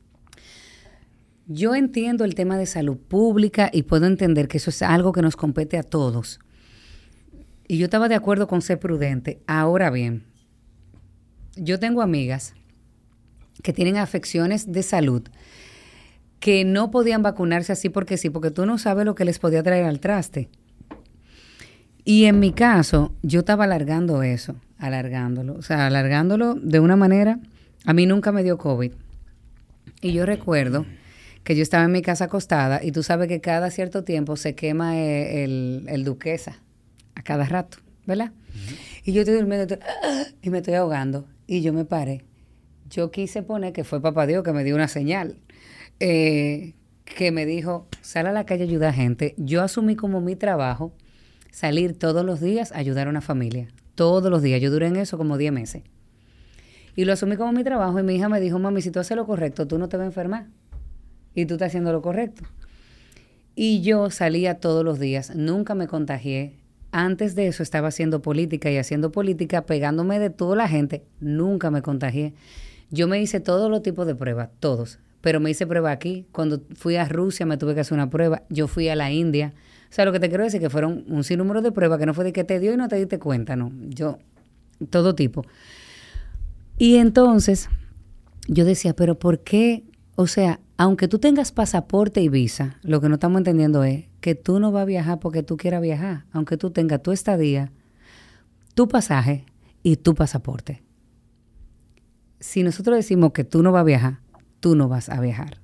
Yo entiendo el tema de salud pública y puedo entender que eso es algo que nos compete a todos. Y yo estaba de acuerdo con ser prudente. Ahora bien, yo tengo amigas que tienen afecciones de salud que no podían vacunarse así porque sí, porque tú no sabes lo que les podía traer al traste. Y en mi caso, yo estaba alargándolo. O sea, alargándolo de una manera. A mí nunca me dio COVID. Y yo recuerdo que yo estaba en mi casa acostada y tú sabes que cada cierto tiempo se quema el Duquesa a cada rato, ¿verdad? Y yo estoy durmiendo y me estoy ahogando y yo me paré. Yo quise poner que fue papá Dios que me dio una señal, que me dijo, sal a la calle a ayudar a gente. Yo asumí como mi trabajo salir todos los días a ayudar a una familia. Todos los días. Yo duré en eso como 10 meses. Y lo asumí como mi trabajo y mi hija me dijo, mami, si tú haces lo correcto, tú no te vas a enfermar. Y tú estás haciendo lo correcto. Y yo salía todos los días, nunca me contagié. Antes de eso estaba haciendo política y haciendo política, pegándome de toda la gente, nunca me contagié. Yo me hice todos los tipos de pruebas, todos. Pero me hice prueba aquí. Cuando fui a Rusia me tuve que hacer una prueba. Yo fui a la India. O sea, lo que te quiero decir es que fueron un sinnúmero de pruebas que no fue de que te dio y no te diste cuenta, no. Yo, todo tipo. Y entonces yo decía, pero ¿por qué? O sea, aunque tú tengas pasaporte y visa, lo que no estamos entendiendo es que tú no vas a viajar porque tú quieras viajar, aunque tú tengas tu estadía, tu pasaje y tu pasaporte. Si nosotros decimos que tú no vas a viajar, tú no vas a viajar.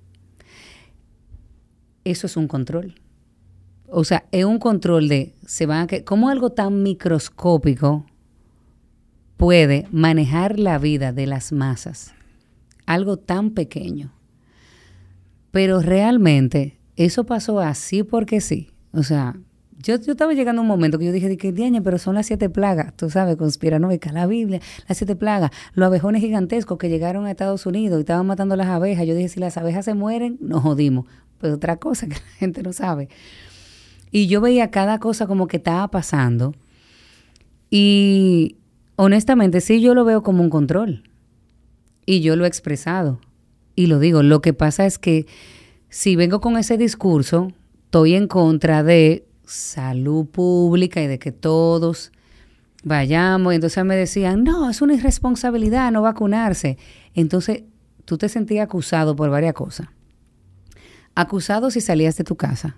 Eso es un control. O sea, es un control de, ¿cómo algo tan microscópico puede manejar la vida de las masas? Algo tan pequeño. Pero realmente eso pasó así porque sí. O sea, yo estaba llegando a un momento que yo dije, diaña, pero son las 7 plagas, tú sabes, conspiranoica, la Biblia, las 7 plagas, los abejones gigantescos que llegaron a Estados Unidos y estaban matando a las abejas. Yo dije, si las abejas se mueren, nos jodimos. Pues otra cosa que la gente no sabe. Y yo veía cada cosa como que estaba pasando. Y honestamente, sí, yo lo veo como un control. Y yo lo he expresado. Y lo digo, lo que pasa es que si vengo con ese discurso, estoy en contra de salud pública y de que todos vayamos. Y entonces me decían, no, es una irresponsabilidad no vacunarse. Entonces, tú te sentías acusado por varias cosas. Acusado si salías de tu casa.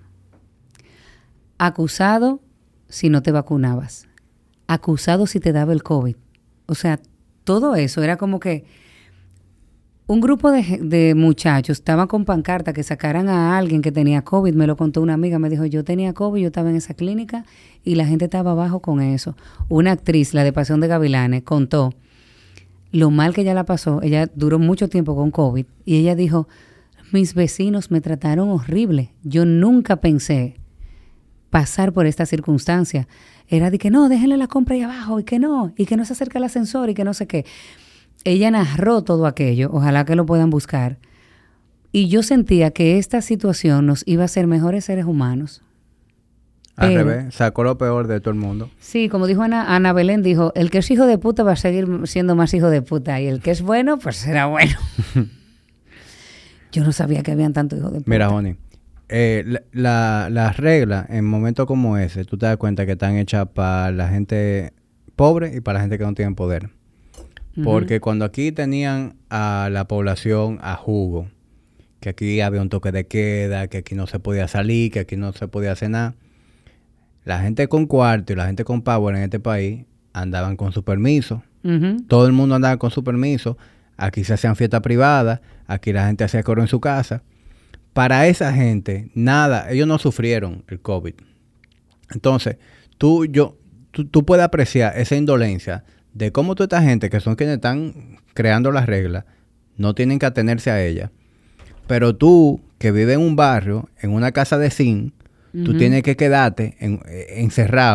Acusado si no te vacunabas. Acusado si te daba el COVID. O sea, todo eso era como que un grupo de muchachos estaban con pancarta que sacaran a alguien que tenía COVID. Me lo contó una amiga, me dijo, yo tenía COVID, yo estaba en esa clínica y la gente estaba abajo con eso. Una actriz, la de Pasión de Gavilanes, contó lo mal que ella la pasó. Ella duró mucho tiempo con COVID y ella dijo, mis vecinos me trataron horrible. Yo nunca pensé pasar por esta circunstancia. Era de que no, déjenle la compra ahí abajo y que no se acerque al ascensor y que no sé qué. Ella narró todo aquello, ojalá que lo puedan buscar. Y yo sentía que esta situación nos iba a hacer mejores seres humanos. Al revés, sacó lo peor de todo el mundo. Sí, como dijo Ana Belén, dijo, el que es hijo de puta va a seguir siendo más hijo de puta y el que es bueno, pues será bueno. Yo no sabía que habían tantos hijos de puta. Mira, Joni, las reglas en momentos como ese, tú te das cuenta que están hechas para la gente pobre y para la gente que no tiene poder. Porque cuando aquí tenían a la población a jugo, que aquí había un toque de queda, que aquí no se podía salir, que aquí no se podía hacer nada, la gente con cuarto y la gente con power en este país andaban con su permiso. Todo el mundo andaba con su permiso. Aquí se hacían fiestas privadas, aquí la gente hacía coro en su casa. Para esa gente, nada, ellos no sufrieron el COVID. Entonces, tú puedes apreciar esa indolencia de cómo toda esta gente, que son quienes están creando las reglas, no tienen que atenerse a ellas. Pero tú, que vives en un barrio, en una casa de zinc, tú tienes que quedarte encerrado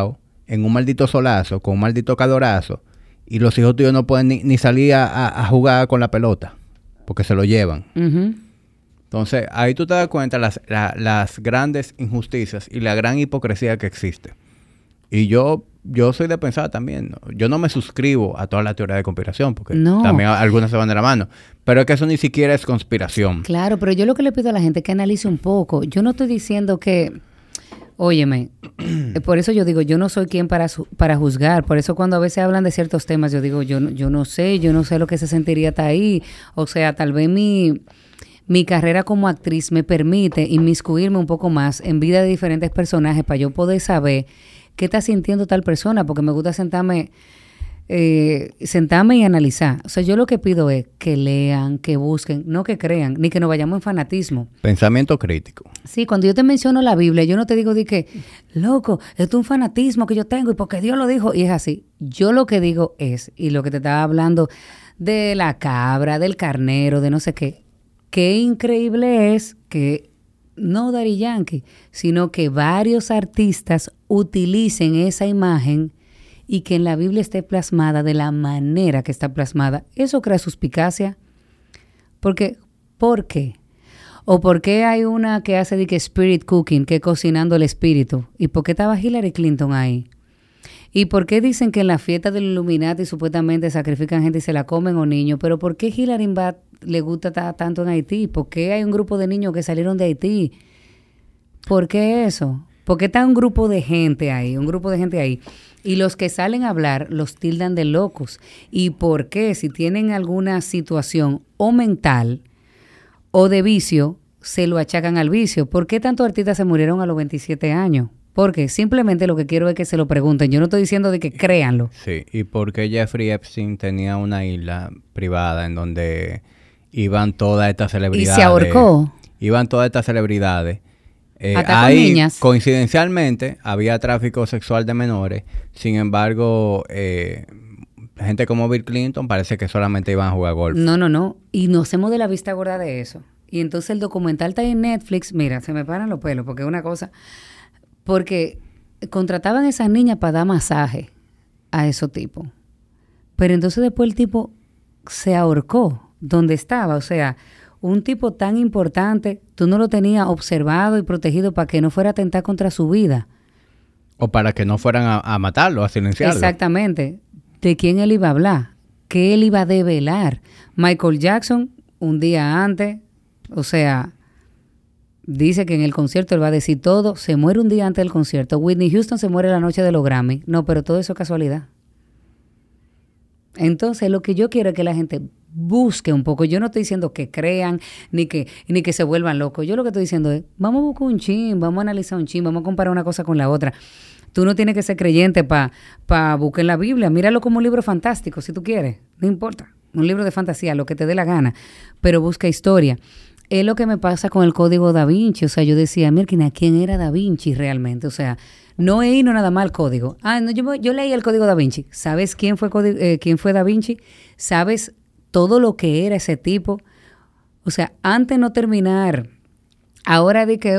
en un maldito solazo, con un maldito calorazo, y los hijos tuyos no pueden ni salir a jugar con la pelota, porque se lo llevan. Entonces, ahí tú te das cuenta las grandes injusticias y la gran hipocresía que existe. Y yo soy de pensar también, ¿no? Yo no me suscribo a toda la teoría de conspiración, porque también algunas se van de la mano. Pero es que eso ni siquiera es conspiración. Claro, pero yo lo que le pido a la gente es que analice un poco. Yo no estoy diciendo que... Óyeme, por eso yo digo, yo no soy quien para juzgar. Por eso cuando a veces hablan de ciertos temas, yo digo, yo no sé lo que se sentiría estar ahí. O sea, tal vez mi carrera como actriz me permite inmiscuirme un poco más en vida de diferentes personajes para yo poder saber qué está sintiendo tal persona, porque me gusta sentarme y analizar. O sea, yo lo que pido es que lean, que busquen, no que crean, ni que nos vayamos en fanatismo. Pensamiento crítico. Sí, cuando yo te menciono la Biblia, yo no te digo de que, loco, esto es un fanatismo que yo tengo y porque Dios lo dijo, y es así. Yo lo que digo es, y lo que te estaba hablando de la cabra, del carnero, de no sé qué increíble es que no Daddy Yankee, sino que varios artistas utilicen esa imagen y que en la Biblia esté plasmada de la manera que está plasmada. Eso crea suspicacia. Porque, ¿por qué? ¿O por qué hay una que hace de que spirit cooking, que cocinando el espíritu? ¿Y por qué estaba Hillary Clinton ahí? ¿Y por qué dicen que en la fiesta del Illuminati supuestamente sacrifican gente y se la comen o niños? ¿Pero por qué Hillary le gusta tanto en Haití? ¿Por qué hay un grupo de niños que salieron de Haití? ¿Por qué eso? ¿Por qué está un grupo de gente ahí? Y los que salen a hablar los tildan de locos. ¿Y por qué? Si tienen alguna situación o mental o de vicio, se lo achacan al vicio. ¿Por qué tantos artistas se murieron a los 27 años? Porque simplemente lo que quiero es que se lo pregunten. Yo no estoy diciendo de que créanlo. Sí, y porque Jeffrey Epstein tenía una isla privada en donde iban todas estas celebridades. Y se ahorcó. Iban todas estas celebridades. Hasta con niñas. Coincidencialmente, había tráfico sexual de menores. Sin embargo, gente como Bill Clinton parece que solamente iban a jugar golf. No. Y nos hacemos de la vista gorda de eso. Y entonces el documental está en Netflix. Mira, se me paran los pelos porque es una cosa... Porque contrataban a esas niñas para dar masaje a esos tipos. Pero entonces después el tipo se ahorcó donde estaba. O sea, un tipo tan importante, tú no lo tenías observado y protegido para que no fuera a atentar contra su vida. O para que no fueran a matarlo, a silenciarlo. Exactamente. ¿De quién él iba a hablar? ¿Qué él iba a develar? Michael Jackson, un día antes, o sea... Dice que en el concierto él va a decir todo, se muere un día antes del concierto. Whitney Houston se muere la noche de los Grammy. No, pero todo eso es casualidad. Entonces, lo que yo quiero es que la gente busque un poco. Yo no estoy diciendo que crean ni que se vuelvan locos. Yo lo que estoy diciendo es, vamos a buscar un chin, vamos a analizar un chin, vamos a comparar una cosa con la otra. Tú no tienes que ser creyente para buscar en la Biblia. Míralo como un libro fantástico, si tú quieres. No importa. Un libro de fantasía, lo que te dé la gana. Pero busca historia. Es lo que me pasa con el Código Da Vinci. O sea, yo decía, mira, ¿quién era Da Vinci realmente? O sea, no he ido nada más al código. No, yo leí el Código Da Vinci. ¿Sabes quién fue Da Vinci? ¿Sabes todo lo que era ese tipo? O sea, antes de no terminar, ahora de que,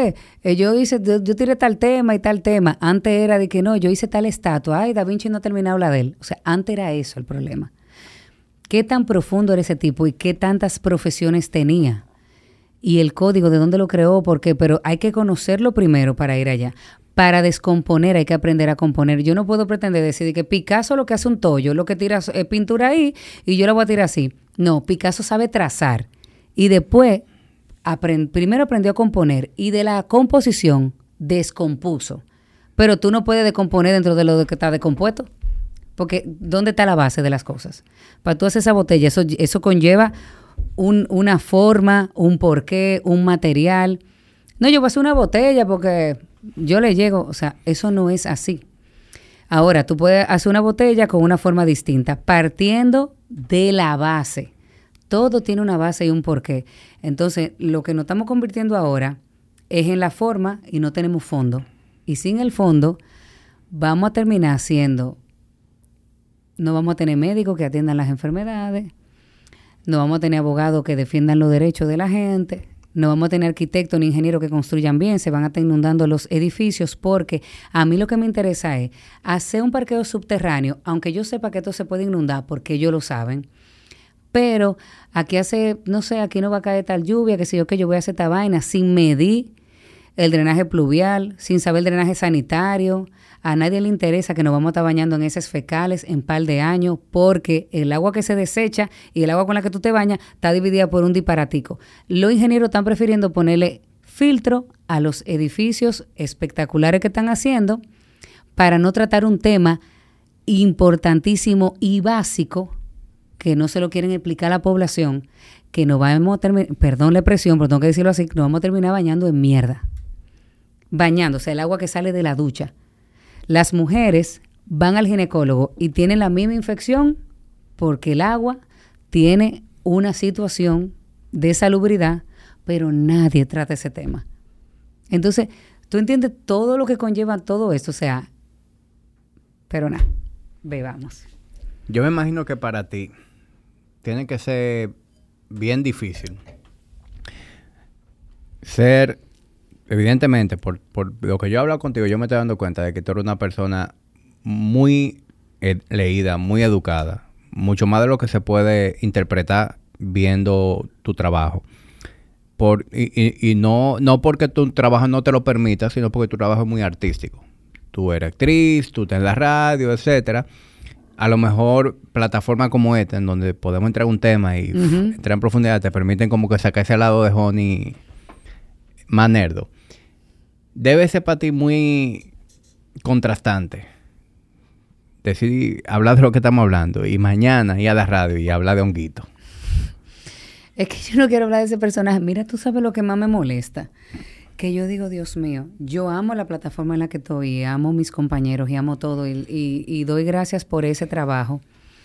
yo tiré tal tema y tal tema. Antes era de que no, yo hice tal estatua. Ay, Da Vinci no ha terminado hablar de él. O sea, antes era eso el problema. ¿Qué tan profundo era ese tipo y qué tantas profesiones tenía? Y el código, ¿de dónde lo creó? ¿Por qué? Pero hay que conocerlo primero para ir allá. Para descomponer hay que aprender a componer. Yo no puedo pretender decir que Picasso lo que hace un tollo, lo que tira es pintura ahí y yo la voy a tirar así. No, Picasso sabe trazar. Y después, primero aprendió a componer y de la composición descompuso. Pero tú no puedes descomponer dentro de lo que está descompuesto. Porque ¿dónde está la base de las cosas? Para tú hacer esa botella, eso conlleva una forma, un porqué, un material. No, yo voy a hacer una botella porque yo le llego. O sea, eso no es así. Ahora, tú puedes hacer una botella con una forma distinta, partiendo de la base. Todo tiene una base y un porqué. Entonces, lo que nos estamos convirtiendo ahora es en la forma y no tenemos fondo. Y sin el fondo, vamos a terminar siendo... No vamos a tener médicos que atiendan las enfermedades. No vamos a tener abogados que defiendan los derechos de la gente. no vamos a tener arquitectos ni ingenieros que construyan bien, se van a estar inundando los edificios, porque a mí lo que me interesa es hacer un parqueo subterráneo, aunque yo sepa que esto se puede inundar, porque ellos lo saben, pero aquí no sé, aquí no va a caer tal lluvia, que sé yo, que yo voy a hacer esta vaina sin medir el drenaje pluvial, sin saber el drenaje sanitario. A nadie le interesa que nos vamos a estar bañando en heces fecales en par de años, porque el agua que se desecha y el agua con la que tú te bañas está dividida por un disparatico. Los ingenieros están prefiriendo ponerle filtro a los edificios espectaculares que están haciendo para no tratar un tema importantísimo y básico que no se lo quieren explicar a la población, que nos vamos a terminar, perdón la expresión, pero tengo que decirlo así, nos vamos a terminar bañando en mierda. Bañándose, el agua que sale de la ducha. Las mujeres van al ginecólogo y tienen la misma infección porque el agua tiene una situación de salubridad, pero nadie trata ese tema. Entonces, tú entiendes todo lo que conlleva todo esto, o sea, pero nada, bebamos. Yo me imagino que para ti tiene que ser bien difícil ser, evidentemente, por lo que yo he hablado contigo, yo me estoy dando cuenta de que tú eres una persona muy leída, muy educada, mucho más de lo que se puede interpretar viendo tu trabajo. Y no porque tu trabajo no te lo permita, sino porque tu trabajo es muy artístico. Tú eres actriz, tú estás en la radio, etcétera. A lo mejor plataformas como esta, en donde podemos entrar en un tema y entrar en profundidad, te permiten como que sacar ese lado de Honey más nerdo. Debe ser para ti muy contrastante decir, hablar de lo que estamos hablando y mañana ir a la radio y hablar de honguito. Es que yo no quiero hablar de ese personaje. Mira, tú sabes lo que más me molesta. Que yo digo, Dios mío, yo amo la plataforma en la que estoy, amo mis compañeros y amo todo y doy gracias por ese trabajo.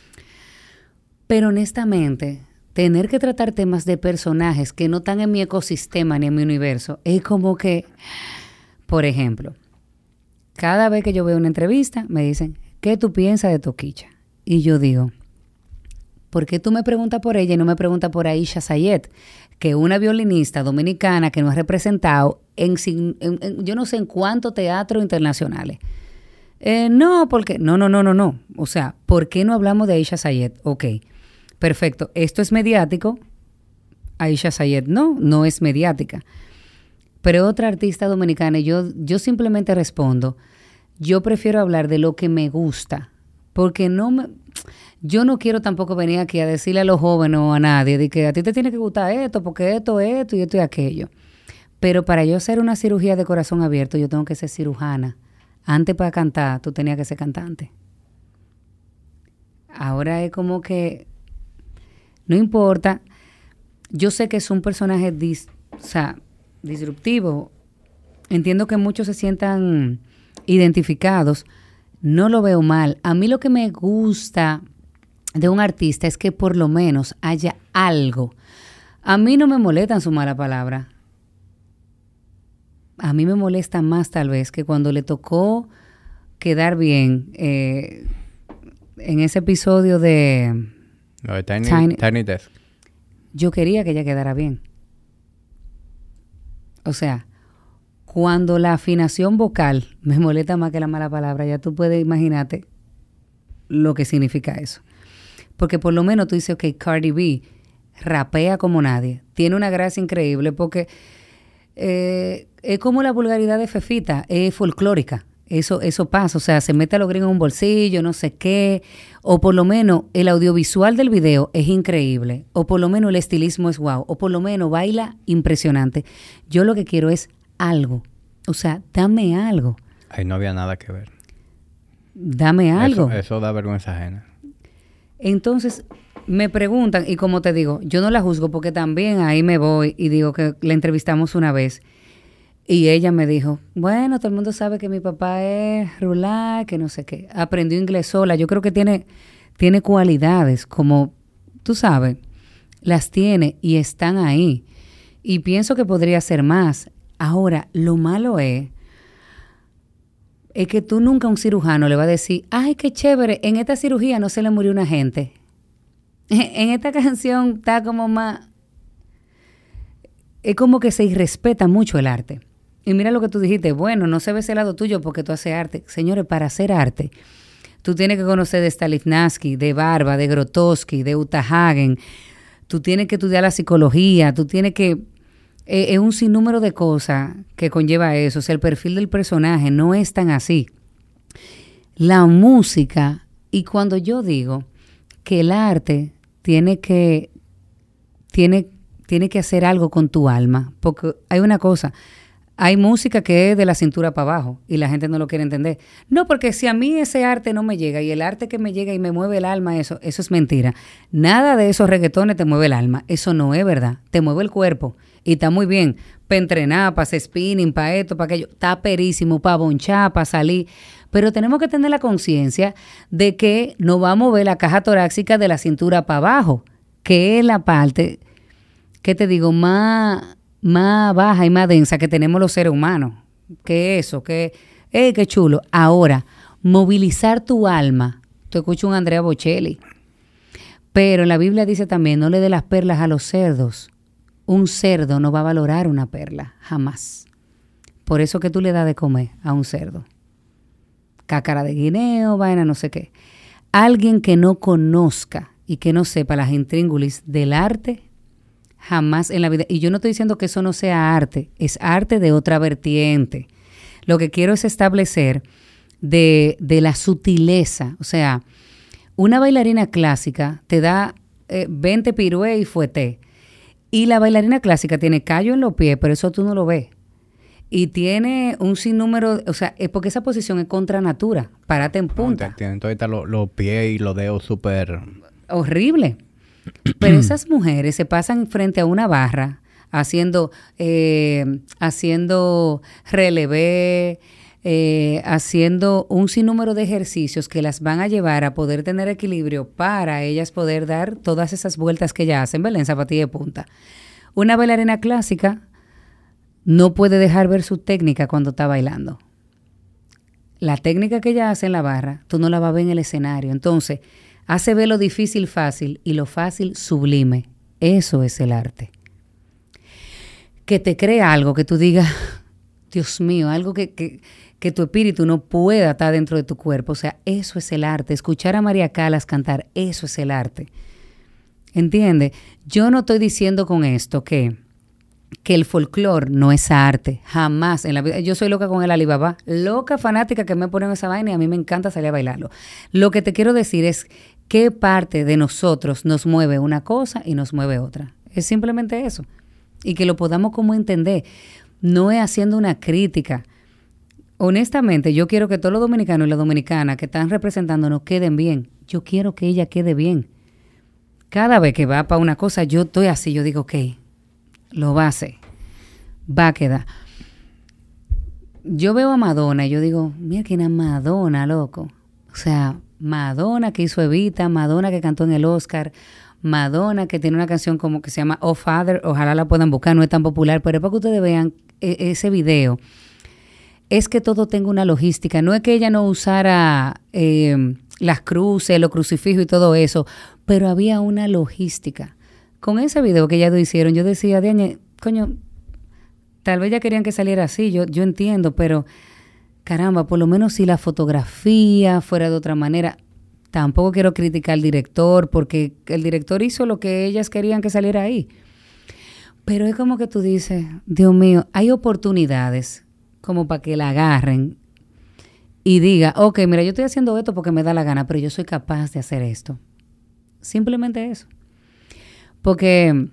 Pero honestamente, tener que tratar temas de personajes que no están en mi ecosistema ni en mi universo, es como que, por ejemplo, cada vez que yo veo una entrevista, me dicen, ¿qué tú piensas de Toquicha? Y yo digo, ¿por qué tú me preguntas por ella y no me preguntas por Aisha Sayed? Que es una violinista dominicana que nos ha representado en yo no sé en cuántos teatros internacionales. No, porque no. O sea, ¿por qué no hablamos de Aisha Sayed? Ok, perfecto. Esto es mediático. Aisha Sayed no es mediática. Pero otra artista dominicana, yo simplemente respondo, yo prefiero hablar de lo que me gusta, porque yo no quiero tampoco venir aquí a decirle a los jóvenes o a nadie de que a ti te tiene que gustar esto, porque esto y aquello. Pero para yo hacer una cirugía de corazón abierto, yo tengo que ser cirujana. Antes para cantar, tú tenías que ser cantante. Ahora es como que no importa. Yo sé que es un personaje disruptivo. Entiendo que muchos se sientan identificados. No lo veo mal. A mí lo que me gusta de un artista es que por lo menos haya algo. A mí no me molestan su mala palabra. A mí me molesta más tal vez que cuando le tocó quedar bien en ese episodio de Tiny Desk. Yo quería que ella quedara bien. O sea, cuando la afinación vocal me molesta más que la mala palabra, ya tú puedes imaginarte lo que significa eso. Porque por lo menos tú dices, ok, Cardi B rapea como nadie. Tiene una gracia increíble porque es como la vulgaridad de Fefita, es folclórica. Eso pasa, o sea, se mete a los gringos en un bolsillo, no sé qué. O por lo menos el audiovisual del video es increíble. O por lo menos el estilismo es guau. O por lo menos baila impresionante. Yo lo que quiero es algo. O sea, dame algo. Ahí no había nada que ver. Dame algo. Eso da vergüenza ajena. Entonces, me preguntan, y como te digo, yo no la juzgo porque también ahí me voy y digo que la entrevistamos una vez. Y ella me dijo, bueno, todo el mundo sabe que mi papá es rural, que no sé qué. Aprendió inglés sola. Yo creo que tiene cualidades, como tú sabes, las tiene y están ahí. Y pienso que podría ser más. Ahora, lo malo es que tú nunca a un cirujano le vas a decir, ay, qué chévere, en esta cirugía no se le murió una gente. En esta canción está como más... es como que se irrespeta mucho el arte. Y mira lo que tú dijiste, bueno, no se ve ese lado tuyo porque tú haces arte. Señores, para hacer arte, tú tienes que conocer de Stanislavski, de Barba, de Grotowski, de Uta Hagen. Tú tienes que estudiar la psicología, tú tienes que... es un sinnúmero de cosas que conlleva eso. O sea, el perfil del personaje no es tan así. La música, y cuando yo digo que el arte tiene que hacer algo con tu alma, porque hay una cosa, hay música que es de la cintura para abajo y la gente no lo quiere entender. No, porque si a mí ese arte no me llega y el arte que me llega y me mueve el alma, eso es mentira. Nada de esos reggaetones te mueve el alma, eso no es verdad, te mueve el cuerpo y está muy bien, para entrenar, para hacer spinning, para esto, para aquello, está perísimo, para bonchar, para salir, pero tenemos que tener la conciencia de que no va a mover la caja torácica de la cintura para abajo, que es la parte, ¿qué te digo?, más baja y más densa que tenemos los seres humanos. ¿Qué es eso? ¿Qué chulo? Ahora, movilizar tu alma. Tú escuchas un Andrea Bocelli. Pero en la Biblia dice también, no le dé las perlas a los cerdos. Un cerdo no va a valorar una perla, jamás. Por eso que tú le das de comer a un cerdo. Cácara de guineo, vaina, no sé qué. Alguien que no conozca y que no sepa las intríngulis del arte, jamás en la vida. Y yo no estoy diciendo que eso no sea arte, es arte de otra vertiente. Lo que quiero es establecer de la sutileza. O sea, una bailarina clásica te da 20 pirué y fueté. Y la bailarina clásica tiene callo en los pies, pero eso tú no lo ves. Y tiene un sinnúmero, o sea, es porque esa posición es contra natura. Párate en punta. Tienen todavía los pies y los dedos súper... horrible. Pero esas mujeres se pasan frente a una barra haciendo relevé, haciendo un sinnúmero de ejercicios que las van a llevar a poder tener equilibrio para ellas poder dar todas esas vueltas que ellas hacen, ¿verdad? En zapatilla de punta. Una bailarina clásica no puede dejar ver su técnica cuando está bailando. La técnica que ella hace en la barra, tú no la vas a ver en el escenario. Entonces, hace ver lo difícil fácil y lo fácil sublime. Eso es el arte. Que te crea algo que tú digas, Dios mío, algo que tu espíritu no pueda estar dentro de tu cuerpo. O sea, eso es el arte. Escuchar a María Callas cantar, eso es el arte. ¿Entiendes? Yo no estoy diciendo con esto que el folclore no es arte. Jamás en la vida. Yo soy loca con el Alibaba. Loca fanática que me ponen esa vaina y a mí me encanta salir a bailarlo. Lo que te quiero decir es qué parte de nosotros nos mueve una cosa y nos mueve otra. Es simplemente eso. Y que lo podamos como entender. No es haciendo una crítica. Honestamente, yo quiero que todos los dominicanos y las dominicanas que están representándonos queden bien. Yo quiero que ella quede bien. Cada vez que va para una cosa, yo estoy así. Yo digo, ok, lo va a hacer. Va a quedar. Yo veo a Madonna y yo digo, mira que una Madonna, loco. O sea, Madonna que hizo Evita, Madonna que cantó en el Oscar, Madonna que tiene una canción como que se llama Oh Father, ojalá la puedan buscar, no es tan popular, pero es para que ustedes vean ese video. Es que todo tenga una logística, no es que ella no usara las cruces, los crucifijos y todo eso, pero había una logística. Con ese video que ellas hicieron, yo decía, Diane, coño, tal vez ya querían que saliera así, yo entiendo, pero caramba, por lo menos si la fotografía fuera de otra manera. Tampoco quiero criticar al director, porque el director hizo lo que ellas querían que saliera ahí. Pero es como que tú dices, Dios mío, hay oportunidades como para que la agarren y diga, ok, mira, yo estoy haciendo esto porque me da la gana, pero yo soy capaz de hacer esto. Simplemente eso. Porque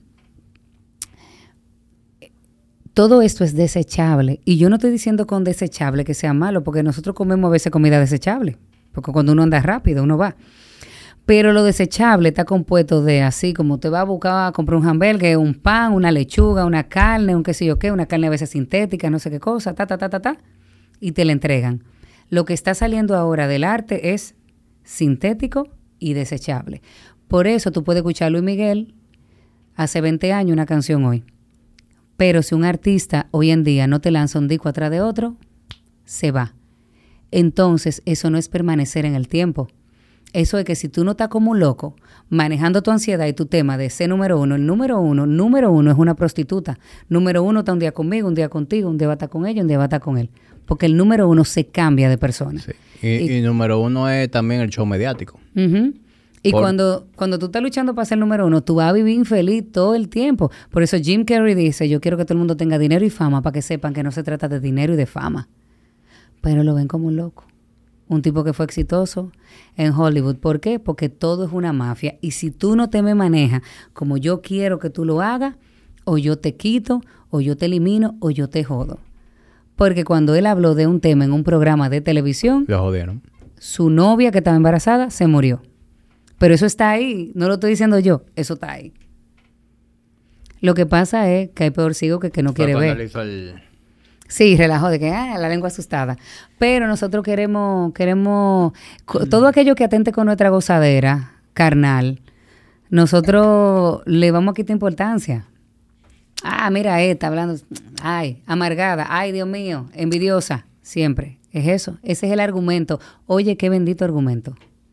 todo esto es desechable. Y yo no estoy diciendo con desechable que sea malo, porque nosotros comemos a veces comida desechable. Porque cuando uno anda rápido, uno va. Pero lo desechable está compuesto de así, como te va a buscar a comprar un hamburgues, un pan, una lechuga, una carne, un qué sé yo qué, una carne a veces sintética, no sé qué cosa, y te la entregan. Lo que está saliendo ahora del arte es sintético y desechable. Por eso tú puedes escuchar a Luis Miguel hace 20 años una canción hoy. Pero si un artista hoy en día no te lanza un disco atrás de otro, se va. Entonces, eso no es permanecer en el tiempo. Eso es que si tú no estás como un loco manejando tu ansiedad y tu tema de ser número uno, el número uno es una prostituta. Número uno está un día conmigo, un día contigo, un día va a estar con ella, un día va a estar con él. Porque el número uno se cambia de persona. Sí. Y número uno es también el show mediático. Y cuando tú estás luchando para ser número uno, tú vas a vivir infeliz todo el tiempo. Por eso Jim Carrey dice, yo quiero que todo el mundo tenga dinero y fama para que sepan que no se trata de dinero y de fama. Pero lo ven como un loco. Un tipo que fue exitoso en Hollywood. ¿Por qué? Porque todo es una mafia. Y si tú no te me manejas como yo quiero que tú lo hagas, o yo te quito, o yo te elimino, o yo te jodo. Porque cuando él habló de un tema en un programa de televisión, lo jodieron. Su novia que estaba embarazada se murió. Pero eso está ahí. No lo estoy diciendo yo. Eso está ahí. Lo que pasa es que hay peor ciego que no quiere ver. Le hizo el... Sí, relajo de que la lengua asustada. Pero nosotros queremos todo aquello que atente con nuestra gozadera carnal, nosotros le vamos a quitar importancia. Mira esta hablando, ay, amargada, ay, Dios mío, envidiosa, siempre. Es eso, ese es el argumento. Oye, qué bendito argumento.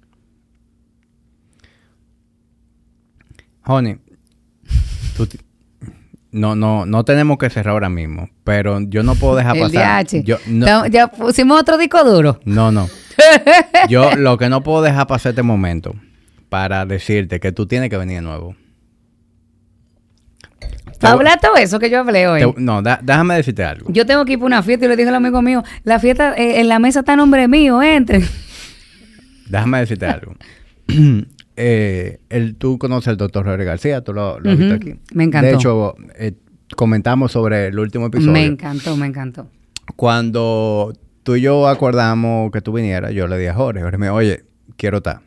Honey, no tenemos que cerrar ahora mismo, pero yo no puedo dejar pasar. ¿Ya pusimos otro disco duro? No. Yo lo que no puedo dejar pasar este momento para decirte que tú tienes que venir de nuevo. Habla todo eso que yo hablé hoy. Déjame decirte algo. Yo tengo que ir para una fiesta y le dije al amigo mío, la fiesta, en la mesa está a nombre mío, entre. Déjame decirte algo. Tú conoces al doctor Jorge García, tú lo has visto aquí. Me encantó. De hecho, comentamos sobre el último episodio. Me encantó. Cuando tú y yo acordamos que tú vinieras, yo le dije a Jorge me dijo, oye, quiero estar.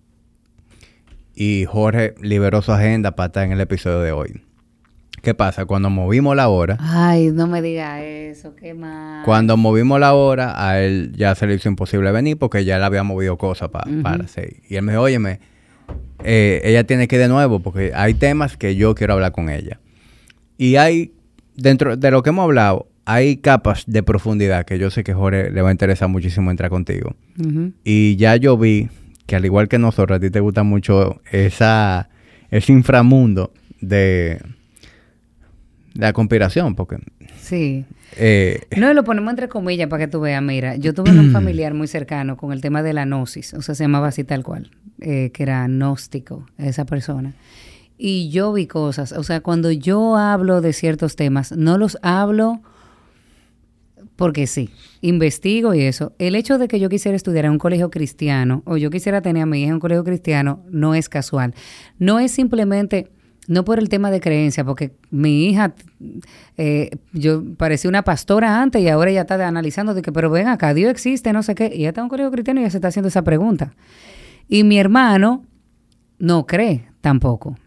Y Jorge liberó su agenda para estar en el episodio de hoy. ¿Qué pasa? Cuando movimos la hora... Ay, no me digas eso, qué mal. Cuando movimos la hora, a él ya se le hizo imposible venir porque ya le había movido cosas para hacer. Y él me dijo, óyeme, ella tiene que ir de nuevo porque hay temas que yo quiero hablar con ella. Y hay, dentro de lo que hemos hablado, hay capas de profundidad que yo sé que Jorge le va a interesar muchísimo entrar contigo. Y ya yo vi que al igual que nosotros, a ti te gusta mucho ese inframundo de la conspiración, porque... Sí. No, lo ponemos entre comillas para que tú veas. Mira, yo tuve un familiar muy cercano con el tema de la gnosis, o sea, se llamaba así tal cual, que era gnóstico, esa persona. Y yo vi cosas, o sea, cuando yo hablo de ciertos temas, no los hablo porque sí, investigo y eso. El hecho de que yo quisiera estudiar en un colegio cristiano, o yo quisiera tener a mi hija en un colegio cristiano, no es casual. No es simplemente... No por el tema de creencia, porque mi hija, yo parecía una pastora antes y ahora ella está analizando de que, pero ven acá, Dios existe, no sé qué. Y ella está en un colegio cristiano y ella se está haciendo esa pregunta. Y mi hermano no cree tampoco.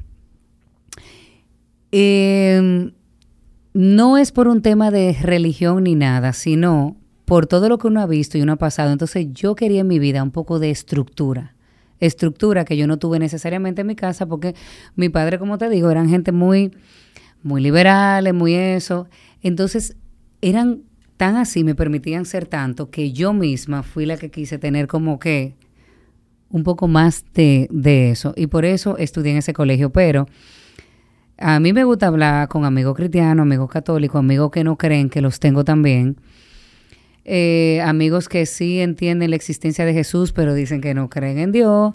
No es por un tema de religión ni nada, sino por todo lo que uno ha visto y uno ha pasado. Entonces yo quería en mi vida un poco de estructura que yo no tuve necesariamente en mi casa porque mi padre, como te digo, eran gente muy, muy liberales, muy eso. Entonces, eran tan así, me permitían ser tanto que yo misma fui la que quise tener como que un poco más de eso. Y por eso estudié en ese colegio. Pero a mí me gusta hablar con amigos cristianos, amigos católicos, amigos que no creen, que los tengo también. Amigos que sí entienden la existencia de Jesús, pero dicen que no creen en Dios.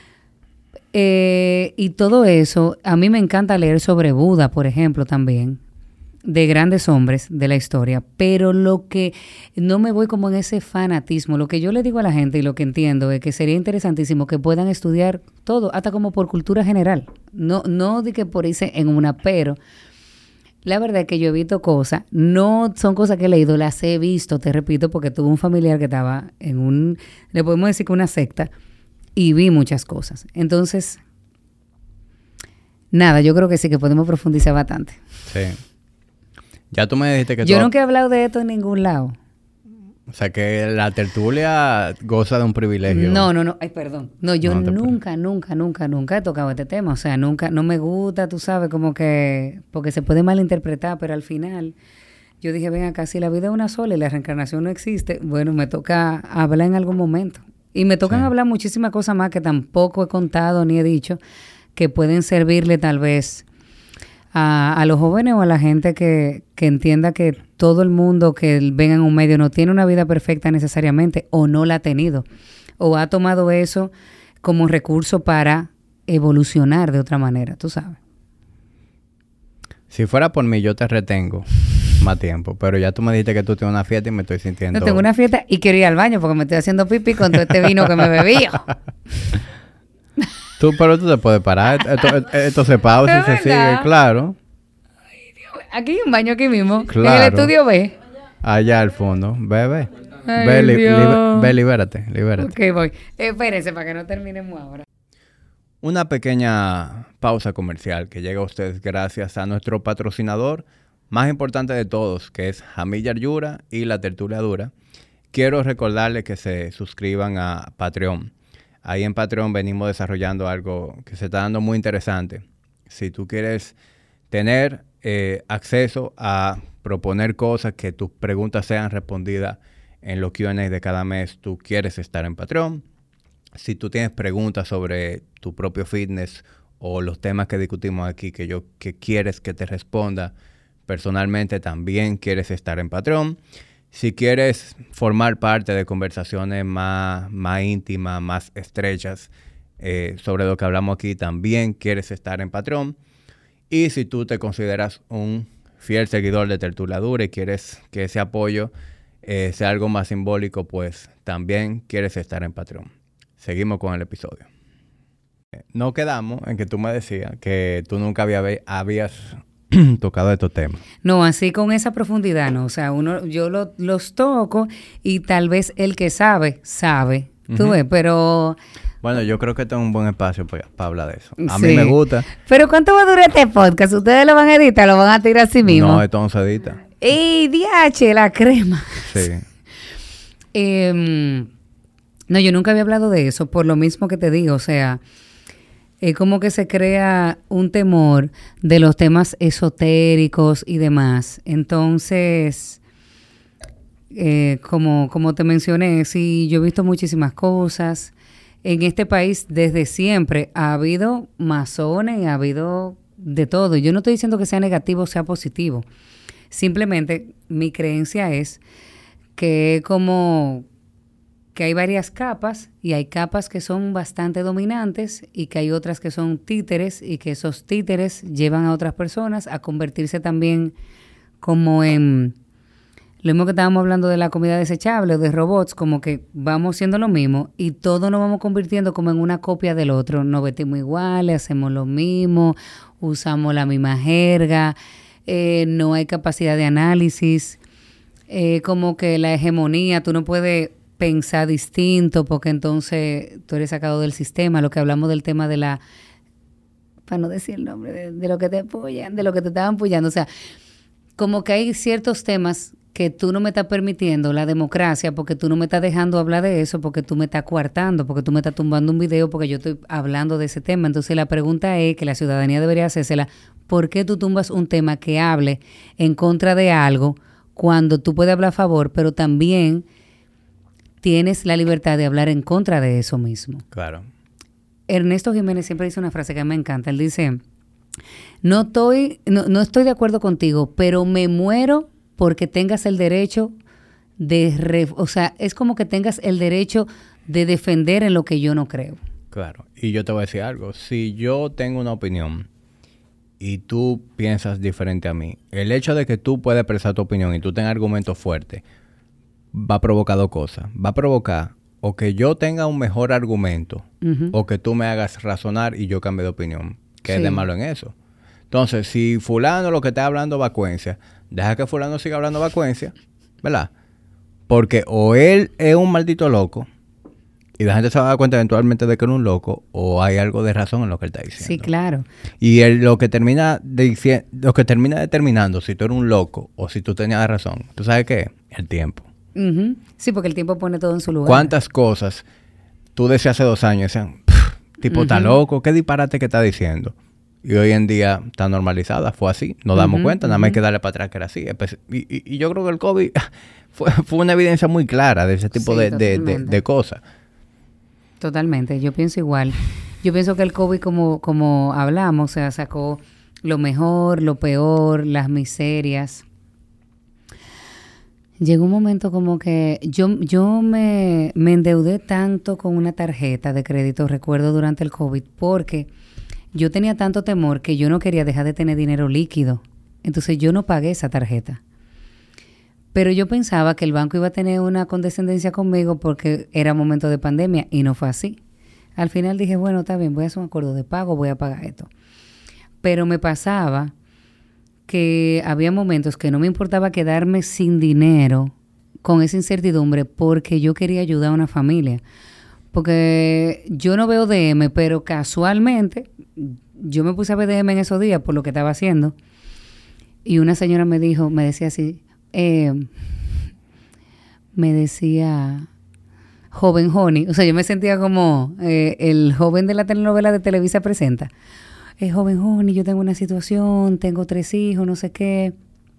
Y todo eso, a mí me encanta leer sobre Buda, por ejemplo, también, de grandes hombres de la historia, pero lo que no me voy como en ese fanatismo. Lo que yo le digo a la gente y lo que entiendo es que sería interesantísimo que puedan estudiar todo, hasta como por cultura general. No de que por irse en una, pero... La verdad es que yo he visto cosas, no son cosas que he leído, las he visto, te repito, porque tuve un familiar que estaba en le podemos decir que una secta, y vi muchas cosas. Entonces, nada, yo creo que sí que podemos profundizar bastante. Sí. Ya tú me dijiste que yo nunca he hablado de esto en ningún lado. O sea, que la tertulia goza de un privilegio. No. Ay, perdón. No, yo nunca he tocado este tema. O sea, no me gusta, tú sabes, como que... Porque se puede malinterpretar, pero al final... Yo dije, ven acá, si la vida es una sola y la reencarnación no existe, bueno, me toca hablar en algún momento. Y me tocan hablar muchísimas cosas más que tampoco he contado ni he dicho, que pueden servirle tal vez a los jóvenes o a la gente que entienda que todo el mundo que venga en un medio no tiene una vida perfecta necesariamente, o no la ha tenido, o ha tomado eso como recurso para evolucionar de otra manera, tú sabes. Si fuera por mí, yo te retengo más tiempo, pero ya tú me dijiste que tú tienes una fiesta y me estoy sintiendo... No, tengo una fiesta y quiero ir al baño porque me estoy haciendo pipí con todo este vino que me bebí. Pero tú te puedes parar. Esto se pausa y se sigue, claro. Ay, Dios. Aquí hay un baño aquí mismo. Claro. En el estudio B. Allá al fondo. Ve. Ay, Ve, libérate. Ok, voy. Espérense para que no terminemos ahora. Una pequeña pausa comercial que llega a ustedes gracias a nuestro patrocinador más importante de todos, que es Jamilla Yura y La Tertulia Dura. Quiero recordarles que se suscriban a Patreon. Ahí en Patreon venimos desarrollando algo que se está dando muy interesante. Si tú quieres tener acceso a proponer cosas, que tus preguntas sean respondidas en los Q&A de cada mes, tú quieres estar en Patreon. Si tú tienes preguntas sobre tu propio fitness o los temas que discutimos aquí que quieres que te responda personalmente, también quieres estar en Patreon. Si quieres formar parte de conversaciones más íntimas, más estrechas sobre lo que hablamos aquí, también quieres estar en Patreon. Y si tú te consideras un fiel seguidor de Tertulia Dura y quieres que ese apoyo sea algo más simbólico, pues también quieres estar en Patreon. Seguimos con el episodio. No quedamos en que tú me decías que tú nunca habías tocado estos temas. No, así con esa profundidad, no. O sea, yo los toco y tal vez el que sabe. Tú ves, pero... Bueno, yo creo que tengo un buen espacio para hablar de eso. A sí. mí me gusta. Pero ¿cuánto va a durar este podcast? ¿Ustedes lo van a editar? ¿Lo van a tirar así mismo? No, esto no se edita. ¡Ey, DH, la crema! Sí. No, yo nunca había hablado de eso, por lo mismo que te digo, o sea, es como que se crea un temor de los temas esotéricos y demás. Entonces, como te mencioné, sí, yo he visto muchísimas cosas. En este país desde siempre ha habido masones, ha habido de todo. Yo no estoy diciendo que sea negativo o sea positivo. Simplemente mi creencia es que que hay varias capas y hay capas que son bastante dominantes y que hay otras que son títeres y que esos títeres llevan a otras personas a convertirse también como en lo mismo que estábamos hablando de la comida desechable o de robots, como que vamos siendo lo mismo y todos nos vamos convirtiendo como en una copia del otro. Nos vestimos iguales, hacemos lo mismo, usamos la misma jerga, no hay capacidad de análisis, como que la hegemonía, tú no puedes pensar distinto porque entonces tú eres sacado del sistema. Lo que hablamos del tema de la, para no decir el nombre, de lo que te apoyan, de lo que te estaban apoyando, o sea, como que hay ciertos temas que tú no me estás permitiendo, la democracia, porque tú no me estás dejando hablar de eso, porque tú me estás coartando, porque tú me estás tumbando un video, porque yo estoy hablando de ese tema. Entonces la pregunta es, que la ciudadanía debería hacérsela, ¿por qué tú tumbas un tema que hable en contra de algo cuando tú puedes hablar a favor, pero también tienes la libertad de hablar en contra de eso mismo? Claro. Ernesto Jiménez siempre dice una frase que me encanta. Él dice, no estoy de acuerdo contigo, pero me muero porque tengas el derecho o sea, es como que tengas el derecho de defender en lo que yo no creo. Claro. Y yo te voy a decir algo. Si yo tengo una opinión y tú piensas diferente a mí, el hecho de que tú puedas expresar tu opinión y tú tengas argumentos fuertes va a provocar dos cosas. Va a provocar o que yo tenga un mejor argumento o que tú me hagas razonar y yo cambie de opinión. ¿Qué es de malo en eso? Entonces, si fulano lo que está hablando vacuencia, deja que fulano siga hablando vacuencia, ¿verdad? Porque o él es un maldito loco y la gente se va a dar cuenta eventualmente de que es un loco, o hay algo de razón en lo que él está diciendo. Sí, claro. Y lo que termina determinando si tú eres un loco o si tú tenías razón, ¿tú sabes qué? El tiempo. Sí, porque el tiempo pone todo en su lugar. ¿Cuántas cosas tú decías hace 2 años? Decían, tipo, está loco, qué disparate que está diciendo. Y hoy en día está normalizada, fue así, nos damos cuenta, nada más hay que darle para atrás que era así. Y yo creo que el COVID fue una evidencia muy clara de ese tipo de cosas. Totalmente, yo pienso igual. Yo pienso que el COVID, como hablamos, o sea, sacó lo mejor, lo peor, las miserias. Llegó un momento como que yo me endeudé tanto con una tarjeta de crédito, recuerdo, durante el COVID, porque yo tenía tanto temor que yo no quería dejar de tener dinero líquido. Entonces yo no pagué esa tarjeta. Pero yo pensaba que el banco iba a tener una condescendencia conmigo porque era momento de pandemia y no fue así. Al final dije, bueno, está bien, voy a hacer un acuerdo de pago, voy a pagar esto. Pero me pasaba que había momentos que no me importaba quedarme sin dinero con esa incertidumbre porque yo quería ayudar a una familia. Porque yo no veo DM, pero casualmente yo me puse a ver DM en esos días por lo que estaba haciendo. Y una señora me decía así, me decía, joven Honey, o sea, yo me sentía como el joven de la telenovela de Televisa Presenta. Joven Honey, yo tengo una situación, tengo 3 hijos, no sé qué,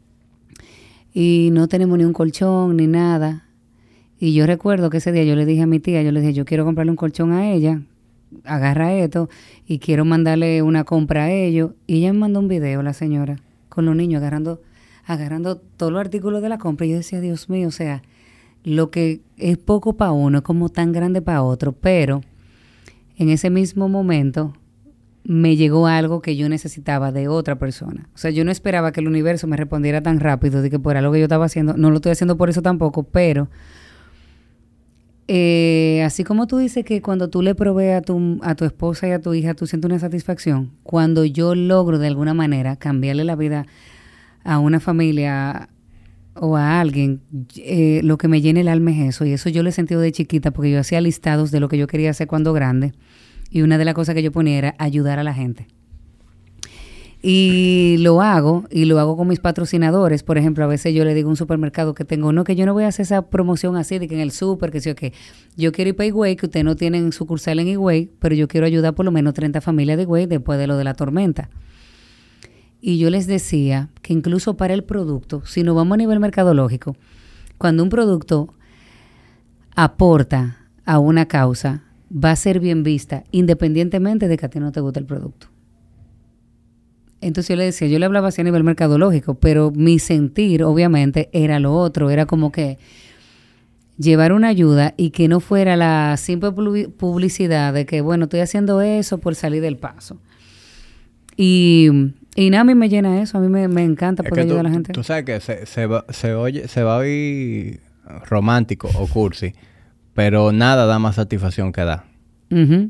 y no tenemos ni un colchón ni nada. Y yo recuerdo que ese día yo le dije a mi tía, yo quiero comprarle un colchón a ella, agarra esto, y quiero mandarle una compra a ellos. Y ella me mandó un video, la señora, con los niños agarrando todos los artículos de la compra. Y yo decía, Dios mío, o sea, lo que es poco para uno es como tan grande para otro. Pero en ese mismo momento me llegó algo que yo necesitaba de otra persona. O sea, yo no esperaba que el universo me respondiera tan rápido de que por algo que yo estaba haciendo. No lo estoy haciendo por eso tampoco, pero así como tú dices que cuando tú le provees a tu esposa y a tu hija, tú sientes una satisfacción. Cuando yo logro de alguna manera cambiarle la vida a una familia o a alguien, lo que me llena el alma es eso. Y eso yo lo he sentido de chiquita porque yo hacía listados de lo que yo quería hacer cuando grande. Y una de las cosas que yo ponía era ayudar a la gente. Y lo hago con mis patrocinadores. Por ejemplo, a veces yo le digo a un supermercado que tengo, no, que yo no voy a hacer esa promoción así, de que en el súper, que sí o qué. Yo quiero ir para Higüey, que ustedes no tienen sucursal en Higüey, pero yo quiero ayudar por lo menos 30 familias de Higüey después de lo de la tormenta. Y yo les decía que incluso para el producto, si nos vamos a nivel mercadológico, cuando un producto aporta a una causa, va a ser bien vista, independientemente de que a ti no te guste el producto. Entonces yo le decía, yo le hablaba así a nivel mercadológico, pero mi sentir, obviamente, era lo otro. Era como que llevar una ayuda y que no fuera la simple publicidad de que, bueno, estoy haciendo eso por salir del paso. Y nada, a mí me llena eso. A mí me encanta poder ayudar a la gente. Tú sabes que se va a oír romántico o cursi, pero nada da más satisfacción que da. Uh-huh.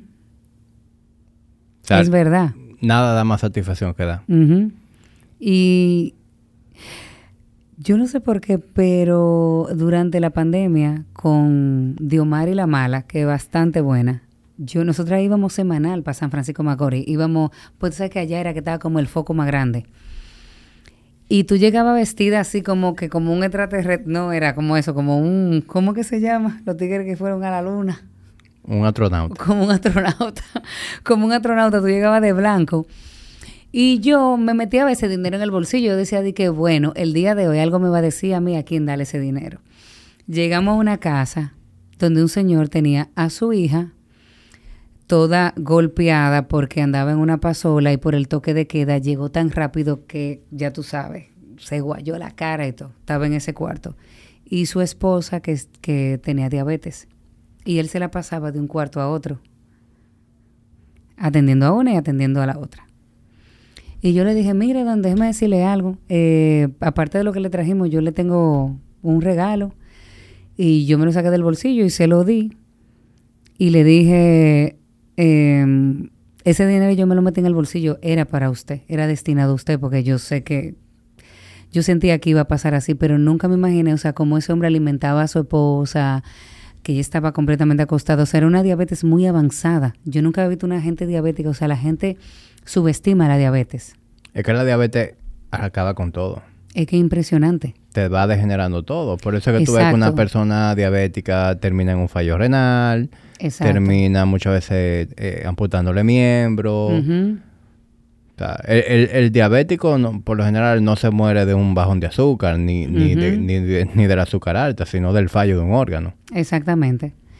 O sea, es verdad. Nada da más satisfacción que da. Uh-huh. Y yo no sé por qué, pero durante la pandemia con Diomar y La Mala, que es bastante buena, nosotras íbamos semanal para San Francisco Macorís. Íbamos, pues tú sabes que allá era que estaba como el foco más grande. Y tú llegabas vestida así como un extraterrestre, no, era como eso, como un, ¿cómo que se llama? Los tigres que fueron a la luna. Un astronauta. Como un astronauta, tú llegabas de blanco. Y yo me metía a veces dinero en el bolsillo. Yo decía que, bueno, el día de hoy algo me va a decir a mí a quién darle ese dinero. Llegamos a una casa donde un señor tenía a su hija toda golpeada porque andaba en una pasola y por el toque de queda llegó tan rápido que, ya tú sabes, se guayó la cara y todo. Estaba en ese cuarto. Y su esposa que tenía diabetes. Y él se la pasaba de un cuarto a otro, atendiendo a una y atendiendo a la otra. Y yo le dije, mire, don, déjeme decirle algo. Aparte de lo que le trajimos, yo le tengo un regalo. Y yo me lo saqué del bolsillo y se lo di. Y le dije, ese dinero yo me lo metí en el bolsillo, era para usted, era destinado a usted, porque yo sé que yo sentía que iba a pasar así, pero nunca me imaginé, o sea, cómo ese hombre alimentaba a su esposa, que ella estaba completamente acostada. O sea, era una diabetes muy avanzada. Yo nunca había visto una gente diabética. O sea, la gente subestima la diabetes. Es que la diabetes acaba con todo. Es que es impresionante. Te va degenerando todo. Por eso es que tú ves que una persona diabética termina en un fallo renal. Exacto. Termina muchas veces amputándole miembros. Uh-huh. O sea, el diabético por lo general no se muere de un bajón de azúcar ni del azúcar alta, sino del fallo de un órgano. Exactamente.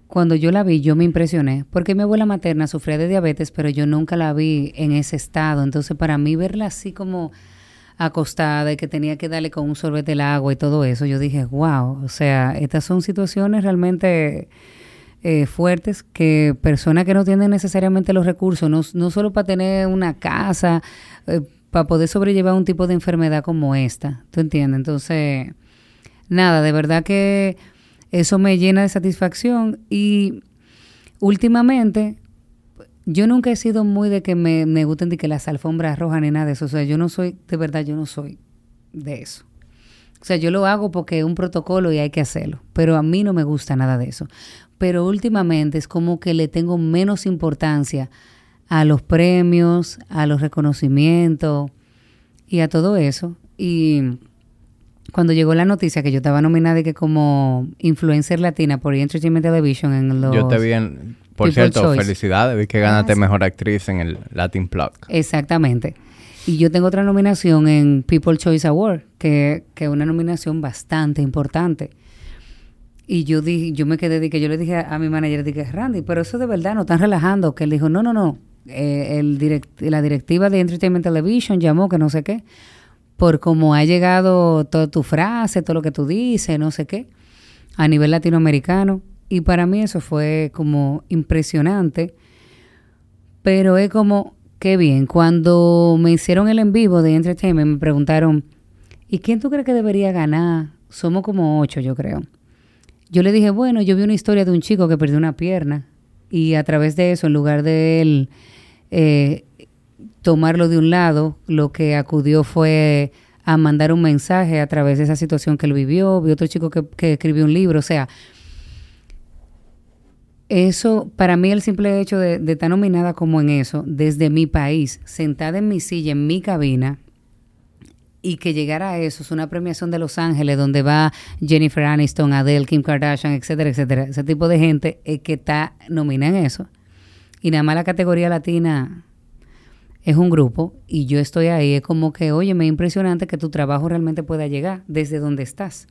cuando yo la vi, yo me impresioné, porque mi abuela materna sufría de diabetes, pero yo nunca la vi en ese estado. Entonces, para mí verla así como acostada y que tenía que darle con un sorbete el agua y todo eso, yo dije, wow, o sea, estas son situaciones realmente fuertes que personas que no tienen necesariamente los recursos, no solo para tener una casa, para poder sobrellevar un tipo de enfermedad como esta, ¿tú entiendes? Entonces, nada, de verdad que eso me llena de satisfacción y últimamente yo nunca he sido muy de que me gusten de que las alfombras rojas ni nada de eso. O sea, yo no soy, de verdad, yo no soy de eso. O sea, yo lo hago porque es un protocolo y hay que hacerlo. Pero a mí no me gusta nada de eso. Pero últimamente es como que le tengo menos importancia a los premios, a los reconocimientos y a todo eso. Y cuando llegó la noticia que yo estaba nominada y que como influencer latina por Entertainment Television en los... Yo te vi en... Por People cierto, Choice. felicidades. Vi que ganaste Mejor Actriz en el Latin Plug. Exactamente. Y yo tengo otra nominación en People Choice Award, que es una nominación bastante importante. Y yo me quedé, yo le dije a mi manager, dije, Randy, pero eso de verdad no están relajando. Que él dijo, no. La directiva de Entertainment Television llamó que no sé qué, por cómo ha llegado toda tu frase, todo lo que tú dices, no sé qué, a nivel latinoamericano. Y para mí eso fue como impresionante, pero es como, qué bien. Cuando me hicieron el en vivo de Entertainment, me preguntaron, ¿y quién tú crees que debería ganar? Somos como 8, yo creo. Yo le dije, bueno, yo vi una historia de un chico que perdió una pierna y a través de eso, en lugar de él tomarlo de un lado, lo que acudió fue a mandar un mensaje a través de esa situación que él vivió. Vi otro chico que escribió un libro, o sea... Eso, para mí, el simple hecho de estar nominada como en eso, desde mi país, sentada en mi silla, en mi cabina, y que llegara a eso, es una premiación de Los Ángeles, donde va Jennifer Aniston, Adele, Kim Kardashian, etcétera, etcétera. Ese tipo de gente que está nominada en eso. Y nada más la categoría latina es un grupo, y yo estoy ahí. Es como que, oye, me es impresionante que tu trabajo realmente pueda llegar desde donde estás.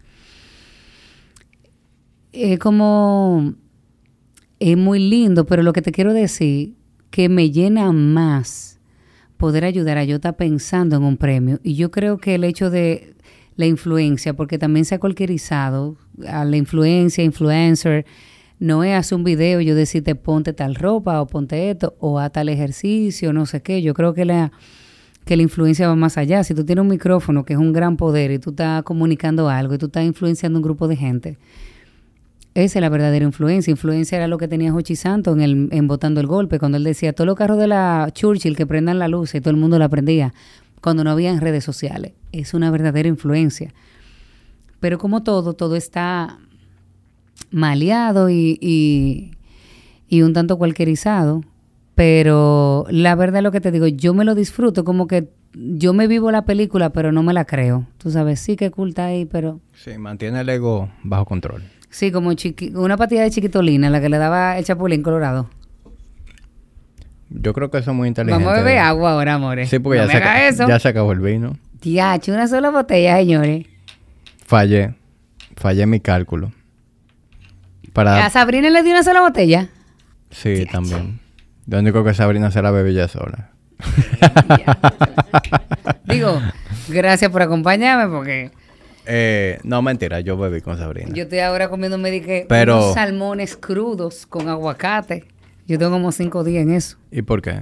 Es como... Es muy lindo, pero lo que te quiero decir, que me llena más poder ayudar a yo estar pensando en un premio. Y yo creo que el hecho de la influencia, porque también se ha cualquierizado a la influencer, no es hacer un video y yo decirte ponte tal ropa o ponte esto o a tal ejercicio, no sé qué. Yo creo que la influencia va más allá. Si tú tienes un micrófono, que es un gran poder, y tú estás comunicando algo y tú estás influenciando un grupo de gente, esa es la verdadera influencia. Influencia era lo que tenía Jochi Santos en Botando el Golpe, cuando él decía, todos los carros de la Churchill que prendan la luz, y todo el mundo la prendía, cuando no había en redes sociales. Es una verdadera influencia. Pero como todo está maleado y un tanto cualquierizado. Pero la verdad es lo que te digo, yo me lo disfruto, como que yo me vivo la película, pero no me la creo. Tú sabes, sí que cool está ahí, pero... Sí, mantiene el ego bajo control. Sí, como una patilla de chiquitolina, la que le daba el Chapulín Colorado. Yo creo que eso es muy inteligente. Vamos a beber agua ahora, amores. Sí, porque no ya se acabó el vino. Diacho, una sola botella, señores. Fallé mi cálculo. ¿A Sabrina le dio una sola botella? Sí, Diacho. también. Lo único que Sabrina se la bebe ya sola. Digo, gracias por acompañarme porque... No, mentira, yo bebí con Sabrina. Yo estoy ahora comiéndome unos salmones crudos con aguacate. Yo tengo como 5 días en eso. ¿Y por qué?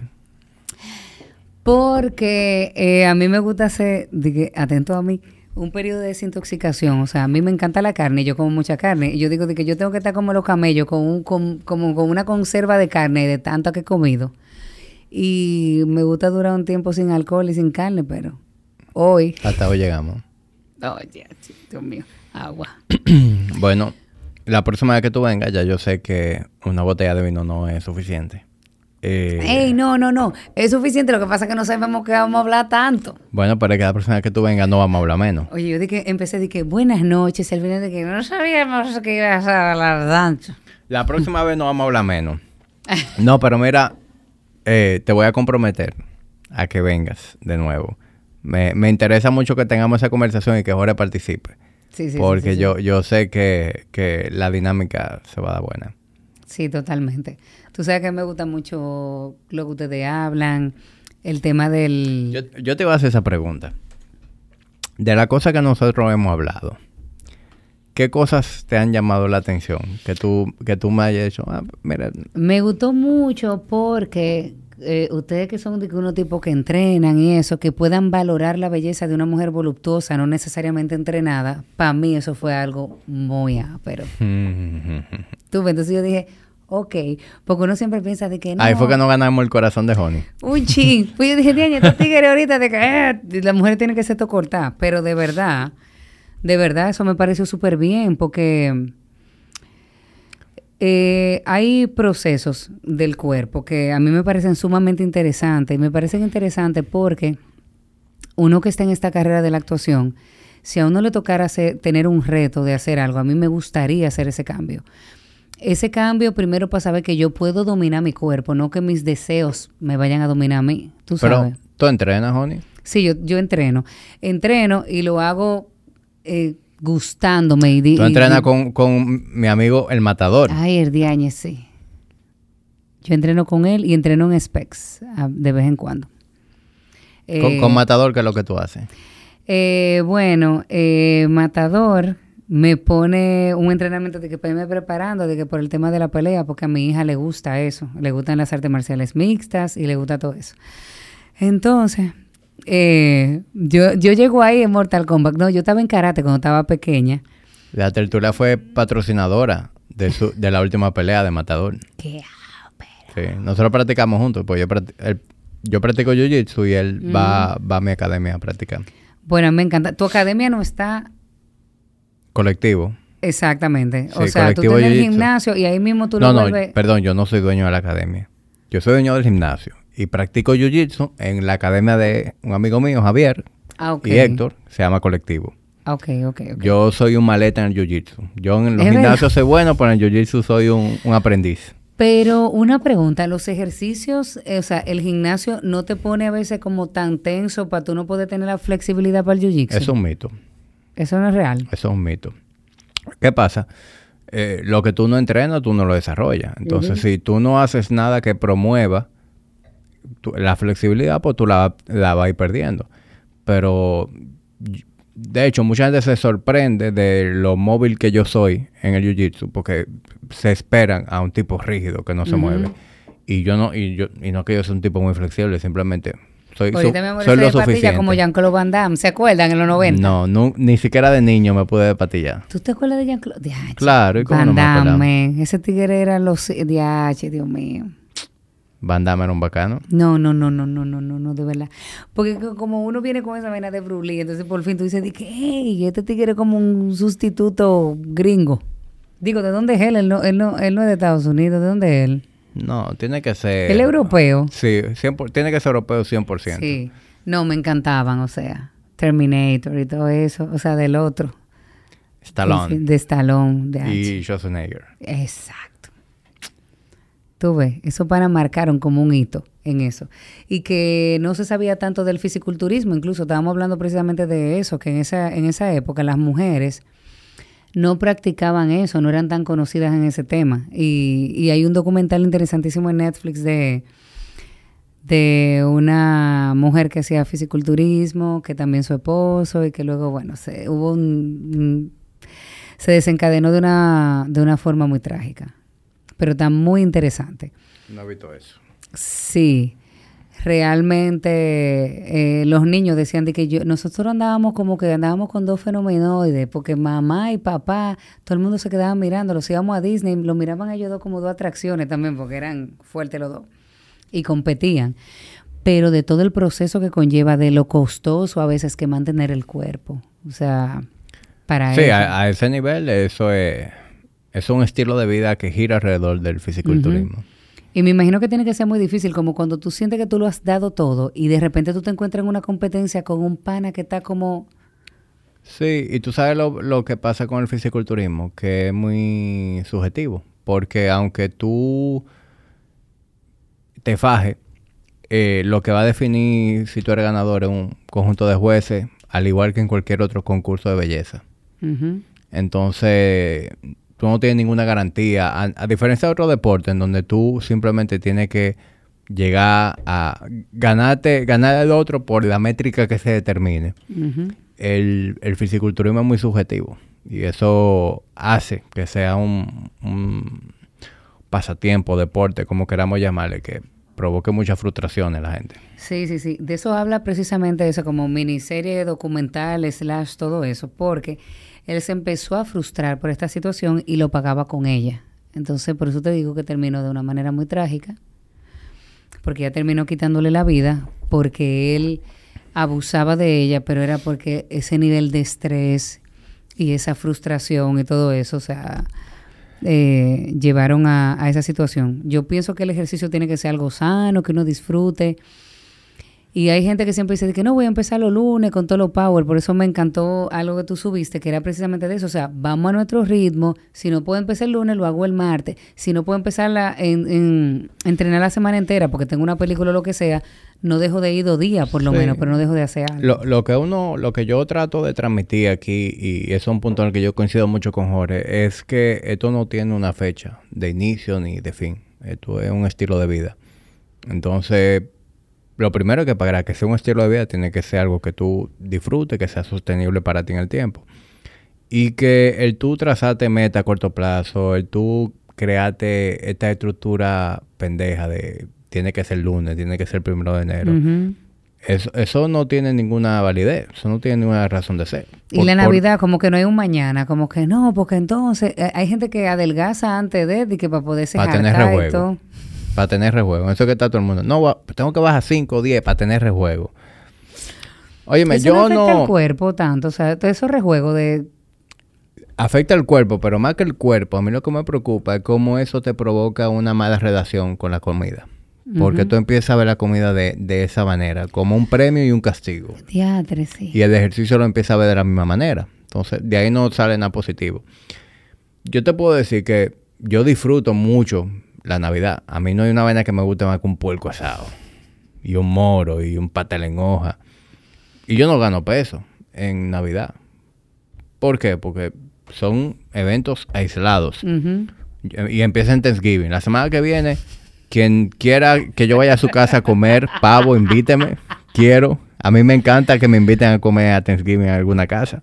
Porque a mí me gusta hacer, atento a mí, un periodo de desintoxicación. O sea, a mí me encanta la carne, yo como mucha carne. Y yo digo que yo tengo que estar como los camellos, como con una conserva de carne de tanto que he comido. Y me gusta durar un tiempo sin alcohol y sin carne, pero hoy... Hasta hoy llegamos. Oye, Dios mío, agua. Bueno, la próxima vez que tú vengas, ya yo sé que una botella de vino no es suficiente. ¡Ey, no! Es suficiente, lo que pasa es que no sabemos que vamos a hablar tanto. Bueno, pero es que la próxima vez que tú vengas no vamos a hablar menos. Oye, yo empecé de que buenas noches, el final de que no sabíamos que ibas a hablar tanto. La próxima vez no vamos a hablar menos. No, pero mira, te voy a comprometer a que vengas de nuevo. Me interesa mucho que tengamos esa conversación y que Jorge participe. Sí, porque sí. Yo sé que la dinámica se va a dar buena. Sí, totalmente. Tú sabes que me gusta mucho lo que ustedes hablan, el tema del... Yo te voy a hacer esa pregunta. De la cosa que nosotros hemos hablado, ¿qué cosas te han llamado la atención? Que tú me hayas dicho, mira. Me gustó mucho porque ustedes que son de unos tipos que entrenan y eso, que puedan valorar la belleza de una mujer voluptuosa, no necesariamente entrenada, para mí eso fue algo muy ápero. Tú ves, entonces yo dije, ok, porque uno siempre piensa de que no. Ahí fue que no ganamos el corazón de Honey. Un chin. Pues yo dije, Diana, este tigre ahorita de que la mujer tiene que ser todo cortada. Pero de verdad eso me pareció súper bien porque hay procesos del cuerpo que a mí me parecen sumamente interesantes. Y me parecen interesantes porque uno que está en esta carrera de la actuación, si a uno le tocara tener un reto de hacer algo, a mí me gustaría hacer ese cambio. Ese cambio primero para saber que yo puedo dominar mi cuerpo, no que mis deseos me vayan a dominar a mí. ¿Tú sabes? Pero, ¿tú entrenas, Honey? Sí, yo entreno. Entreno y lo hago gustándome. Tú entrenas con mi amigo El Matador. Ay, el Diañez, sí. Yo entreno con él y entreno en Specs de vez en cuando. Con Matador, ¿qué es lo que tú haces? Bueno, Matador me pone un entrenamiento de que para irme preparando, de que por el tema de la pelea, porque a mi hija le gusta eso, le gustan las artes marciales mixtas y le gusta todo eso. Entonces, yo llego ahí en Mortal Kombat. No, yo estaba en karate cuando estaba pequeña. La Tertulia fue patrocinadora de la última pelea de Matador. ¡Qué ápero! Sí, nosotros practicamos juntos, pues yo practico jiu-jitsu y él va a mi academia a practicar. Bueno, me encanta. Tu academia no está... Colectivo. Exactamente. Sí, o sea, tú tienes el gimnasio y ahí mismo tú lo vuelves... No, perdón, yo no soy dueño de la academia. Yo soy dueño del gimnasio y practico jiu-jitsu en la academia de un amigo mío, Javier, y Héctor, se llama Colectivo. Ok. Yo soy un maleta en el jiu-jitsu. Yo en los gimnasios soy bueno, pero en el jiu-jitsu soy un aprendiz. Pero una pregunta, los ejercicios, o sea, el gimnasio no te pone a veces como tan tenso para tú no poder tener la flexibilidad para el jiu-jitsu. Eso es un mito. Eso no es real. Eso es un mito. ¿Qué pasa? Lo que tú no entrenas, tú no lo desarrollas. Entonces, si tú no haces nada que promueva la flexibilidad, pues tú la vas a ir perdiendo. Pero, de hecho, mucha gente se sorprende de lo móvil que yo soy en el jiu-jitsu porque se esperan a un tipo rígido que no se mueve. Y no que yo sea un tipo muy flexible, simplemente... Soy lo suficiente. Como Jean-Claude Van Damme, ¿se acuerdan en los 90? No, ni siquiera de niño me pude patillar. ¿Tú te acuerdas de Jean-Claude? Claro, ¿y cómo Van no me Damme, ese tigre era los... Dios mío. Van Damme era un bacano. No, de verdad. Porque como uno viene con esa vaina de Bruce Lee, entonces por fin tú dices, hey, este tigre es como un sustituto gringo. Digo, ¿de dónde es él? Él no es de Estados Unidos, ¿de dónde es él? No, tiene que ser... ¿El europeo? Sí, tiene que ser europeo 100%. Sí. No, me encantaban, o sea, Terminator y todo eso, o sea, del otro. Stallone. De Stallone. Y Schwarzenegger. Exacto. Tú ves, eso para marcaron como un hito en eso. Y que no se sabía tanto del fisiculturismo, incluso estábamos hablando precisamente de eso, que en esa época las mujeres... no practicaban eso, no eran tan conocidas en ese tema. Y hay un documental interesantísimo en Netflix de una mujer que hacía fisiculturismo, que también su esposo, y que luego, bueno, se desencadenó de una forma muy trágica. Pero está muy interesante. No he visto eso. Sí. Realmente los niños decían de que nosotros andábamos con dos fenomenoides, porque mamá y papá, todo el mundo se quedaba mirando, los íbamos a Disney, los miraban a ellos dos como dos atracciones también, porque eran fuertes los dos, y competían. Pero de todo el proceso que conlleva, de lo costoso a veces que mantener el cuerpo, o sea, para sí, a ese nivel eso es un estilo de vida que gira alrededor del fisiculturismo. Y me imagino que tiene que ser muy difícil, como cuando tú sientes que tú lo has dado todo y de repente tú te encuentras en una competencia con un pana que está como... Sí, y tú sabes lo que pasa con el fisiculturismo, que es muy subjetivo, porque aunque tú te fajes, lo que va a definir si tú eres ganador es un conjunto de jueces, al igual que en cualquier otro concurso de belleza. Entonces, tú no tienes ninguna garantía. A diferencia de otro deporte en donde tú simplemente tienes que llegar a ganar al otro por la métrica que se determine. Ujú. El fisiculturismo es muy subjetivo y eso hace que sea un pasatiempo, deporte, como queramos llamarle, que provoque mucha frustración en la gente. Sí, sí, sí. De eso habla precisamente eso, como miniserie documental, / todo eso, porque él se empezó a frustrar por esta situación y lo pagaba con ella. Entonces, por eso te digo que terminó de una manera muy trágica, porque ella terminó quitándole la vida, porque él abusaba de ella, pero era porque ese nivel de estrés y esa frustración y todo eso, o sea, llevaron a esa situación. Yo pienso que el ejercicio tiene que ser algo sano, que uno disfrute. Y hay gente que siempre dice que no, voy a empezar los lunes con todo lo power. Por eso me encantó algo que tú subiste, que era precisamente de eso. O sea, vamos a nuestro ritmo. Si no puedo empezar el lunes, lo hago el martes. Si no puedo empezar entrenar la semana entera porque tengo una película o lo que sea, no dejo de ir 2 días por lo menos, pero no dejo de hacer algo. Lo que yo trato de transmitir aquí, y eso es un punto en el que yo coincido mucho con Jorge, es que esto no tiene una fecha de inicio ni de fin. Esto es un estilo de vida. Entonces, lo primero es que para que sea un estilo de vida tiene que ser algo que tú disfrutes, que sea sostenible para ti en el tiempo. Y que el tú trazarte meta a corto plazo, el tú crearte esta estructura pendeja de tiene que ser lunes, tiene que ser 1 de enero. Ujú. Eso no tiene ninguna validez, eso no tiene ninguna razón de ser. Y la Navidad, como que no hay un mañana, como que no, porque entonces hay gente que adelgaza antes de que para poderse Para tener hartar y rejuego. todo. Para tener rejuego. Eso que está todo el mundo. No, tengo que bajar 5 o 10 para tener rejuego. Óyeme, Eso yo no afecta no... al cuerpo tanto, o sea, todo eso rejuego de... Afecta al cuerpo, pero más que el cuerpo, a mí lo que me preocupa es cómo eso te provoca una mala relación con la comida. Porque tú empiezas a ver la comida de esa manera, como un premio y un castigo. Diatre, sí. Y el ejercicio lo empieza a ver de la misma manera. Entonces, de ahí no sale nada positivo. Yo te puedo decir que yo disfruto mucho la Navidad. A mí no hay una vaina que me guste más que un puerco asado. Y un moro y un pastel en hoja. Y yo no gano peso en Navidad. ¿Por qué? Porque son eventos aislados. Ujú. Y empieza en Thanksgiving. La semana que viene, quien quiera que yo vaya a su casa a comer pavo, invíteme. Quiero. A mí me encanta que me inviten a comer a Thanksgiving en alguna casa.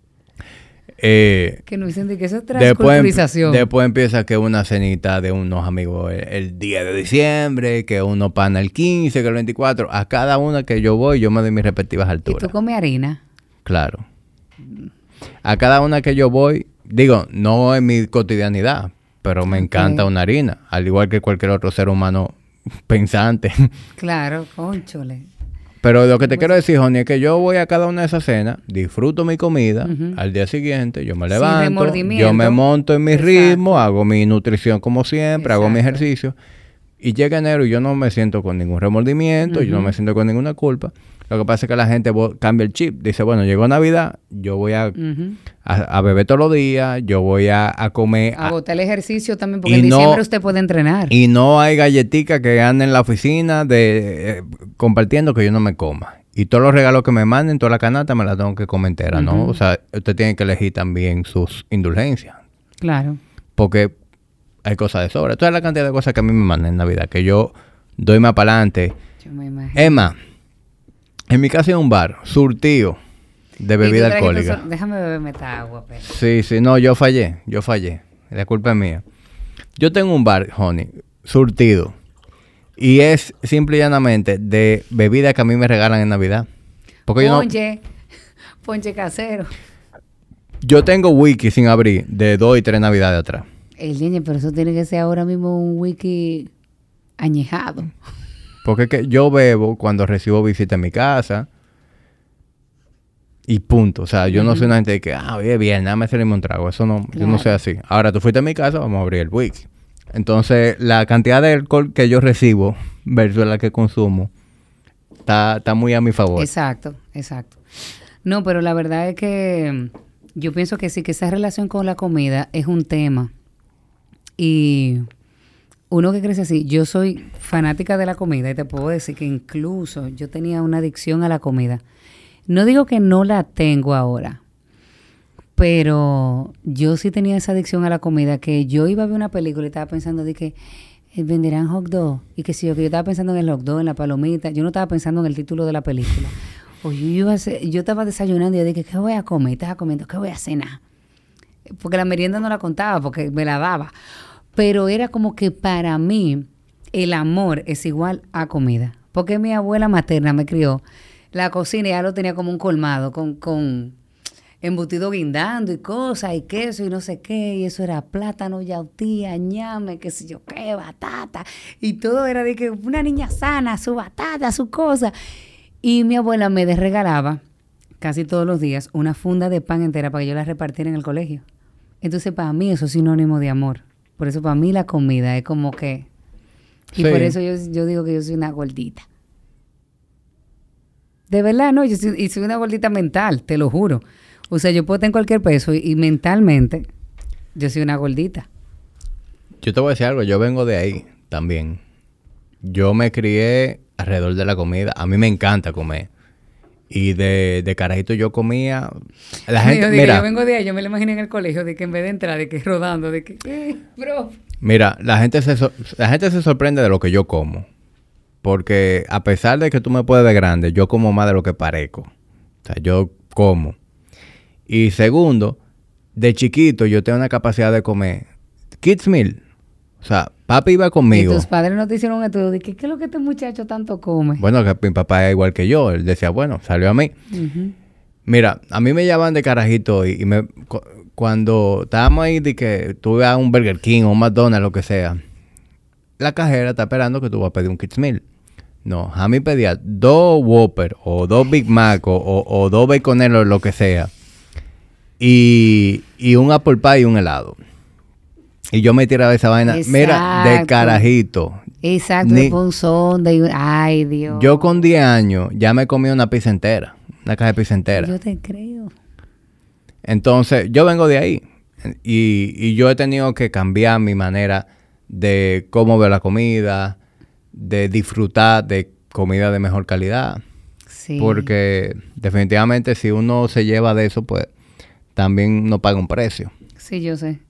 Que no dicen de que eso es transculturización. Después empieza que una cenita de unos amigos el 10 de diciembre, que uno pana el 15, que el 24. A cada una que yo voy, yo me doy mis respectivas ¿Y alturas. tú comes harina? Claro. A cada una que yo voy, digo, no en mi cotidianidad, pero me encanta una harina, al igual que cualquier otro ser humano pensante. Claro, cónchole. Pero lo que te quiero decir, Joni, es que yo voy a cada una de esas cenas, disfruto mi comida, Ujú. al día siguiente yo me Sin levanto, remordimiento. yo me monto en mi Exacto. ritmo, hago mi nutrición como siempre, hago mi Exacto. ejercicio, y llega enero y yo no me siento con ningún remordimiento, yo no me siento con ninguna culpa. Lo que pasa es que la gente cambia el chip, dice, bueno, llegó Navidad, yo voy a beber todos los días, yo voy a comer... A botar el ejercicio también, porque Y en no- diciembre usted puede entrenar. Y no hay galletitas que anden en la oficina compartiendo que yo no me coma. Y todos los regalos que me manden, toda la canasta me la tengo que comer entera, ¿no? O sea, usted tiene que elegir también sus indulgencias. Claro. Porque hay cosas de sobra. Toda la cantidad de cosas que a mí me mandan en Navidad, que yo doy más para adelante. Yo me imagino. Emma, en mi casa hay un bar, surtido de Y tú bebida trajiste alcohólica. déjame beberme esta agua, pero. Sí, no, yo fallé. La culpa es mía. Yo tengo un bar, honey, surtido. Y es simple y llanamente de bebida que a mí me regalan en Navidad. Porque Ponche casero. yo tengo wiki sin abrir de 2 y 3 Navidades atrás. El niño, pero eso tiene que ser ahora mismo un wiki añejado. Porque es que yo bebo cuando recibo visita en mi casa. Y punto. O sea, yo no soy una gente de que, oye, bien, nada más servirme un trago. Eso no, yo no Claro. soy así. Ahora, tú fuiste a mi casa, vamos a abrir el wiki. Entonces, la cantidad de alcohol que yo recibo versus la que consumo está muy a mi favor. Exacto. No, pero la verdad es que yo pienso que sí, que esa relación con la comida es un tema. Y uno que crece así, yo soy fanática de la comida y te puedo decir que incluso yo tenía una adicción a la comida. No digo que no la tengo ahora, Pero yo sí tenía esa adicción a la comida, que yo iba a ver una película y estaba pensando de que venderán hot dog. Y que si yo estaba pensando en el hot dog, en la palomita. Yo no estaba pensando en el título de la película. O yo estaba desayunando y yo dije, ¿qué voy a comer? Estaba comiendo, ¿qué voy a cenar? Porque la merienda no la contaba, porque me la daba. Pero era como que para mí el amor es igual a comida. Porque mi abuela materna me crió. La cocina ya lo tenía como un colmado, con embutido guindando y cosas, y queso y no sé qué, y eso era plátano, yautía, ñame, qué sé yo qué, batata, y todo era de que una niña sana, su batata, su cosa. Y mi abuela me desregalaba casi todos los días una funda de pan entera para que yo la repartiera en el colegio. Entonces, para mí eso es sinónimo de amor. Por eso, para mí la comida es como que... Y Sí. por eso yo digo que yo soy una gordita. De verdad, no, y soy una gordita mental, te lo juro. O sea, yo puedo tener cualquier peso y mentalmente yo soy una gordita. Yo te voy a decir algo, yo vengo de ahí también. Yo me crié alrededor de la comida. A mí me encanta comer. Y de carajito yo comía... La gente, Yo digo, mira, yo vengo de ahí, yo me lo imaginé en el colegio, de que en vez de entrar, de que rodando, de que, bro. mira, la gente se sorprende de lo que yo como. Porque a pesar de que tú me puedes ver grande, yo como más de lo que parezco. O sea, yo como. Y segundo, de chiquito yo tengo una capacidad de comer kids meal. O sea, papi iba Y conmigo. tus padres no te hicieron un estudio de que, ¿qué es lo que este muchacho tanto come? Bueno, que mi papá es igual que yo. Él decía, bueno, salió a mí. Ujú. Mira, a mí me llaman de carajito y cuando estábamos ahí de que tú ibas a un Burger King o un McDonald's, lo que sea, la cajera está esperando que tú vas a pedir un kids meal. No, a mí pedía 2 Whopper o 2 Big Mac o 2 Baconeros, lo que sea. Y un apple pie y un helado. Y yo me tiraba esa vaina. Mira, de Exacto. carajito. Exacto, Ni- después un sonda y ay, Dios. Yo con 10 años ya me comí una pizza entera. Una caja de pizza entera. Yo te creo. Entonces, yo vengo de ahí. Y yo he tenido que cambiar mi manera de cómo veo la comida, de disfrutar de comida de mejor calidad. Sí. Porque definitivamente si uno se lleva de eso, pues también no paga un precio. Sí, yo sé.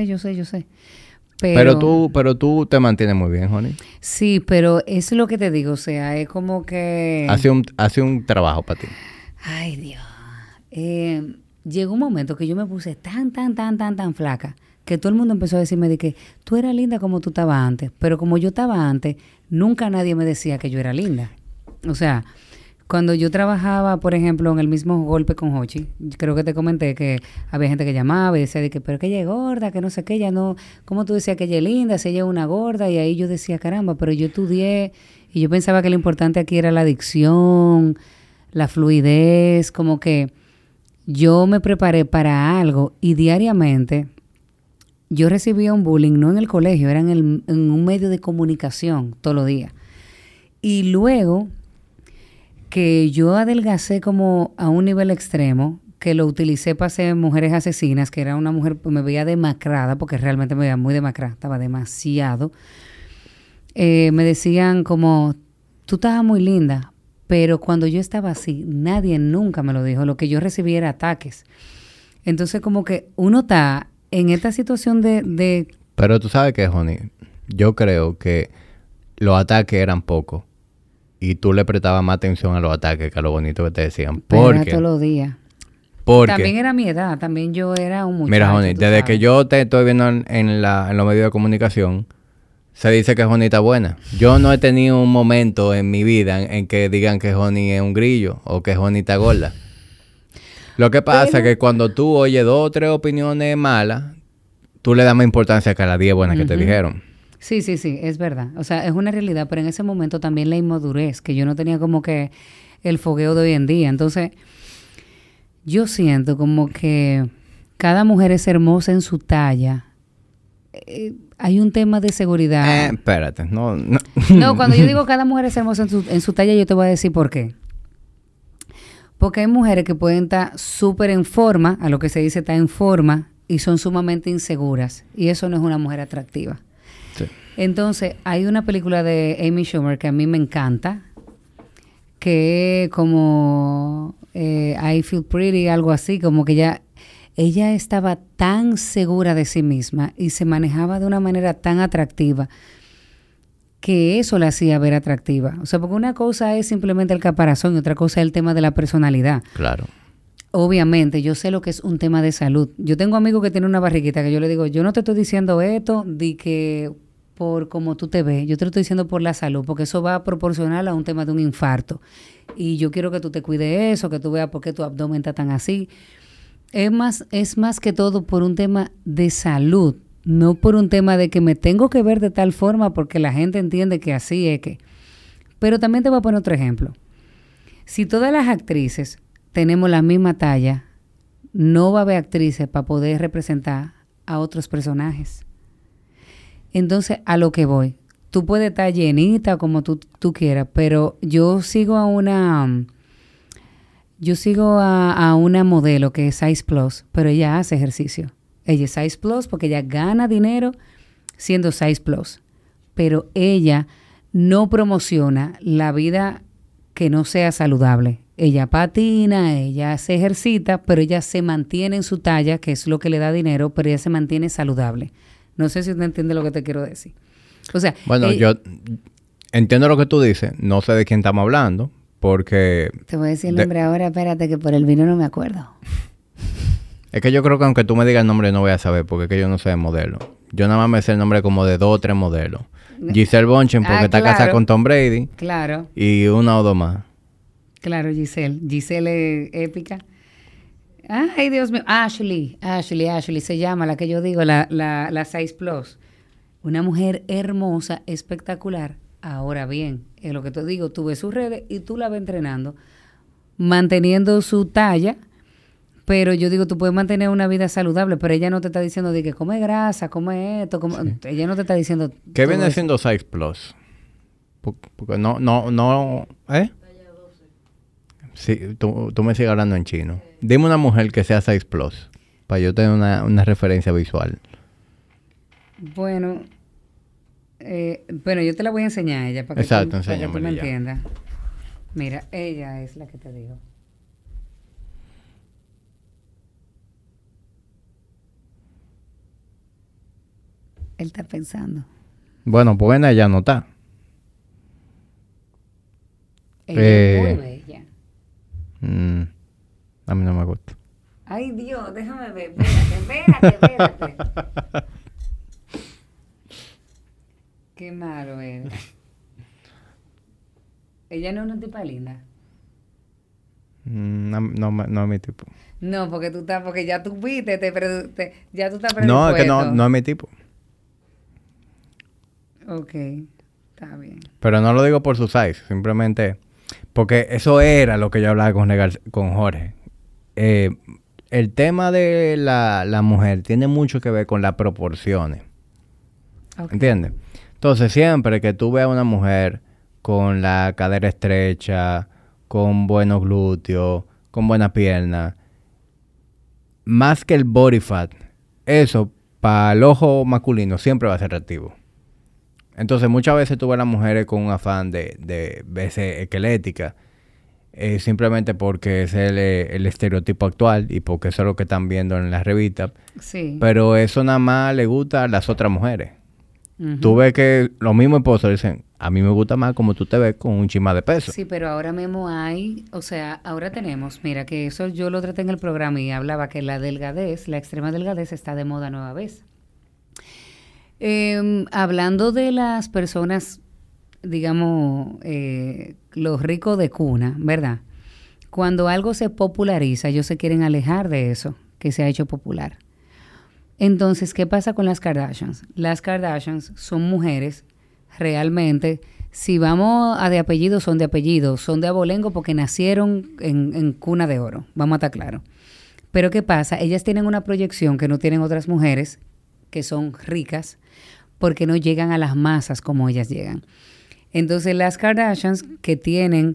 Pero tú te mantienes muy bien, Joni. Sí, pero es lo que te digo, o sea, es como que... Hace un trabajo para ti. Ay, Dios. Llegó un momento que yo me puse tan flaca que todo el mundo empezó a decirme de que tú eras linda como tú estabas antes. Pero como yo estaba antes, nunca nadie me decía que yo era linda. O sea, cuando yo trabajaba, por ejemplo, en el mismo golpe con Hochi, creo que te comenté que había gente que llamaba y decía de que, pero que ella es gorda, que no sé qué, ella no... ¿Cómo tú decías que ella es linda, si ella es una gorda? Y ahí yo decía, caramba, pero yo estudié y yo pensaba que lo importante aquí era la dicción, la fluidez, como que yo me preparé para algo y diariamente yo recibía un bullying, no en el colegio, era en un medio de comunicación todos los días. Y luego que yo adelgacé como a un nivel extremo, que lo utilicé para hacer Mujeres Asesinas, que era una mujer, me veía demacrada, porque realmente me veía muy demacrada, estaba demasiado. Me decían como, tú estabas muy linda, pero cuando yo estaba así, nadie nunca me lo dijo. Lo que yo recibí era ataques. Entonces, como que uno está en esta situación de... Pero tú sabes que, Joni, yo creo que los ataques eran pocos. Y tú le prestabas más atención a los ataques que a lo bonito que te decían. Era Porque, todos los días. porque También era mi edad, también yo era un muchacho. mira, Joni, tú desde sabes. que yo te estoy viendo en los medios de comunicación, se dice que Joni está buena. Yo no he tenido un momento en mi vida en que digan que Joni es un grillo o que Joni está gorda. Lo que pasa es que cuando tú oyes 2 o 3 opiniones malas, tú le das más importancia que a las 10 buenas que te dijeron. Sí, es verdad. O sea, es una realidad, pero en ese momento también la inmadurez, que yo no tenía como que el fogueo de hoy en día. Entonces, yo siento como que cada mujer es hermosa en su talla. Hay un tema de seguridad. Espérate, no. No, cuando yo digo cada mujer es hermosa en su talla, yo te voy a decir por qué. Porque hay mujeres que pueden estar súper en forma, a lo que se dice está en forma, y son sumamente inseguras. Y eso no es una mujer atractiva. Sí. Entonces, hay una película de Amy Schumer que a mí me encanta, que es como I Feel Pretty, algo así, como que ella estaba tan segura de sí misma y se manejaba de una manera tan atractiva que eso la hacía ver atractiva. O sea, porque una cosa es simplemente el caparazón y otra cosa es el tema de la personalidad. Claro. Obviamente, yo sé lo que es un tema de salud. Yo tengo amigos que tienen una barriguita que yo le digo, yo no te estoy diciendo esto de que por cómo tú te ves, yo te lo estoy diciendo por la salud, porque eso va a proporcionar a un tema de un infarto. Y yo quiero que tú te cuides eso, que tú veas por qué tu abdomen está tan así. Es más que todo por un tema de salud, no por un tema de que me tengo que ver de tal forma porque la gente entiende que así es que. Pero también te voy a poner otro ejemplo. Si todas las actrices tenemos la misma talla, no va a haber actrices para poder representar a otros personajes. Entonces, a lo que voy, tú puedes estar llenita como tú quieras, pero yo sigo a una modelo que es Size Plus, pero ella hace ejercicio. Ella es Size Plus porque ella gana dinero siendo Size Plus, pero ella no promociona la vida que no sea saludable. Ella patina, ella se ejercita, pero ella se mantiene en su talla, que es lo que le da dinero, pero ella se mantiene saludable. No sé si usted entiende lo que te quiero decir. O sea, bueno, yo entiendo lo que tú dices. No sé de quién estamos hablando, porque... Te voy a decir el nombre ahora, espérate, que por el vino no me acuerdo. Es que yo creo que aunque tú me digas el nombre no voy a saber, porque es que yo no sé de modelo. Yo nada más me sé el nombre como de 2 o 3 modelos. Giselle Bündchen, porque está casada con Tom Brady. Claro. Y 1 o 2 más. Claro, Giselle. Giselle es épica. Ay, Dios mío. Ashley se llama, la que yo digo, la Size Plus. Una mujer hermosa, espectacular. Ahora bien, es lo que te digo, tú ves sus redes y tú la ves entrenando, manteniendo su talla, pero yo digo, tú puedes mantener una vida saludable, pero ella no te está diciendo de que come grasa, come esto, sí. Ella no te está diciendo... ¿Qué viene siendo Size Plus? Porque no, ¿eh? Sí, tú me sigues hablando en chino. Dime una mujer que sea Size Plus, para yo tener una referencia visual. Bueno, yo te la voy a enseñar a ella para que tú me entiendas. Mira, ella es la que te digo. Él está pensando. Bueno, pues ella no está. Ella es muy bella. A mí no me gusta. Ay, Dios, déjame ver. Espérate. Qué malo es. Ella no es una tipa linda. No es mi tipo. No, porque ya tú viste, ya tú estás predispuesto. No, es que no es mi tipo. Ok, está bien. Pero no lo digo por su size, simplemente porque eso era lo que yo hablaba con Jorge. El tema de la mujer tiene mucho que ver con las proporciones. Okay. ¿Entiendes? Entonces, siempre que tú veas a una mujer con la cadera estrecha, con buenos glúteos, con buena pierna, más que el body fat, eso para el ojo masculino siempre va a ser atractivo. Entonces, muchas veces tú ves a las mujeres con un afán de verse esquelética, simplemente porque es el estereotipo actual y porque eso es lo que están viendo en las revistas. Sí. Pero eso nada más le gusta a las otras mujeres. Uh-huh. Tú ves que los mismos esposos dicen, a mí me gusta más como tú te ves con un chin más de peso. Sí, pero ahora mismo ahora tenemos, mira, que eso yo lo traté en el programa y hablaba que la delgadez, la extrema delgadez está de moda nueva vez. Hablando de las personas, digamos, los ricos de cuna, ¿verdad? Cuando algo se populariza, ellos se quieren alejar de eso que se ha hecho popular. Entonces, ¿qué pasa con las Kardashians? Las Kardashians son mujeres realmente, si vamos a de apellido, son de abolengo porque nacieron en cuna de oro, vamos a estar claros. Pero ¿qué pasa? Ellas tienen una proyección que no tienen otras mujeres que son ricas porque no llegan a las masas como ellas llegan. Entonces, las Kardashians que tienen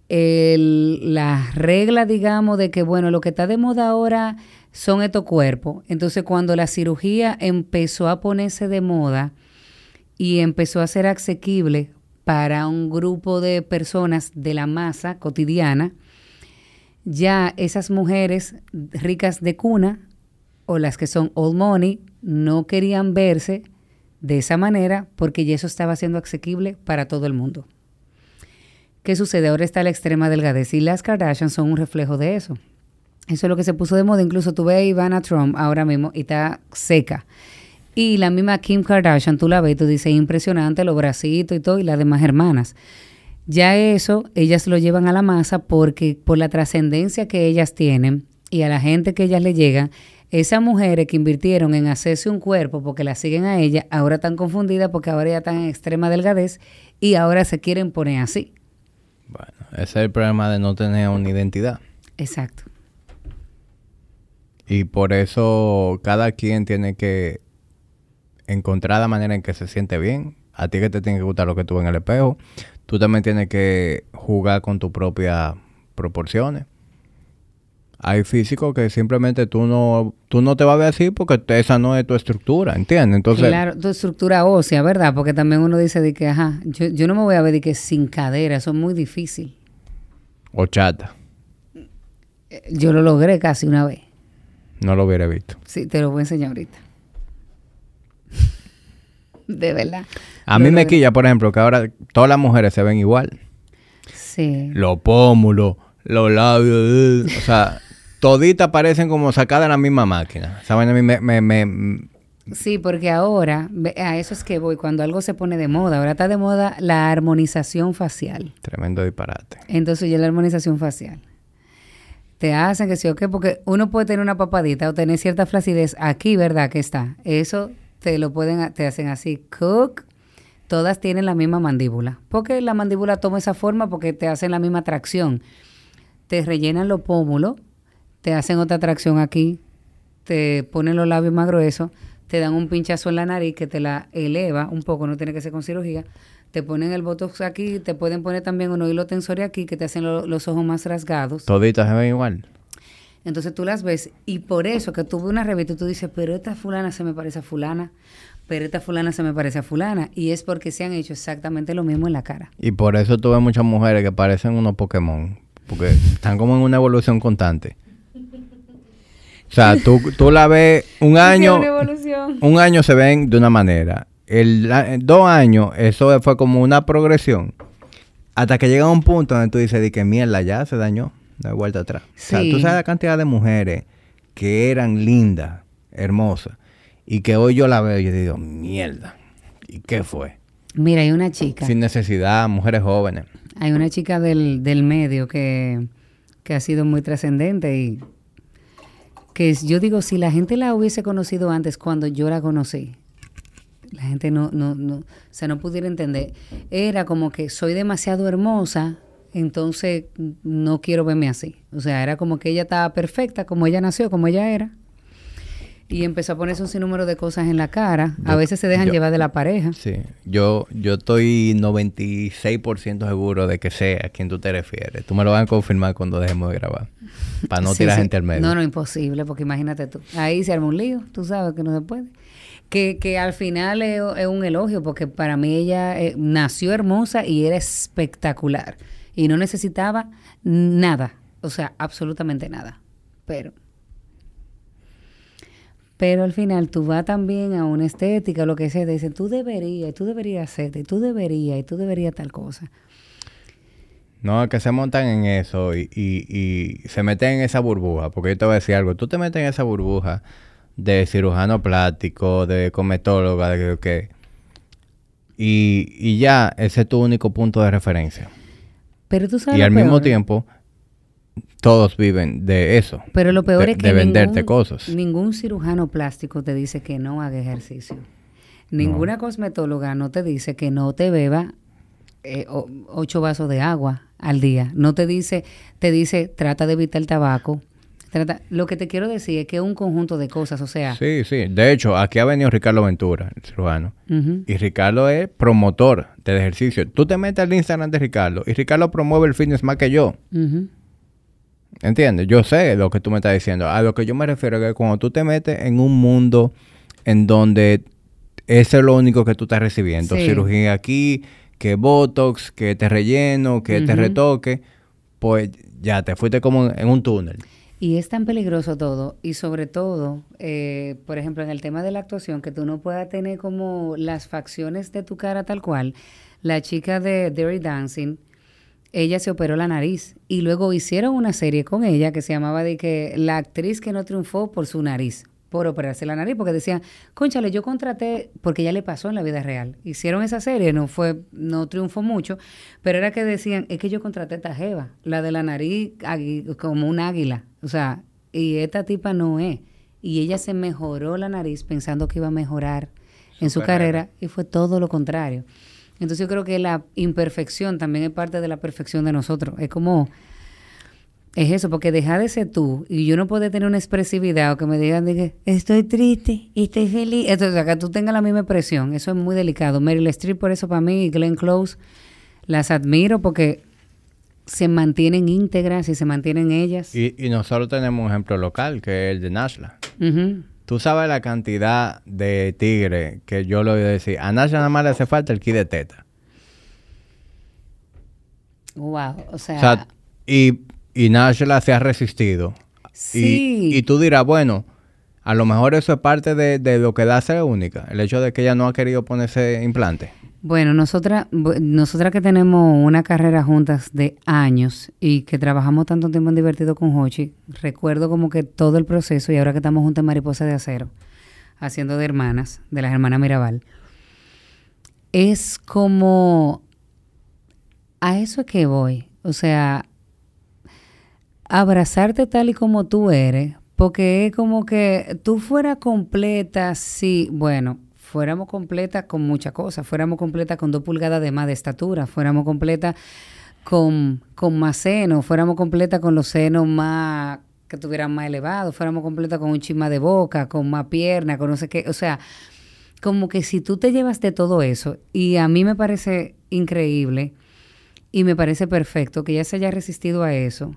la regla, digamos, de que, bueno, lo que está de moda ahora son estos cuerpos. Entonces, cuando la cirugía empezó a ponerse de moda y empezó a ser asequible para un grupo de personas de la masa cotidiana, ya esas mujeres ricas de cuna o las que son old money no querían verse de esa manera porque ya eso estaba siendo asequible para todo el mundo. ¿Qué sucede? Ahora está la extrema delgadez y las Kardashian son un reflejo de eso. Eso es lo que se puso de moda. Incluso tú ves a Ivana Trump ahora mismo y está seca. Y la misma Kim Kardashian, tú la ves y tú dices, impresionante, los bracitos y todo, y las demás hermanas. Ya eso, ellas lo llevan a la masa porque por la trascendencia que ellas tienen y a la gente que ellas le llegan, esas mujeres que invirtieron en hacerse un cuerpo porque la siguen a ella, ahora están confundidas porque ahora ya están en extrema delgadez y ahora se quieren poner así. Bueno, ese es el problema de no tener una identidad. Exacto. Y por eso cada quien tiene que encontrar la manera en que se siente bien. A ti que te tiene que gustar lo que tú ves en el espejo. Tú también tienes que jugar con tus propias proporciones. Hay físicos que simplemente tú no te vas a ver así porque esa no es tu estructura, ¿entiendes? Entonces, claro, tu estructura ósea, ¿verdad? Porque también uno dice de que, ajá, yo no me voy a ver de que sin cadera, eso es muy difícil. O chata. Yo lo logré casi una vez. No lo hubiera visto. Sí, te lo voy a enseñar ahorita. De verdad. A mí me quilla, por ejemplo, que ahora todas las mujeres se ven igual. Sí. Los pómulos, los labios, o sea, toditas parecen como sacadas de la misma máquina. ¿Saben? A mí Sí, porque ahora, a eso es que voy, cuando algo se pone de moda, ahora está de moda la armonización facial. Tremendo disparate. Entonces ya la armonización facial. Te hacen que sí o qué, porque uno puede tener una papadita o tener cierta flacidez aquí, ¿verdad? Que está. Eso te hacen así, cook. Todas tienen la misma mandíbula. Porque la mandíbula toma esa forma porque te hacen la misma tracción. Te rellenan los pómulos, te hacen otra tracción aquí, te ponen los labios más gruesos, te dan un pinchazo en la nariz que te la eleva un poco, no tiene que ser con cirugía. Te ponen el botox aquí, te pueden poner también unos hilos tensores aquí que te hacen los ojos más rasgados. Toditas se ven igual. Entonces tú las ves y por eso que tú ves una revista y tú dices, pero esta fulana se me parece a fulana, pero esta fulana se me parece a fulana. Y es porque se han hecho exactamente lo mismo en la cara. Y por eso tú ves muchas mujeres que parecen unos Pokémon, porque están como en una evolución constante. O sea, tú la ves un año, un año se ven de una manera. 2 años, eso fue como una progresión. Hasta que llega un punto donde tú dices, de que mierda, ya se dañó, no hay vuelta atrás. Sí. O sea, tú sabes la cantidad de mujeres que eran lindas, hermosas, y que hoy yo la veo y yo digo, mierda, ¿y qué fue? Mira, hay una chica. Sin necesidad, mujeres jóvenes. Hay una chica del medio que ha sido muy trascendente y que yo digo, si la gente la hubiese conocido antes cuando yo la conocí, la gente no pudiera entender. Era como que soy demasiado hermosa, entonces no quiero verme así. O sea, era como que ella estaba perfecta, como ella nació, como ella era. Y empezó a ponerse un sinnúmero de cosas en la cara. A veces se dejan llevar de la pareja. Sí. Yo estoy 96% seguro de que sé a quién tú te refieres. Tú me lo vas a confirmar cuando dejemos de grabar. Para no tirar gente al medio. No, imposible, porque imagínate tú. Ahí se arma un lío. Tú sabes que no se puede. Que al final es un elogio, porque para mí ella nació hermosa y era espectacular. Y no necesitaba nada. O sea, absolutamente nada. Pero al final tú vas también a una estética, lo que sea, te dicen, tú deberías hacerte, tú deberías tal cosa. No, que se montan en eso y se meten en esa burbuja. Porque yo te voy a decir algo, tú te metes en esa burbuja de cirujano plástico, de cosmetóloga, de que y ya ese es tu único punto de referencia. Pero tú sabes y al peor. mismo tiempo todos viven de eso. Pero lo peor es que de venderte cosas. Ningún cirujano plástico te dice que no haga ejercicio. Ninguna cosmetóloga no te dice que no te beba 8 vasos de agua al día. No te dice, trata de evitar el tabaco. Lo que te quiero decir es que es un conjunto de cosas, o sea... Sí. De hecho, aquí ha venido Ricardo Ventura, el cirujano. Uh-huh. Y Ricardo es promotor del ejercicio. Tú te metes al Instagram de Ricardo y Ricardo promueve el fitness más que yo. Uh-huh. ¿Entiendes? Yo sé lo que tú me estás diciendo. A lo que yo me refiero es que cuando tú te metes en un mundo en donde eso es lo único que tú estás recibiendo. Sí. Cirugía aquí, que botox, que te relleno, que te retoque, pues ya te fuiste como en un túnel. Y es tan peligroso todo, y sobre todo, por ejemplo, en el tema de la actuación, que tú no puedas tener como las facciones de tu cara tal cual. La chica de Dirty Dancing, ella se operó la nariz y luego hicieron una serie con ella que se llamaba de que la actriz que no triunfó por su nariz, por operarse la nariz, porque decían, cónchale, yo contraté, porque ya le pasó en la vida real. Hicieron esa serie, no triunfó mucho, pero era que decían, es que yo contraté a esta jeva, la de la nariz como un águila, o sea, y esta tipa no es. Y ella se mejoró la nariz pensando que iba a mejorar en su carrera y fue todo lo contrario. Entonces yo creo que la imperfección también es parte de la perfección de nosotros. Es como, es eso, porque deja de ser tú y yo no puedo tener una expresividad o que me digan de que estoy triste y estoy feliz. Entonces, acá tú tengas la misma expresión, eso es muy delicado. Meryl Streep, por eso para mí, y Glenn Close, las admiro porque se mantienen íntegras y se mantienen ellas. Y nosotros tenemos un ejemplo local, que es el de Nashla. Uh-huh. Tú sabes la cantidad de tigre que yo le voy a decir. A Nashla nada más le hace falta el kit de teta. Wow, o sea y Nashla se ha resistido. Sí. Y tú dirás, bueno, a lo mejor eso es parte de lo que da a ser única. El hecho de que ella no ha querido ponerse implante. Bueno, nosotras que tenemos una carrera juntas de años y que trabajamos tanto tiempo en Divertido con Jochi, recuerdo como que todo el proceso y ahora que estamos juntas en Mariposa de Acero, haciendo de hermanas, de las hermanas Mirabal, es como, a eso es que voy, o sea, abrazarte tal y como tú eres, porque es como que tú fueras completa, sí, bueno, fuéramos completas con muchas cosas, fuéramos completas con 2 pulgadas de más de estatura, fuéramos completas con más senos, fuéramos completas con los senos más, que tuvieran más elevados, fuéramos completas con un chisma de boca, con más pierna, con no sé qué, o sea, como que si tú te llevas de todo eso, y a mí me parece increíble, y me parece perfecto que ella se haya resistido a eso,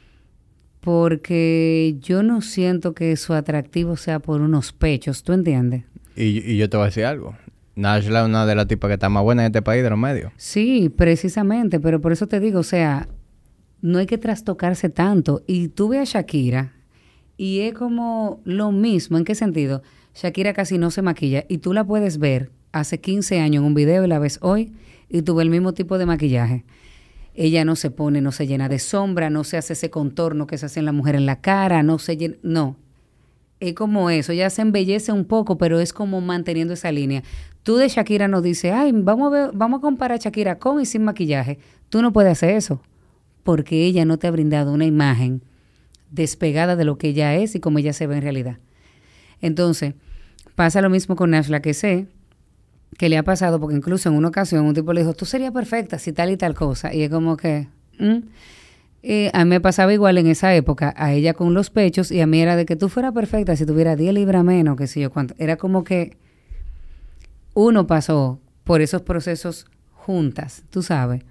porque yo no siento que su atractivo sea por unos pechos, ¿tú entiendes? Y yo te voy a decir algo. Nashla es una de las tipas que está más buena en este país de los medios. Sí, precisamente, pero por eso te digo, o sea, no hay que trastocarse tanto. Y tú ves a Shakira y es como lo mismo. ¿En qué sentido? Shakira casi no se maquilla y tú la puedes ver hace 15 años en un video y la ves hoy y tú ves el mismo tipo de maquillaje. Ella no se pone, no se llena de sombra, no se hace ese contorno que se hace en la mujer en la cara, no se llena, no. Es como eso, ya se embellece un poco, pero es como manteniendo esa línea. Tú de Shakira nos dices, ay, vamos a comparar a Shakira con y sin maquillaje. Tú no puedes hacer eso, porque ella no te ha brindado una imagen despegada de lo que ella es y cómo ella se ve en realidad. Entonces, pasa lo mismo con Nashla, que sé que le ha pasado, porque incluso en una ocasión un tipo le dijo, tú serías perfecta si tal y tal cosa. Y es como que... a mí me pasaba igual en esa época, a ella con los pechos, y a mí era de que tú fueras perfecta si tuviera 10 libras menos, qué sé yo cuánto. Era como que uno pasó por esos procesos juntas, tú sabes.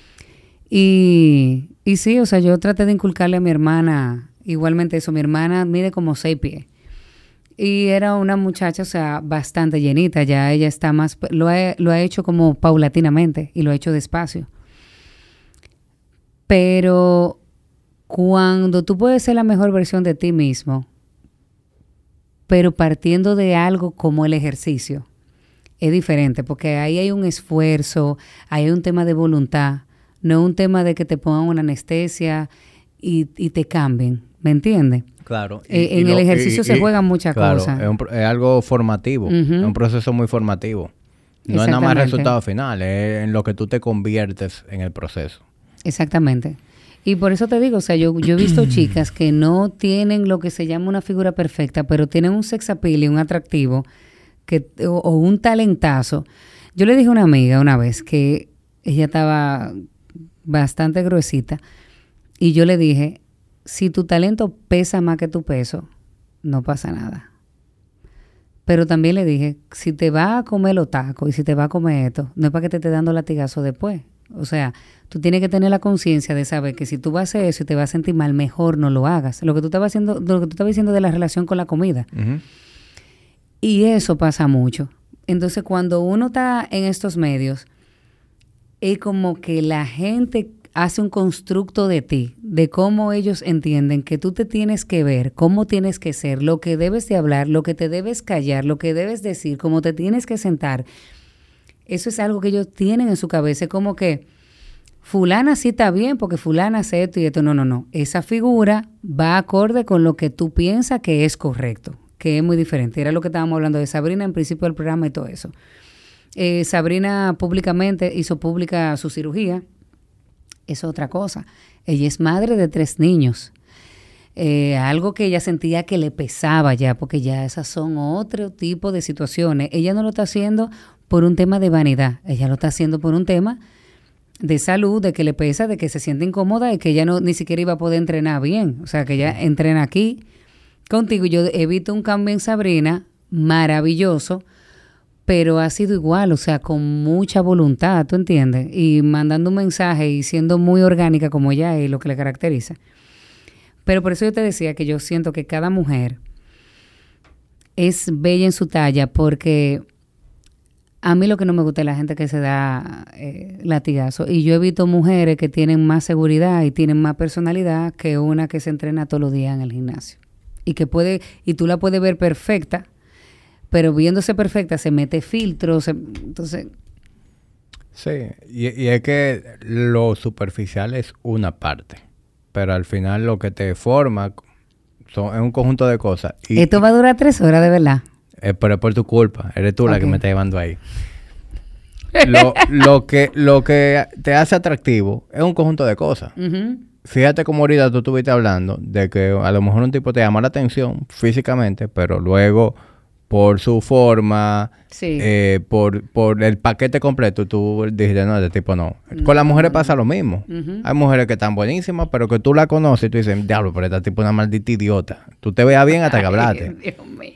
Y sí, o sea, yo traté de inculcarle a mi hermana igualmente eso. Mi hermana mide como 6 pies. Y era una muchacha, o sea, bastante llenita. Ya ella está más... Lo ha hecho como paulatinamente y lo ha hecho despacio. Pero cuando tú puedes ser la mejor versión de ti mismo, pero partiendo de algo como el ejercicio, es diferente, porque ahí hay un esfuerzo, ahí hay un tema de voluntad, no es un tema de que te pongan una anestesia y te cambien, ¿me entiendes? Claro. En el ejercicio se juegan muchas cosas. Es algo formativo, es un proceso muy formativo. No es nada más el resultado final, es en lo que tú te conviertes en el proceso. Exactamente. Y por eso te digo, o sea, yo he visto chicas que no tienen lo que se llama una figura perfecta, pero tienen un sex appeal y un atractivo o un talentazo. Yo le dije a una amiga una vez que ella estaba bastante gruesita y yo le dije, si tu talento pesa más que tu peso, no pasa nada. Pero también le dije, si te va a comer los tacos y si te va a comer esto, no es para que te esté dando latigazo después. O sea, tú tienes que tener la conciencia de saber que si tú vas a hacer eso y te vas a sentir mal, mejor no lo hagas. Lo que tú estabas diciendo de la relación con la comida. Uh-huh. Y eso pasa mucho. Entonces, cuando uno está en estos medios, es como que la gente hace un constructo de ti, de cómo ellos entienden que tú te tienes que ver, cómo tienes que ser, lo que debes de hablar, lo que te debes callar, lo que debes decir, cómo te tienes que sentar. Eso es algo que ellos tienen en su cabeza, es como que fulana sí está bien porque fulana hace esto y esto. No. Esa figura va acorde con lo que tú piensas que es correcto, que es muy diferente. Era lo que estábamos hablando de Sabrina en principio del programa y todo eso. Sabrina públicamente hizo pública su cirugía. Es otra cosa. Ella es madre de 3 niños. Algo que ella sentía que le pesaba ya, porque ya esas son otro tipo de situaciones. Ella no lo está haciendo por un tema de vanidad. Ella lo está haciendo por un tema de salud, de que le pesa, de que se siente incómoda y que ella no ni siquiera iba a poder entrenar bien. O sea, que ella entrena aquí contigo. Yo he visto un cambio en Sabrina maravilloso, pero ha sido igual, o sea, con mucha voluntad, ¿tú entiendes? Y mandando un mensaje y siendo muy orgánica como ella es lo que le caracteriza. Pero por eso yo te decía que yo siento que cada mujer es bella en su talla, porque a mí lo que no me gusta es la gente que se da latigazo. Y yo he visto mujeres que tienen más seguridad y tienen más personalidad que una que se entrena todos los días en el gimnasio. Y tú la puedes ver perfecta, pero viéndose perfecta se mete filtros, entonces... Sí, y es que lo superficial es una parte, pero al final lo que te forma es un conjunto de cosas. Y, esto va a durar 3 horas, de verdad. Pero es por tu culpa, eres tú la que me está llevando ahí. Lo que te hace atractivo es un conjunto de cosas. Uh-huh. Fíjate cómo ahorita tú estuviste hablando de que a lo mejor un tipo te llama la atención físicamente, pero luego... por su forma, sí. por el paquete completo, tú dijiste, no, este tipo no. Con las mujeres pasa lo mismo. Uh-huh. Hay mujeres que están buenísimas, pero que tú la conoces y tú dices, diablo, pero este tipo es una maldita idiota. Tú te veas bien hasta que hablaste. Dios mío.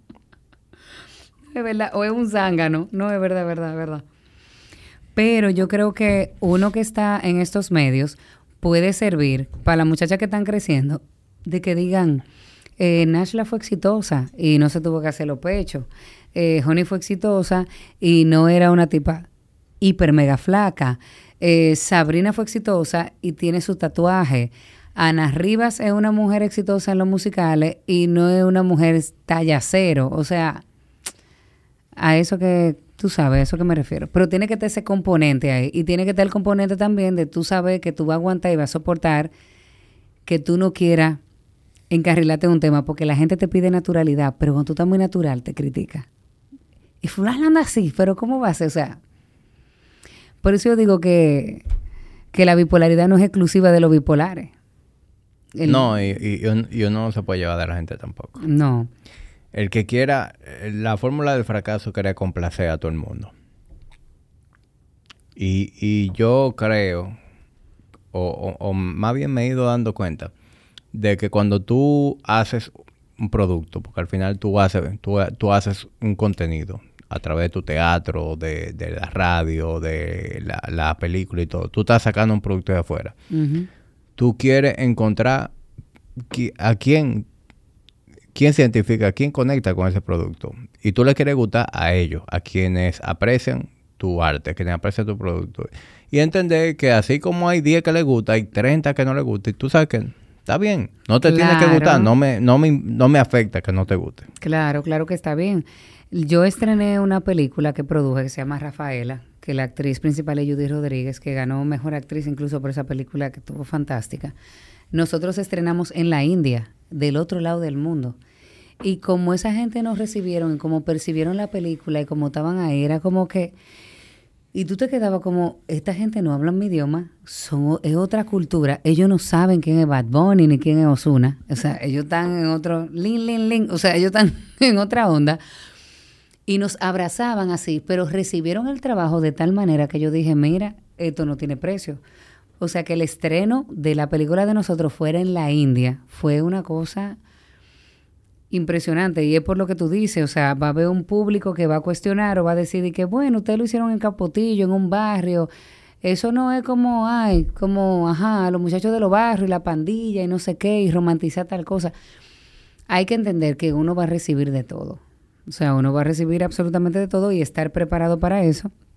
Es verdad, o es un zángano. No, es verdad. Pero yo creo que uno que está en estos medios puede servir para las muchachas que están creciendo, de que digan... Nashla fue exitosa y no se tuvo que hacer los pechos. Honey fue exitosa y no era una tipa hiper mega flaca. Sabrina fue exitosa y tiene su tatuaje. Ana Rivas es una mujer exitosa en los musicales y no es una mujer talla cero. O sea, a eso que tú sabes, a eso que me refiero. Pero tiene que tener ese componente ahí. Y tiene que tener el componente también de tú saber que tú vas a aguantar y vas a soportar que tú no quieras encarrilarte en un tema, porque la gente te pide naturalidad, pero cuando tú estás muy natural te critica. Y fulano anda así, pero ¿cómo va a ser? O sea, por eso yo digo que la bipolaridad no es exclusiva de los bipolares. No, y uno no se puede llevar de la gente tampoco. No. El que quiera, la fórmula del fracaso quiere complacer a todo el mundo. Y yo creo, o más bien me he ido dando cuenta, de que cuando tú haces un producto, porque al final tú haces un contenido a través de tu teatro, de la radio, de la película y todo, tú estás sacando un producto de afuera. Uh-huh. Tú quieres encontrar a quién se identifica, quién conecta con ese producto. Y tú le quieres gustar a ellos, a quienes aprecian tu arte, a quienes aprecian tu producto. Y entender que así como hay 10 que les gusta, hay 30 que no les gusta. Y tú sabes que está bien, no te tiene que gustar, no me afecta que no te guste. Claro que está bien. Yo estrené una película que produje que se llama Rafaela, que la actriz principal es Judy Rodríguez, que ganó Mejor Actriz incluso por esa película que estuvo fantástica. Nosotros estrenamos en la India, del otro lado del mundo. Y como esa gente nos recibieron y como percibieron la película y como estaban ahí, era como que... Y tú te quedabas como, esta gente no habla mi idioma, es otra cultura. Ellos no saben quién es Bad Bunny ni quién es Ozuna. O sea, ellos están en otro, o sea, ellos están en otra onda. Y nos abrazaban así, pero recibieron el trabajo de tal manera que yo dije, mira, esto no tiene precio. O sea, que el estreno de la película de nosotros fuera en la India fue una cosa impresionante. Y es por lo que tú dices, o sea, va a haber un público que va a cuestionar o va a decir que, bueno, ustedes lo hicieron en Capotillo, en un barrio. Eso no es como, los muchachos de los barrios y la pandilla y no sé qué, y romantizar tal cosa. Hay que entender que uno va a recibir de todo. O sea, uno va a recibir absolutamente de todo y estar preparado para eso.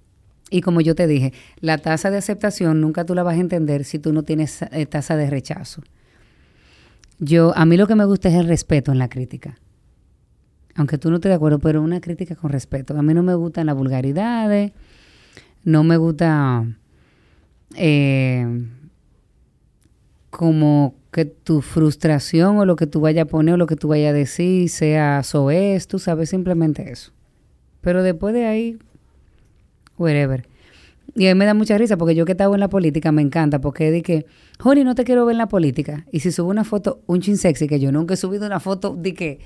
Y como yo te dije, la tasa de aceptación nunca tú la vas a entender si tú no tienes tasa de rechazo. A mí lo que me gusta es el respeto en la crítica. Aunque tú no estés de acuerdo, pero una crítica con respeto. A mí no me gustan las vulgaridades, no me gusta como que tu frustración o lo que tú vayas a poner o lo que tú vayas a decir sea soez, tú sabes, simplemente eso. Pero después de ahí, whatever. Y a mí me da mucha risa porque yo que estaba en la política me encanta porque de que, Joni, no te quiero ver en la política. Y si subo una foto, un chin sexy, que yo nunca he subido una foto de que,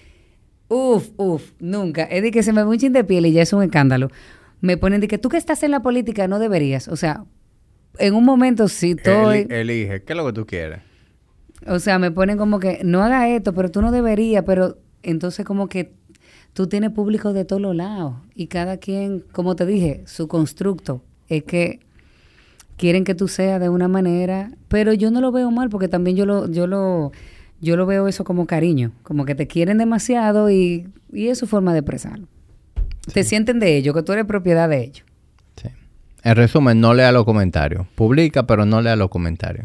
nunca. Es de que se me ve un chin de piel y ya es un escándalo. Me ponen de que tú que estás en la política no deberías. O sea, en un momento sí estoy... Elige, ¿qué es lo que tú quieres? O sea, me ponen como que, no haga esto, pero tú no deberías, pero entonces como que tú tienes público de todos los lados y cada quien, como te dije, su constructo es que quieren que tú seas de una manera, pero yo no lo veo mal porque también yo lo veo eso como cariño, como que te quieren demasiado y es su forma de expresarlo. Sí. Te sienten de ellos, que tú eres propiedad de ellos. Sí. En resumen, no lea los comentarios. Publica, pero no lea los comentarios.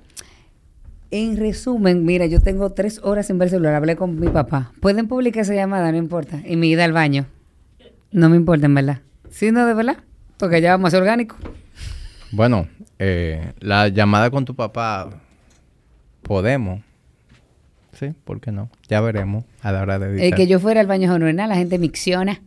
En resumen, mira, yo tengo 3 horas sin ver el celular. Hablé con mi papá. Pueden publicar esa llamada, no importa. Y mi ida al baño. No me importa, en verdad. Sí, no, de verdad. Porque ya vamos a ser orgánico. Bueno, la llamada con tu papá, podemos. Sí, ¿por qué no? Ya veremos a la hora de editar. El que yo fuera al baño jornal, la gente micciona.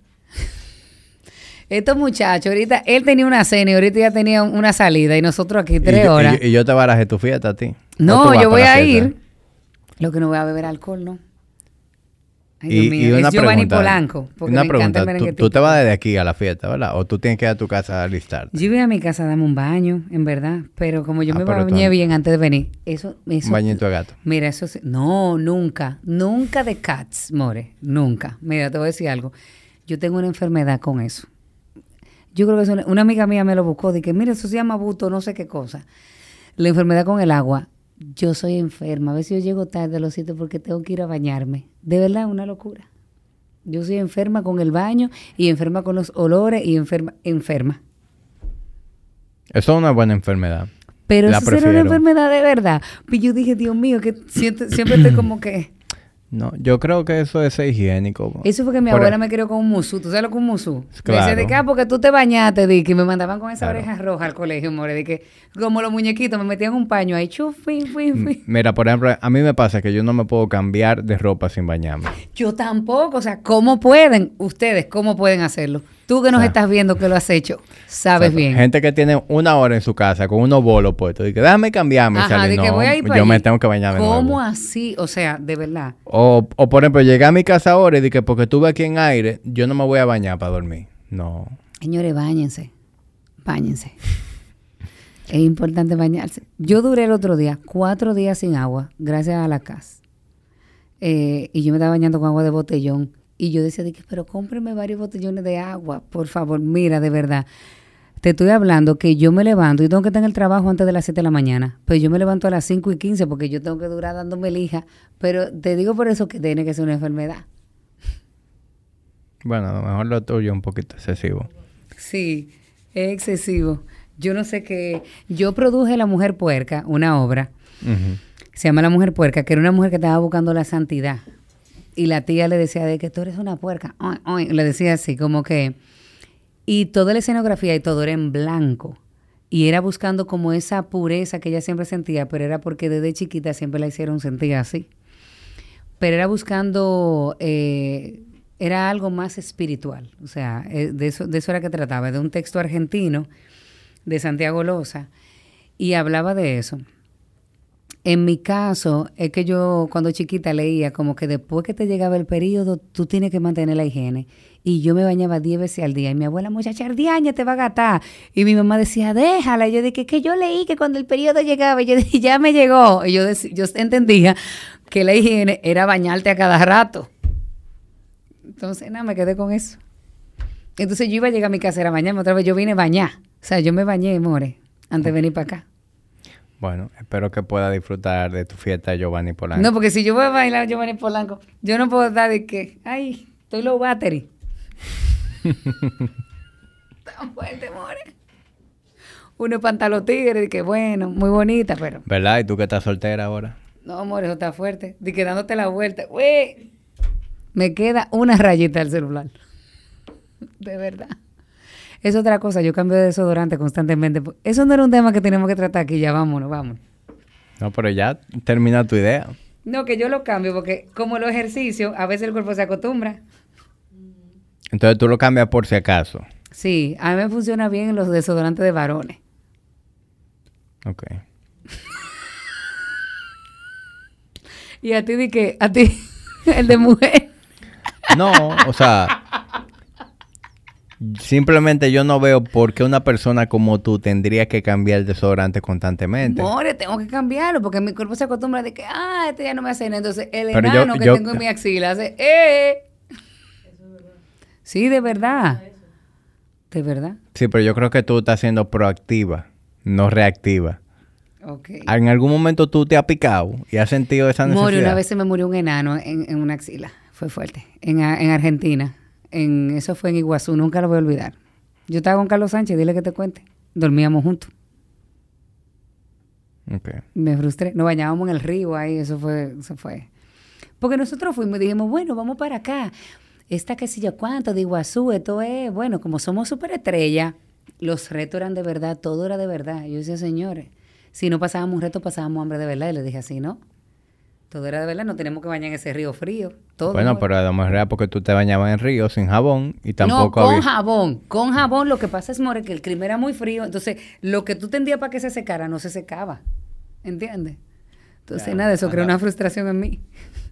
Estos muchachos, ahorita, él tenía una cena y ahorita ya tenía una salida y nosotros aquí 3 horas. Y yo te barajé tu fiesta a ti. No, yo voy a ir. Lo que no voy a beber alcohol, ¿no? Ay, Dios mío, es Giovanni Polanco. Una pregunta, tú te vas desde aquí a la fiesta, ¿verdad? ¿O tú tienes que ir a tu casa a alistarte? Yo voy a mi casa a darme un baño, en verdad. Pero como yo me bañé bien antes de venir, eso un bañito de gato. Mira, eso sí. No, nunca. Nunca de cats, more. Nunca. Mira, te voy a decir algo. Yo tengo una enfermedad con eso. Yo creo que una amiga mía me lo buscó. Dije, mira, eso se llama buto, no sé qué cosa. La enfermedad con el agua. Yo soy enferma. A veces yo llego tarde a los sitios porque tengo que ir a bañarme. De verdad, una locura. Yo soy enferma con el baño y enferma con los olores y enferma. Eso es una buena enfermedad. Pero eso será una enfermedad de verdad. Pues yo dije, Dios mío, que siempre estoy como que... No, yo creo que eso es higiénico. Eso fue que mi abuela me crió con un musú. ¿Tú sabes lo que es un musú? Claro. Me decía, porque tú te bañaste, Dick, y me mandaban con esa oreja roja al colegio, more, de que como los muñequitos, me metían un paño ahí, fui. Mira, por ejemplo, a mí me pasa que yo no me puedo cambiar de ropa sin bañarme. Yo tampoco, o sea, ¿cómo pueden? Ustedes, ¿cómo pueden hacerlo? Tú que nos estás viendo que lo has hecho, sabes bien. Gente que tiene 1 hora en su casa con unos bolos puestos y que déjame cambiarme. Ajá, de que voy a ir para yo me tengo que bañar de nuevo. ¿Cómo así? O sea, de verdad. O por ejemplo, llegué a mi casa ahora y dije, porque estuve aquí en aire, yo no me voy a bañar para dormir. No. Señores, báñense. Es importante bañarse. Yo duré el otro día 4 días sin agua, gracias a la CAS. Y yo me estaba bañando con agua de botellón. Y yo decía, pero cómpreme varios botellones de agua, por favor. Mira, de verdad, te estoy hablando que yo me levanto, y tengo que estar en el trabajo antes de las 7 de la mañana, pero yo me levanto a las 5:15 porque yo tengo que durar dándome lija. Pero te digo por eso que tiene que ser una enfermedad. Bueno, a lo mejor lo tuyo es un poquito excesivo. Sí, es excesivo. Yo no sé qué... Yo produje La Mujer Puerca, una obra, se llama La Mujer Puerca, que era una mujer que estaba buscando la santidad. Y la tía le decía de que tú eres una puerca. Le decía así, como que... Y toda la escenografía y todo era en blanco. Y era buscando como esa pureza que ella siempre sentía, pero era porque desde chiquita siempre la hicieron sentir así. Pero era buscando... era algo más espiritual. O sea, de eso era que trataba. De un texto argentino de Santiago Loza. Y hablaba de eso. En mi caso, es que yo cuando chiquita leía como que después que te llegaba el periodo, tú tienes que mantener la higiene. Y yo me bañaba 10 veces al día. Y mi abuela, muchacha, ardiaña, te va a gastar. Y mi mamá decía, déjala. Y yo dije, que yo leí que cuando el periodo llegaba, y yo dije, ya me llegó. Y yo entendía que la higiene era bañarte a cada rato. Entonces, nada, me quedé con eso. Entonces yo iba a llegar a mi casa, era bañarme otra vez. Yo vine a bañar. O sea, yo me bañé, more, antes de venir para acá. Bueno, espero que pueda disfrutar de tu fiesta Giovanni Polanco. No, porque si yo voy a bailar Giovanni Polanco, yo no puedo estar de que, ay, estoy low battery. Tan fuerte, more. Uno pantalón tigre, y que bueno, muy bonita, pero... ¿Verdad? ¿Y tú que estás soltera ahora? No, amor, eso está fuerte. De que dándote la vuelta. Güey, me queda una rayita del celular. De verdad. Es otra cosa, yo cambio de desodorante constantemente. Eso no era un tema que tenemos que tratar aquí, ya vámonos. No, pero ya termina tu idea. No, que yo lo cambio porque como los ejercicios, a veces el cuerpo se acostumbra. Entonces tú lo cambias por si acaso. Sí, a mí me funciona bien los desodorantes de varones. Ok. Y a ti, el de mujer. No, o sea, simplemente yo no veo por qué una persona como tú tendría que cambiar el desodorante constantemente. More, tengo que cambiarlo porque mi cuerpo se acostumbra de que, este ya no me hace nada. Entonces, el Pero enano que tengo en mi axila hace, Sí, de verdad. De verdad. Sí, pero yo creo que tú estás siendo proactiva, no reactiva. Okay. ¿En algún momento tú te has picado y has sentido esa necesidad? More, una vez se me murió un enano en una axila. Fue fuerte. En Argentina. Eso fue en Iguazú. Nunca lo voy a olvidar. Yo estaba con Carlos Sánchez. Dile que te cuente. Dormíamos juntos. Okay. Me frustré. Nos bañábamos en el río ahí. Eso fue. Porque nosotros fuimos y dijimos, bueno, vamos para acá. Esta qué sé yo cuánto de Iguazú. Esto es, bueno, como somos superestrellas, los retos eran de verdad. Todo era de verdad. Yo decía, señores, si no pasábamos un reto, pasábamos hambre de verdad. Y les dije así, ¿no? Todo era de verdad, no tenemos que bañar en ese río frío. Todo. Bueno, pero a lo mejor era porque tú te bañabas en río sin jabón y tampoco No, jabón. Con jabón lo que pasa es, more, que el clima era muy frío. Entonces, lo que tú tendías para que se secara, no se secaba. ¿Entiendes? Entonces, nada, eso creó una frustración en mí.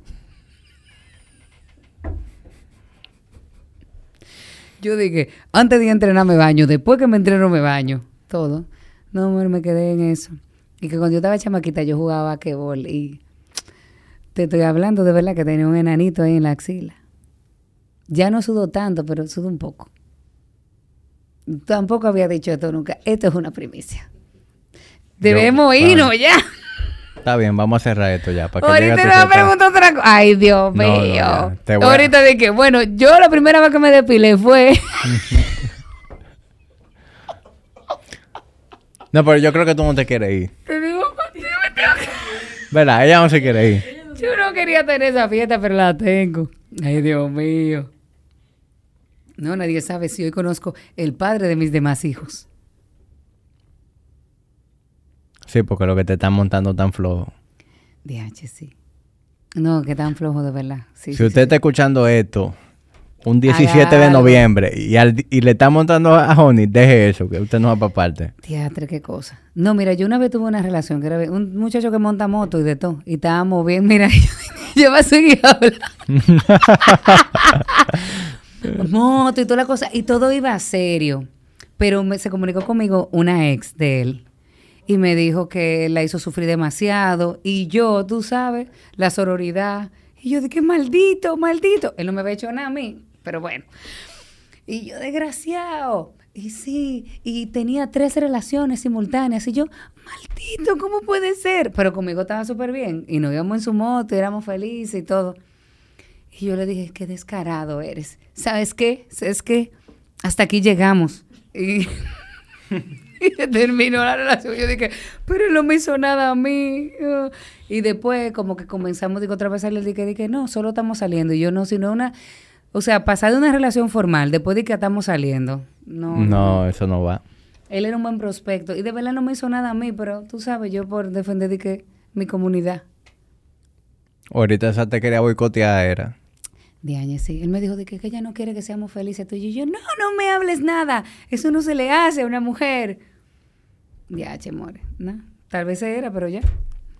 Yo dije, antes de entrenar me baño, después que me entreno me baño. Todo. No, amor, me quedé en eso. Y que cuando yo estaba chamaquita yo jugaba basquetbol y... Te estoy hablando de verdad que tenía un enanito ahí en la axila. Ya no sudo tanto, pero sudo un poco. Tampoco había dicho esto nunca. Esto es una primicia. Debemos irnos ya. Está bien, vamos a cerrar esto ya. Para que ahorita me va a preguntar otra cosa. Ay, Dios mío. No, ahorita dije, bueno, yo la primera vez que me depilé fue... No, pero yo creo que tú no te quieres ir. Te digo, yo me tengo que... ¿Verdad? Ella no se quiere ir. Yo no quería tener esa fiesta, pero la tengo. Ay, Dios mío. No, nadie sabe si hoy conozco el padre de mis demás hijos. Sí, porque lo que te están montando tan flojo. DH, sí. No, que tan flojo de verdad. Sí, si usted está escuchando esto un 17 de noviembre y le está montando a Honey, deje eso, que usted no va para parte. Teatro, qué cosa. No, mira, yo una vez tuve una relación que era un muchacho que monta moto y de todo. Y estábamos bien, mira, yo me seguí hablando. Moto y toda la cosa. Y todo iba serio. Pero se comunicó conmigo una ex de él. Y me dijo que la hizo sufrir demasiado. Y yo, tú sabes, la sororidad. Y yo, de qué maldito. Él no me había hecho nada a mí. Pero bueno. Y yo, desgraciado. Y sí, y tenía 13 relaciones simultáneas. Y yo, maldito, ¿cómo puede ser? Pero conmigo estaba súper bien. Y nos íbamos en su moto, y éramos felices y todo. Y yo le dije, qué descarado eres. ¿Sabes qué? Hasta aquí llegamos. Y se terminó la relación. Yo dije, pero él no me hizo nada a mí. Y después, como que comenzamos, otra vez a salir. Dije, no, solo estamos saliendo. Y yo no, sino una... O sea, pasar de una relación formal, después de que estamos saliendo. No, eso no va. Él era un buen prospecto. Y de verdad no me hizo nada a mí, pero tú sabes, yo por defender mi comunidad. Ahorita esa te quería boicotear, era. Diañe, sí. Él me dijo que ella no quiere que seamos felices tú y yo. No me hables nada. Eso no se le hace a una mujer. Diache, more. No, tal vez era, pero ya.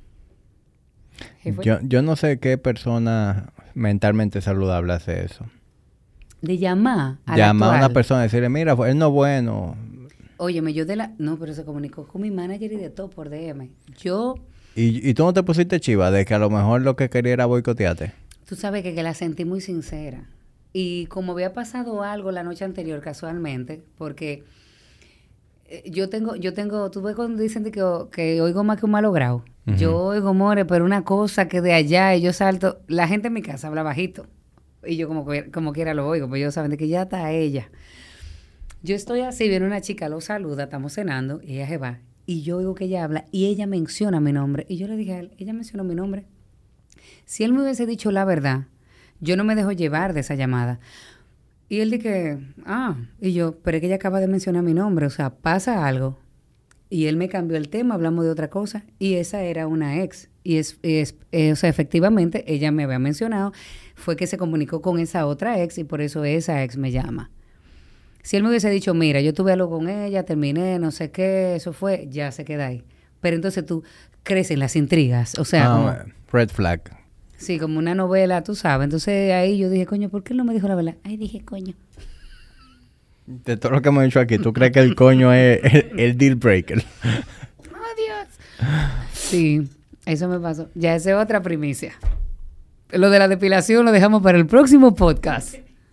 Yo no sé qué persona mentalmente saludable hace eso. De llamar a una persona y decirle, mira, él no es bueno. Óyeme, no, pero se comunicó con mi manager y de todo por DM. ¿Y tú no te pusiste chiva de que a lo mejor lo que quería era boicotearte? Tú sabes que la sentí muy sincera. Y como había pasado algo la noche anterior casualmente, porque yo tengo, tú ves cuando dicen que oigo más que un malogrado. Uh-huh. Yo oigo, more, pero una cosa que de allá y yo salto. La gente en mi casa habla bajito. Y yo como quiera lo oigo, pero ellos saben de que ya está ella. Yo estoy así, viene una chica, lo saluda, estamos cenando, y ella se va. Y yo oigo que ella habla y ella menciona mi nombre. Y yo le dije a él, ella mencionó mi nombre. Si él me hubiese dicho la verdad, yo no me dejo llevar de esa llamada. Y él dije, y yo, pero es que ella acaba de mencionar mi nombre, o sea, pasa algo. Y él me cambió el tema, hablamos de otra cosa, y esa era una ex. Y o sea, efectivamente, ella me había mencionado, fue que se comunicó con esa otra ex y por eso esa ex me llama. Si él me hubiese dicho, mira, yo tuve algo con ella, terminé, no sé qué, eso fue, ya se queda ahí. Pero entonces tú crees en las intrigas, o sea, como, red flag. Sí, como una novela, tú sabes. Entonces ahí yo dije, coño, ¿por qué él no me dijo la verdad? Ahí dije, coño. De todo lo que hemos dicho aquí, ¿tú crees que el coño es el deal breaker? ¡Oh, Dios! Sí, eso me pasó. Ya esa es otra primicia. Lo de la depilación lo dejamos para el próximo podcast.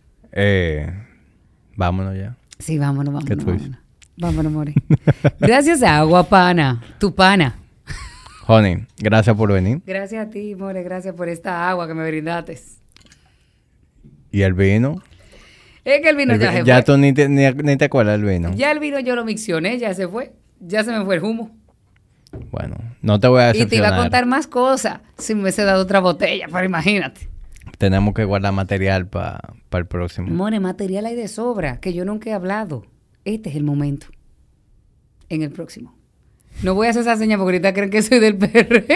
Vámonos ya. Sí, vámonos. ¿Qué tú dices? Vámonos, more. Gracias a Agua Pana, tu pana. Honey, gracias por venir. Gracias a ti, more. Gracias por esta agua que me brindaste. ¿Y el vino? Es que el vino ya se fue. Ya tú ni te acuerdas del vino. Ya el vino yo lo miccioné, ya se fue. Ya se me fue el humo. Bueno, no te voy a decepcionar. Y te iba a contar más cosas si me hubiese dado otra botella, pero imagínate. Tenemos que guardar material para el próximo. More, material hay de sobra, que yo nunca he hablado. Este es el momento. En el próximo. No voy a hacer esa señal porque ahorita creen que soy del PRM.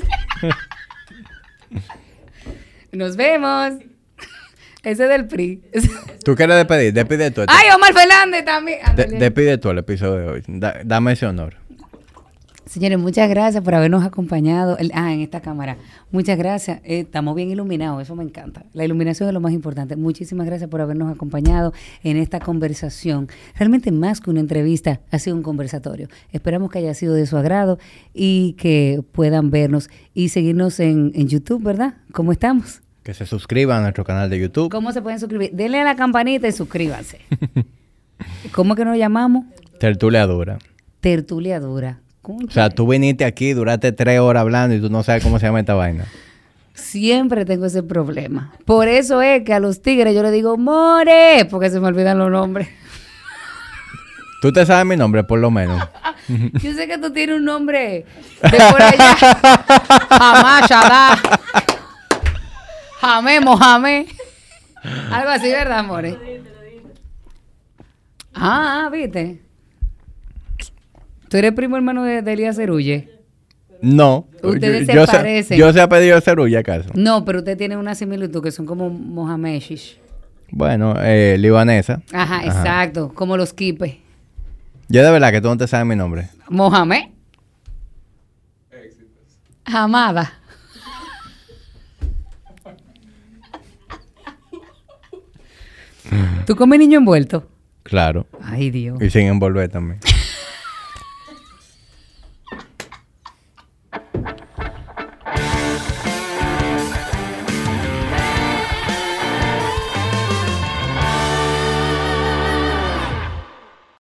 Nos vemos. Ese es del PRI. ¿Tú quieres despedir? Despide tú. ¡Ay, Omar Fernández también! Despide tú el episodio de hoy. Dame ese honor. Señores, muchas gracias por habernos acompañado. En esta cámara. Muchas gracias. Estamos bien iluminados, eso me encanta. La iluminación es lo más importante. Muchísimas gracias por habernos acompañado en esta conversación. Realmente más que una entrevista, ha sido un conversatorio. Esperamos que haya sido de su agrado y que puedan vernos y seguirnos en YouTube, ¿verdad? ¿Cómo estamos? Que se suscriban a nuestro canal de YouTube. ¿Cómo se pueden suscribir? Denle a la campanita y suscríbanse. ¿Cómo que nos llamamos? Tertuliadura. Tertuliadura. O sea, tú viniste aquí, duraste 3 horas hablando y tú no sabes cómo se llama esta vaina. Siempre tengo ese problema. Por eso es que a los tigres yo les digo, more, porque se me olvidan los nombres. Tú te sabes mi nombre, por lo menos. Yo sé que tú tienes un nombre de por allá. Jamás, Shadá. Jamé, Mohamed. Algo así, ¿verdad, more? ¿Viste? ¿Tú eres primo hermano de Elías Cerulle? No. Ustedes se parecen. ¿Yo se ha pedido Cerulle acaso? No, pero usted tiene una similitud que son como Mohameshish. Bueno, libanesa. Ajá, exacto. Como los quipes. Yo de verdad que tú no te sabes mi nombre. Mohamed. Hamada. ¿Tú comes niño envuelto? Claro. Ay, Dios. Y sin envolver también.